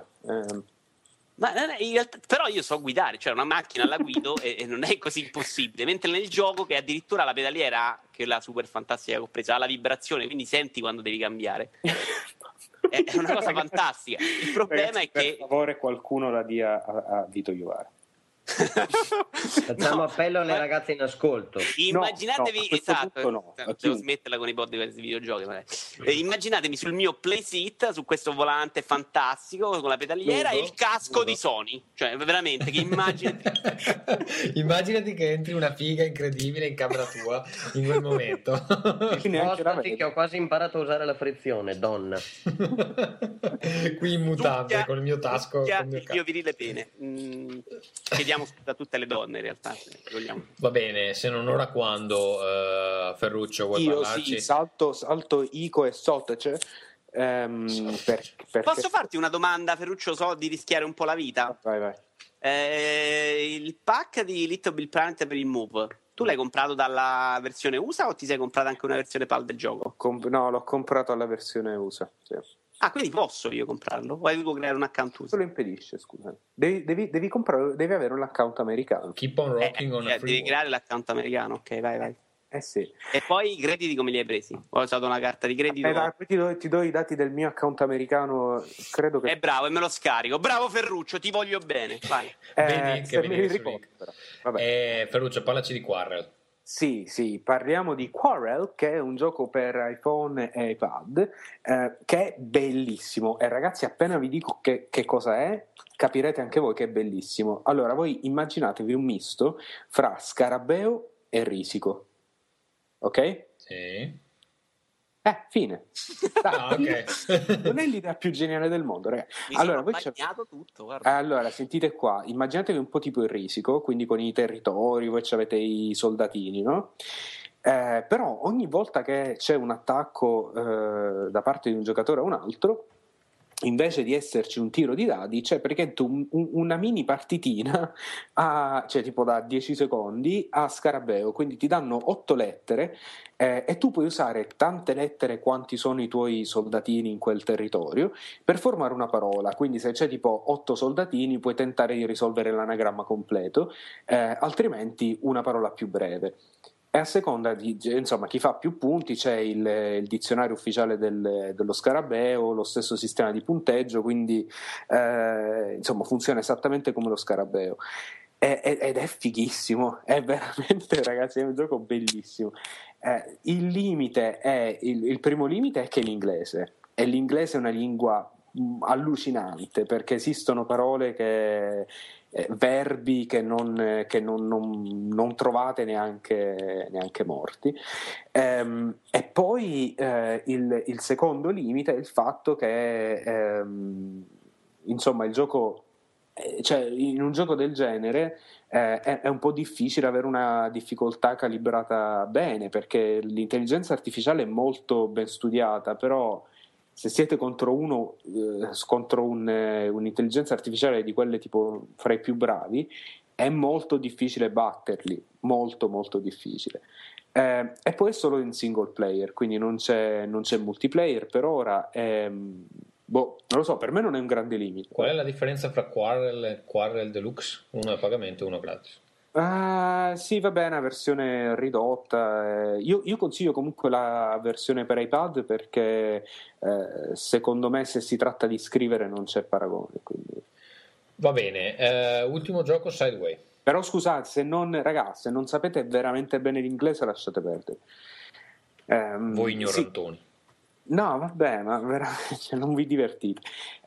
Ma in realtà, però io so guidare, cioè una macchina la guido e non è così impossibile, mentre nel gioco, che addirittura la pedaliera, che è la super fantastica che ho preso, ha la vibrazione, quindi senti quando devi cambiare. è una cosa fantastica. Il problema è che... Per favore qualcuno la dia a Vito Iovara. Facciamo appello alle ragazze in ascolto. Immaginatevi, esatto, devo smetterla con i podcast di videogiochi. Immaginatemi sul mio playseat, su questo volante fantastico con la pedaliera e il casco di Sony. Cioè, veramente, che immagini. Immaginati che entri una figa incredibile in camera tua in quel momento. Spostati che ho quasi imparato a usare la frizione, donna. Qui in mutande con il mio tasco. Il mio virile pene. Chiediamo da tutte le donne in realtà, se vogliamo. Va bene, se non ora quando, Ferruccio, vuoi parlarci? Sì, salto Ico e Sotece. Posso farti una domanda, Ferruccio? So di rischiare un po' la vita. Vai. Il pack di Little Big Planet per il Move, tu l'hai comprato dalla versione USA o ti sei comprato anche una versione PAL del gioco? No, l'ho comprato alla versione USA, sì. Ah, quindi posso io comprarlo? O devo creare un account USA? Te lo impedisce, scusa. Devi comprare, devi avere un account americano. Keep on rocking on a free devi creare l'account americano, ok, vai. Sì. E poi i crediti come li hai presi? Ho usato una carta di credito. Poi ti do i dati del mio account americano, credo che... È bravo, e me lo scarico. Bravo Ferruccio, ti voglio bene. Vai. Vedi che me li ricordo, però. Vabbè. Ferruccio, parlaci di Quarrel. Sì, parliamo di Quarrel, che è un gioco per iPhone e iPad, che è bellissimo. E ragazzi, appena vi dico che cosa è, capirete anche voi che è bellissimo. Allora, voi immaginatevi un misto fra Scarabeo e Risico. Ok? Sì. Fine. Ok. Non è l'idea più geniale del mondo, ragazzi. Mi sono bagnato tutto, guarda. Allora, sentite qua, immaginatevi un po' tipo il Risico, quindi con i territori, voi avete i soldatini, no? Però ogni volta che c'è un attacco da parte di un giocatore a un altro, invece di esserci un tiro di dadi, c'è praticamente una mini partitina cioè tipo da 10 secondi a Scarabeo, quindi ti danno 8 lettere e tu puoi usare tante lettere quanti sono i tuoi soldatini in quel territorio per formare una parola. Quindi se c'è tipo 8 soldatini puoi tentare di risolvere l'anagramma completo, altrimenti una parola più breve. E a seconda di, insomma, chi fa più punti, c'è il dizionario ufficiale dello Scarabeo, lo stesso sistema di punteggio, quindi insomma funziona esattamente come lo Scarabeo. Ed è fighissimo, è veramente, ragazzi, è un gioco bellissimo. Il limite è il primo limite è che è l'inglese, e l'inglese è una lingua allucinante, perché esistono parole verbi che non trovate neanche morti, e poi il secondo limite è il fatto che insomma il gioco, cioè in un gioco del genere è un po' difficile avere una difficoltà calibrata bene, perché l'intelligenza artificiale è molto ben studiata, però se siete contro un'intelligenza artificiale di quelle tipo fra i più bravi, è molto difficile batterli, molto molto difficile. E poi è solo in single player, quindi non c'è multiplayer per ora. Non lo so, per me non è un grande limite. Qual è la differenza fra Quarrel e Quarrel Deluxe? Uno è pagamento e uno gratis. Sì, va bene, una versione ridotta. Io consiglio comunque la versione per iPad, perché secondo me, se si tratta di scrivere, non c'è paragone. Quindi... Va bene, ultimo gioco, Sideway. Però scusate, se non sapete veramente bene l'inglese, lasciate perdere. Voi ignorantoni. Sì. No, vabbè, ma veramente, cioè, non vi divertite.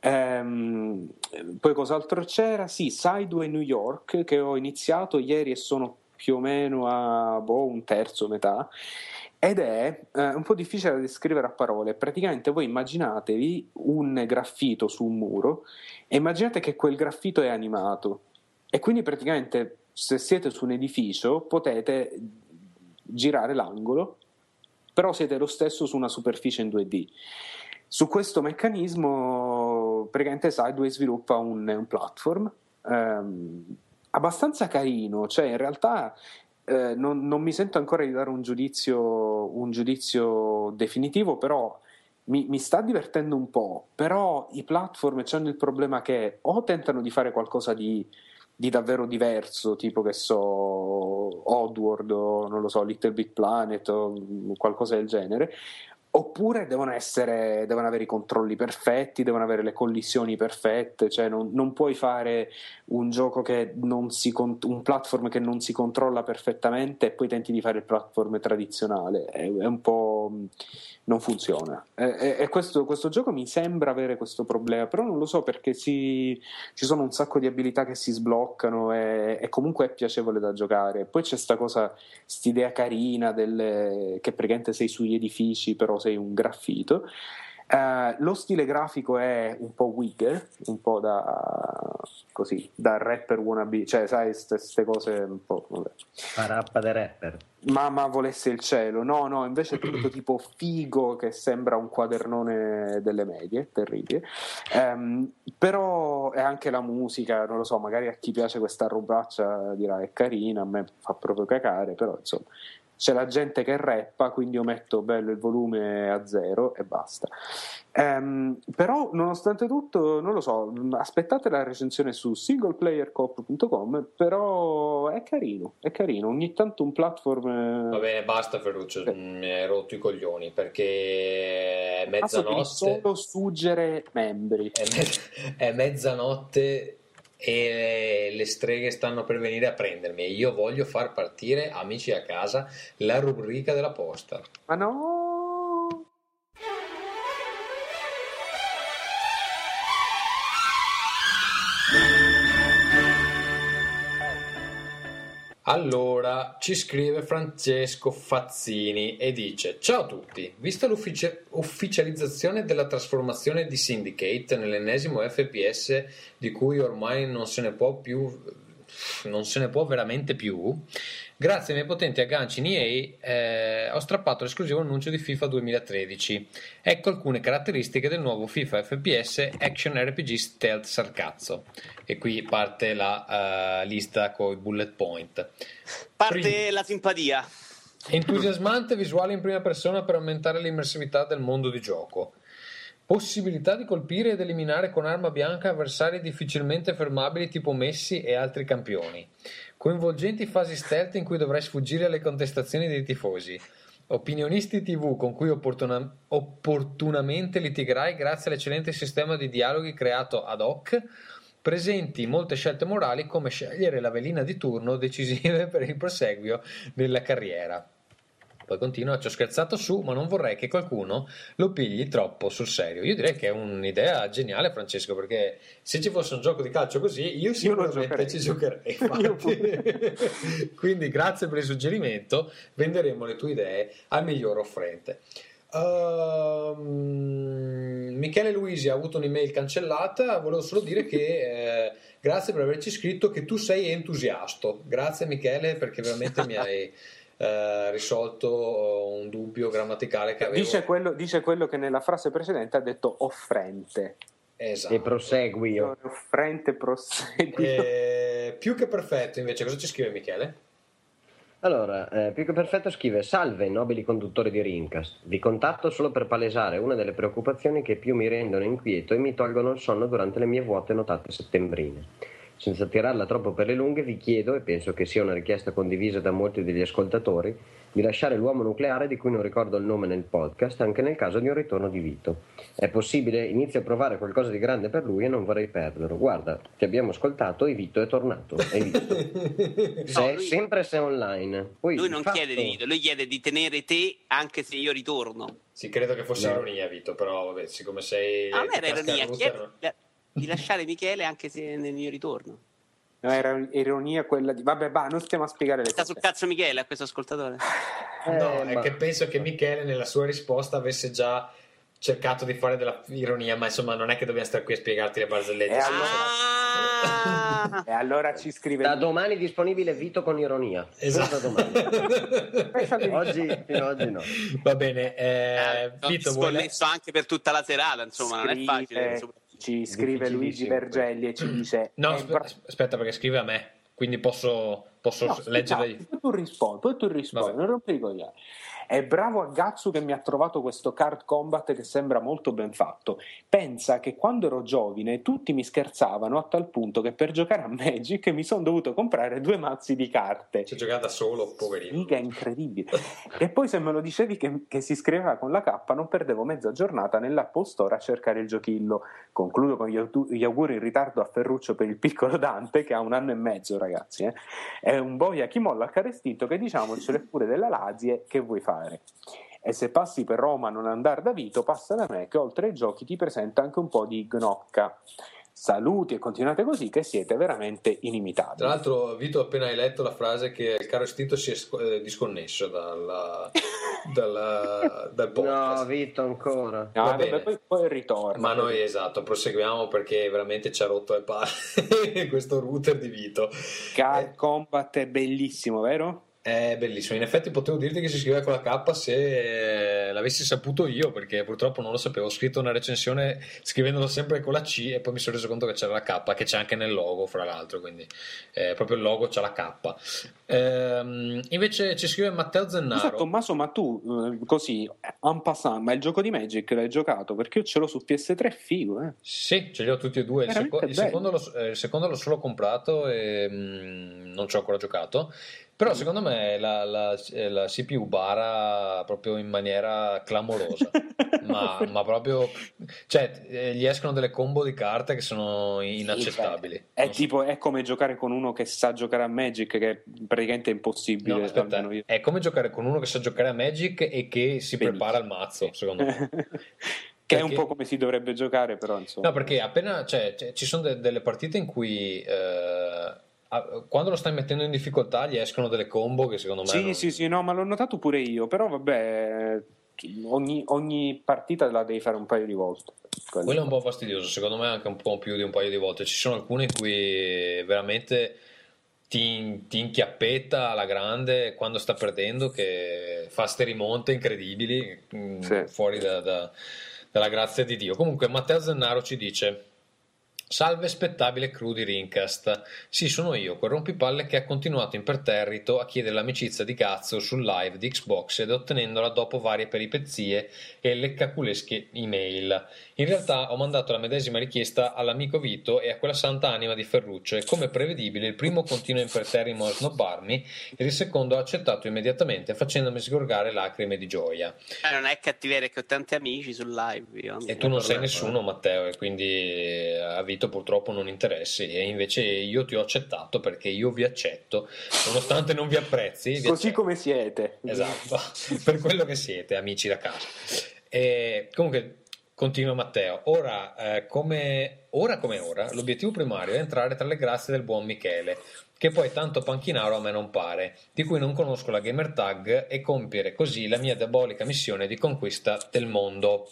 Poi cos'altro c'era? Sì, Sideway New York, che ho iniziato ieri e sono più o meno a un terzo, metà, ed è un po' difficile da descrivere a parole. Praticamente voi immaginatevi un graffito su un muro e immaginate che quel graffito è animato, e quindi praticamente se siete su un edificio potete girare l'angolo, però siete lo stesso su una superficie in 2D. Su questo meccanismo praticamente Sideway sviluppa un platform abbastanza carino, cioè in realtà non mi sento ancora di dare un giudizio definitivo, però mi sta divertendo un po'. Però i platform hanno il problema che o tentano di fare qualcosa di davvero diverso, tipo che so Oddworld o non lo so Little Big Planet o qualcosa del genere, Oppure devono avere i controlli perfetti, devono avere le collisioni perfette, cioè non puoi fare un gioco che un platform che non si controlla perfettamente e poi tenti di fare il platform tradizionale, è un po', non funziona. E questo gioco mi sembra avere questo problema, però non lo so, perché ci sono un sacco di abilità che si sbloccano e comunque è piacevole da giocare. Poi c'è st'idea carina che praticamente sei sugli edifici, però sei un graffito. Lo stile grafico è un po' Wigger, un po' da rapper wannabe, cioè sai, queste cose un po', vabbè. Parappa de rapper. Mamma volesse il cielo, no, invece è tutto tipo figo, che sembra un quadernone delle medie, terribile. Però è anche la musica, non lo so, magari a chi piace questa robaccia dirà è carina, a me fa proprio cacare, però insomma c'è la gente che rappa, quindi io metto bello il volume a 0 e basta. Però nonostante tutto, non lo so, aspettate la recensione su singleplayercoop.com, però è carino, ogni tanto un platform... Va bene, basta Ferruccio, mi hai rotto i coglioni, perché è mezzanotte... solo suggere membri. È mezzanotte e le streghe stanno per venire a prendermi e io voglio far partire, amici a casa, la rubrica della posta. Ma no! Allora, ci scrive Francesco Fazzini e dice: ciao a tutti, vista l'ufficializzazione della trasformazione di Syndicate nell'ennesimo FPS di cui ormai non se ne può veramente più, grazie ai miei potenti agganci in EA ho strappato l'esclusivo annuncio di FIFA 2013. Ecco alcune caratteristiche del nuovo FIFA FPS Action RPG Stealth Sarcazzo, e qui parte la lista con i bullet point. Parte la simpatia. Entusiasmante visuale in prima persona per aumentare l'immersività del mondo di gioco. Possibilità di colpire ed eliminare con arma bianca avversari difficilmente fermabili tipo Messi e altri campioni. Coinvolgenti fasi stealth in cui dovrai sfuggire alle contestazioni dei tifosi. Opinionisti TV con cui opportunamente litigherai grazie all'eccellente sistema di dialoghi creato ad hoc. Presenti molte scelte morali, come scegliere la velina di turno, decisive per il proseguio della carriera. Poi continua: ci ho scherzato su, ma non vorrei che qualcuno lo pigli troppo sul serio. Io direi che è un'idea geniale, Francesco, perché se ci fosse un gioco di calcio così io sicuramente ci giocherei. Quindi grazie per il suggerimento, venderemo le tue idee al miglior offrente. Michele Luisi ha avuto un'email cancellata. Volevo solo dire che grazie per averci scritto che tu sei entusiasto. Grazie Michele, perché veramente mi hai risolto un dubbio grammaticale che avevo. Dice quello che nella frase precedente ha detto offrente. Esatto. E proseguio. Offrente, proseguio. Più che perfetto, invece, cosa ci scrive Michele? Allora, più che perfetto scrive: salve nobili conduttori di Rincast, vi contatto solo per palesare una delle preoccupazioni che più mi rendono inquieto e mi tolgono il sonno durante le mie vuote notate settembrine. Senza tirarla troppo per le lunghe vi chiedo, e penso che sia una richiesta condivisa da molti degli ascoltatori, di lasciare l'uomo nucleare di cui non ricordo il nome nel podcast anche nel caso di un ritorno di Vito. È possibile? Inizio a provare qualcosa di grande per lui e non vorrei perderlo. Guarda, ti abbiamo ascoltato e Vito è tornato. Hai visto? Sempre se online. Poi, lui non chiede di Vito, lui chiede di tenere te anche se io ritorno. Sì, credo che fosse ironia, Vito, però vabbè, siccome sei... A me era ironia, di lasciare Michele anche se nel mio ritorno. No, era ironia quella di... Vabbè, non stiamo a spiegare le cose. Sta sul cazzo Michele a questo ascoltatore? No, è che penso che Michele nella sua risposta avesse già cercato di fare della ironia, ma insomma non è che dobbiamo stare qui a spiegarti le barzellette. E allora ci scrive... Da domani disponibile Vito con ironia. Esatto. Da domani. Fino ad oggi no. Va bene. Vito, sconnesso anche per tutta la serata, insomma, non è facile. Ci scrive Luigi Vergelli e ci dice... No, aspetta, perché scrive a me, quindi posso leggere io. Poi tu rispondi, non rompere i coglioni. E bravo a Gatsu che mi ha trovato questo card combat che sembra molto ben fatto. Pensa che quando ero giovane tutti mi scherzavano a tal punto che per giocare a Magic mi sono dovuto comprare 2 mazzi di carte. C'è giocata solo, poverino. Mica incredibile. E poi se me lo dicevi che si scriveva con la K, non perdevo mezza giornata nell'Apple Store a cercare il giochillo. Concludo con gli auguri in ritardo a Ferruccio per il piccolo Dante che ha 1 anno e mezzo, ragazzi. È un boia chi molla al carestinto che diciamocelo pure della Lazie, che vuoi fare? E se passi per Roma a non andare da Vito, passa da me che oltre ai giochi ti presenta anche un po' di gnocca. Saluti e continuate così che siete veramente inimitabili. Tra l'altro, Vito, appena hai letto la frase che il caro istinto si è disconnesso dal podcast. No, Vito, ancora. No, vabbè, poi ritorna. Ma noi, esatto, proseguiamo perché veramente ci ha rotto le palle questo router di Vito. Card Combat è bellissimo, vero? È bellissimo, in effetti potevo dirti che si scrive con la K se l'avessi saputo io, perché purtroppo non lo sapevo. Ho scritto una recensione scrivendolo sempre con la C e poi mi sono reso conto che c'era la K, che c'è anche nel logo fra l'altro, quindi proprio il logo c'ha la K. Invece ci scrive Matteo Zennaro. Scusa Tommaso, ma tu così en passant, ma il gioco di Magic l'hai giocato? Perché io ce l'ho su PS3, figo, Sì, ce li ho tutti e due. Il secondo l'ho solo comprato e non ci ho ancora giocato. Però secondo me la CPU bara proprio in maniera clamorosa, ma proprio, cioè gli escono delle combo di carte che sono inaccettabili. È come giocare con uno che sa giocare a Magic, che è praticamente impossibile. No, aspetta, è come giocare con uno che sa giocare a Magic e che si prepara al mazzo, secondo me. Che è un po' come si dovrebbe giocare, però insomma. No, perché appena ci sono delle partite in cui quando lo stai mettendo in difficoltà gli escono delle combo che secondo me sì, no, ma l'ho notato pure io, però vabbè, ogni partita la devi fare un paio di volte. Quello è un po' fastidioso, secondo me anche un po' più di un paio di volte. Ci sono alcune in cui veramente ti inchiappetta alla grande quando sta perdendo, che fa ste rimonte incredibili, fuori dalla grazia di Dio. Comunque Matteo Zennaro ci dice: salve spettabile crew di Rincast. Sì, sono io, quel rompipalle che ha continuato imperterrito a chiedere l'amicizia di cazzo sul live di Xbox ed ottenendola dopo varie peripezie e leccaculesche email. In realtà ho mandato la medesima richiesta all'amico Vito e a quella santa anima di Ferruccio e come prevedibile il primo continua imperterrimo a snobbarmi ed il secondo ha accettato immediatamente facendomi sgorgare lacrime di gioia. Non è cattiveria che ho tanti amici sul live. E tu non sei nessuno, Matteo, e quindi a Vito purtroppo non interessi, e invece io ti ho accettato perché io vi accetto nonostante non vi apprezzi così come siete, esatto, per quello che siete, amici da casa. E comunque continua Matteo. Ora come ora l'obiettivo primario è entrare tra le grazie del buon Michele, che poi tanto panchinaro a me non pare, di cui non conosco la gamer tag, e compiere così la mia diabolica missione di conquista del mondo.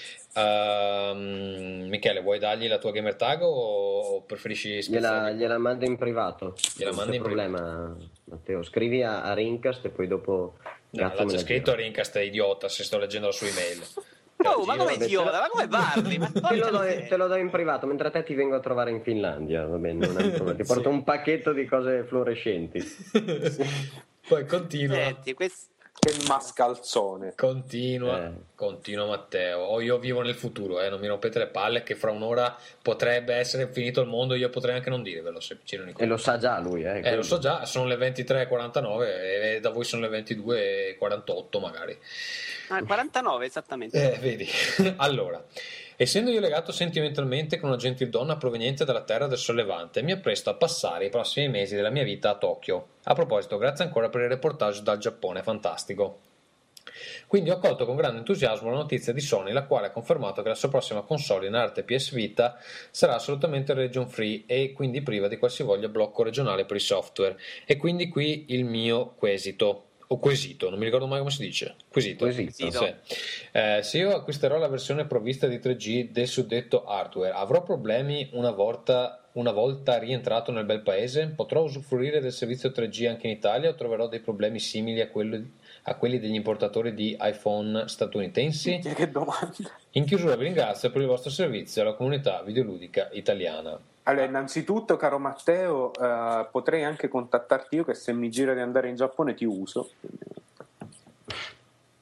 Michele, vuoi dargli la tua gamer tag o preferisci gliela mando in privato? Gliela mando in problema, Matteo. Scrivi a Rincast e poi dopo l'ha già scritto a Rincast, è idiota, se sto leggendo la sua email. Ma come idiota? Ma come parli? Te lo do in privato, mentre a te ti vengo a trovare in Finlandia, va bene, non è un problema. Ti porto un pacchetto di cose fluorescenti. Poi continua. Senti, che mascalzone. Continua Matteo. Io vivo nel futuro, non mi rompete le palle che fra un'ora potrebbe essere finito il mondo, io potrei anche non dirvelo se ci non e lo sa già lui, lo so già, sono le 23:49 e da voi sono le 22:48 magari. 49 esattamente. Vedi. Allora, essendo io legato sentimentalmente con una gentildonna proveniente dalla terra del sollevante, mi appresto a passare i prossimi mesi della mia vita a Tokyo. A proposito, grazie ancora per il reportage dal Giappone, fantastico. Quindi ho accolto con grande entusiasmo la notizia di Sony, la quale ha confermato che la sua prossima console in arte PS Vita sarà assolutamente region free e quindi priva di qualsivoglia blocco regionale per il software. E quindi qui il mio quesito. O quesito, non mi ricordo mai come si dice. Quesito. Sì. Se io acquisterò la versione provvista di 3G del suddetto hardware, avrò problemi una volta rientrato nel bel paese? Potrò usufruire del servizio 3G anche in Italia o troverò dei problemi simili a quelli degli importatori di iPhone statunitensi? Che domanda. In chiusura vi ringrazio per il vostro servizio alla comunità videoludica italiana. Allora, innanzitutto, caro Matteo, potrei anche contattarti io, che se mi gira di andare in Giappone ti uso.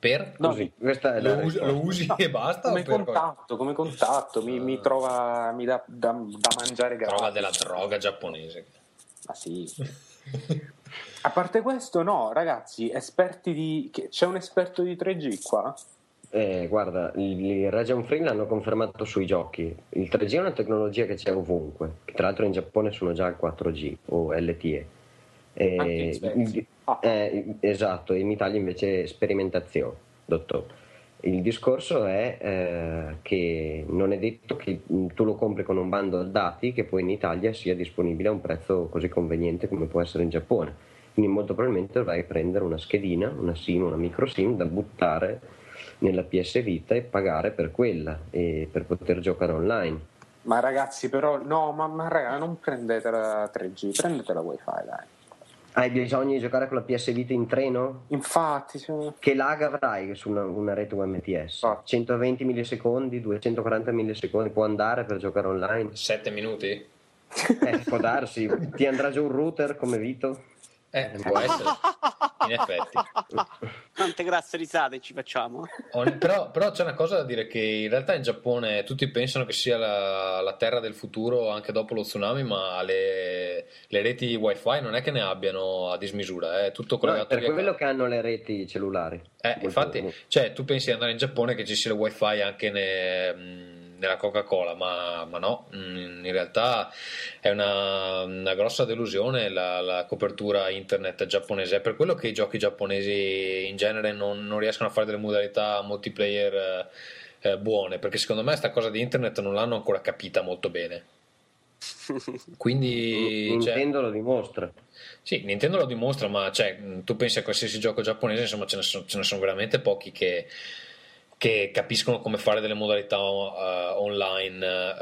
Per? No, Così, questa è la risposta. Lo usi e basta? come o per- contatto mi trova, mi dà da mangiare gratis. Trova della droga giapponese. Ma sì. A parte questo, no, ragazzi, c'è un esperto di 3G qua? Guarda, i Radeon Free l'hanno confermato sui giochi. Il 3G è una tecnologia che c'è ovunque, che tra l'altro in Giappone sono già al 4G o LTE. Anche in Svezia. Esatto, in Italia invece è sperimentazione, dottor. Il discorso è che non è detto che tu lo compri con un bundle dati che poi in Italia sia disponibile a un prezzo così conveniente come può essere in Giappone. Quindi molto probabilmente dovrai prendere una schedina, una SIM, una micro SIM da buttare nella PS Vita e pagare per quella e per poter giocare online. Ma ragazzi, però no, ma raga, non prendete la 3G, prendete la wifi, dai. Hai bisogno di giocare con la PS Vita in treno? Infatti, che lag avrai su una rete UMTS? 120 millisecondi, 240 millisecondi può andare per giocare online? 7 minuti? Può darsi. Ti andrà giù un router come Vito? Può essere, in effetti. Quante grasse risate ci facciamo. Però c'è una cosa da dire, che in realtà in Giappone tutti pensano che sia la terra del futuro anche dopo lo tsunami, ma le reti wifi non è che ne abbiano a dismisura, è tutto collegato per quello che hanno le reti cellulari. Infatti, cioè, tu pensi di andare in Giappone che ci sia il wifi anche nella Coca-Cola, ma no, in realtà è una grossa delusione la copertura internet giapponese. È per quello che i giochi giapponesi in genere non riescono a fare delle modalità multiplayer buone, perché secondo me sta cosa di internet non l'hanno ancora capita molto bene. Quindi Nintendo lo dimostra. Sì, Nintendo lo dimostra, ma tu pensi a qualsiasi gioco giapponese, insomma ce ne sono veramente pochi che capiscono come fare delle modalità online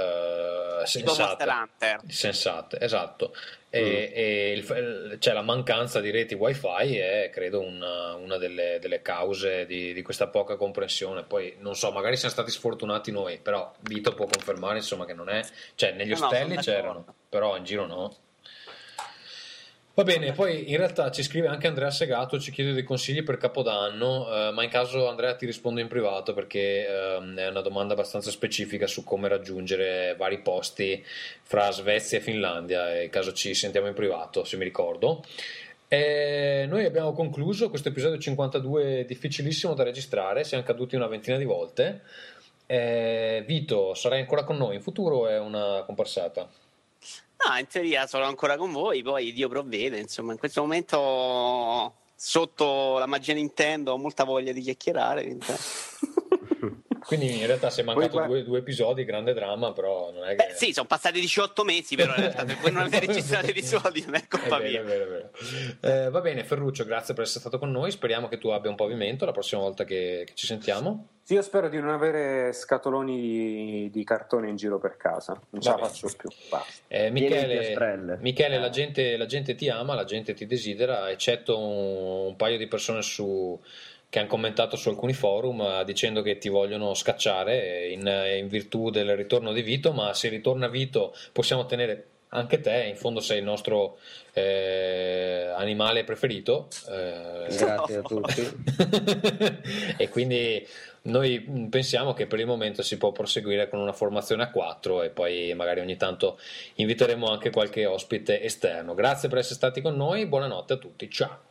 sensate, esatto. Cioè la mancanza di reti wifi è credo una delle cause di questa poca comprensione. Poi non so, magari siamo stati sfortunati noi, però Vito può confermare insomma che non è, cioè negli ostelli c'erano, però in giro no. Va bene, poi in realtà ci scrive anche Andrea Segato, ci chiede dei consigli per Capodanno, ma in caso Andrea ti rispondo in privato, perché è una domanda abbastanza specifica su come raggiungere vari posti fra Svezia e Finlandia, e in caso ci sentiamo in privato, se mi ricordo. Noi abbiamo concluso questo episodio 52 difficilissimo da registrare, siamo caduti una ventina di volte. Vito, sarai ancora con noi in futuro o è una comparsata? No, in teoria sono ancora con voi, poi Dio provvede, insomma, in questo momento sotto la magia Nintendo ho molta voglia di chiacchierare. Quindi in realtà si è mancato due episodi, grande dramma, però non è che... sì, sono passati 18 mesi, però in realtà se voi non avete registrato episodi non è colpa mia. Vero. Va bene, Ferruccio, grazie per essere stato con noi, speriamo che tu abbia un po' di vento la prossima volta che ci sentiamo. Sì, io spero di non avere scatoloni di cartone in giro per casa, non ce la faccio più. Michele, la gente ti ama, la gente ti desidera, eccetto un paio di persone che hanno commentato su alcuni forum dicendo che ti vogliono scacciare in virtù del ritorno di Vito, ma se ritorna Vito possiamo tenere anche te, in fondo sei il nostro animale preferito. Grazie a tutti. E quindi noi pensiamo che per il momento si può proseguire con una formazione a 4 e poi magari ogni tanto inviteremo anche qualche ospite esterno. Grazie per essere stati con noi, buonanotte a tutti, ciao.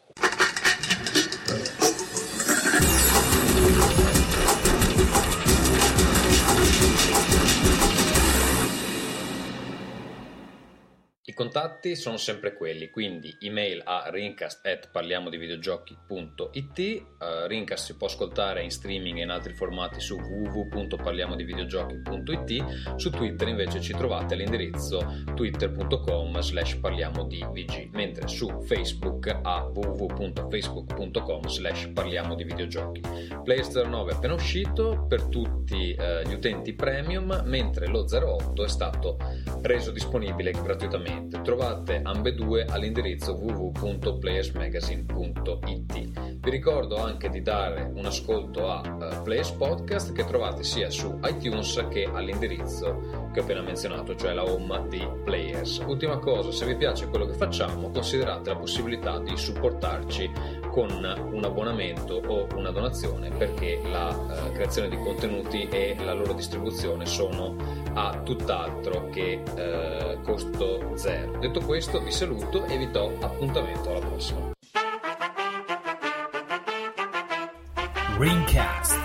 I contatti sono sempre quelli, quindi email a rincast@parliamodivideogiochi.it. Rincast si può ascoltare in streaming e in altri formati su www.parliamodivideogiochi.it. Su Twitter invece ci trovate all'indirizzo twitter.com/parliamodivg, mentre su Facebook a www.facebook.com/parliamodivideogiochi. PlayStation 9 è appena uscito per tutti gli utenti premium, mentre lo 08 è stato reso disponibile gratuitamente. Trovate ambedue all'indirizzo www.playersmagazine.it. Vi ricordo anche di dare un ascolto a Players Podcast, che trovate sia su iTunes che all'indirizzo che ho appena menzionato, cioè la home di Players. Ultima cosa, se vi piace quello che facciamo, considerate la possibilità di supportarci con un abbonamento o una donazione, perché la creazione di contenuti e la loro distribuzione sono a tutt'altro che costo zero. Detto questo, vi saluto e vi do appuntamento alla prossima. Ringcast.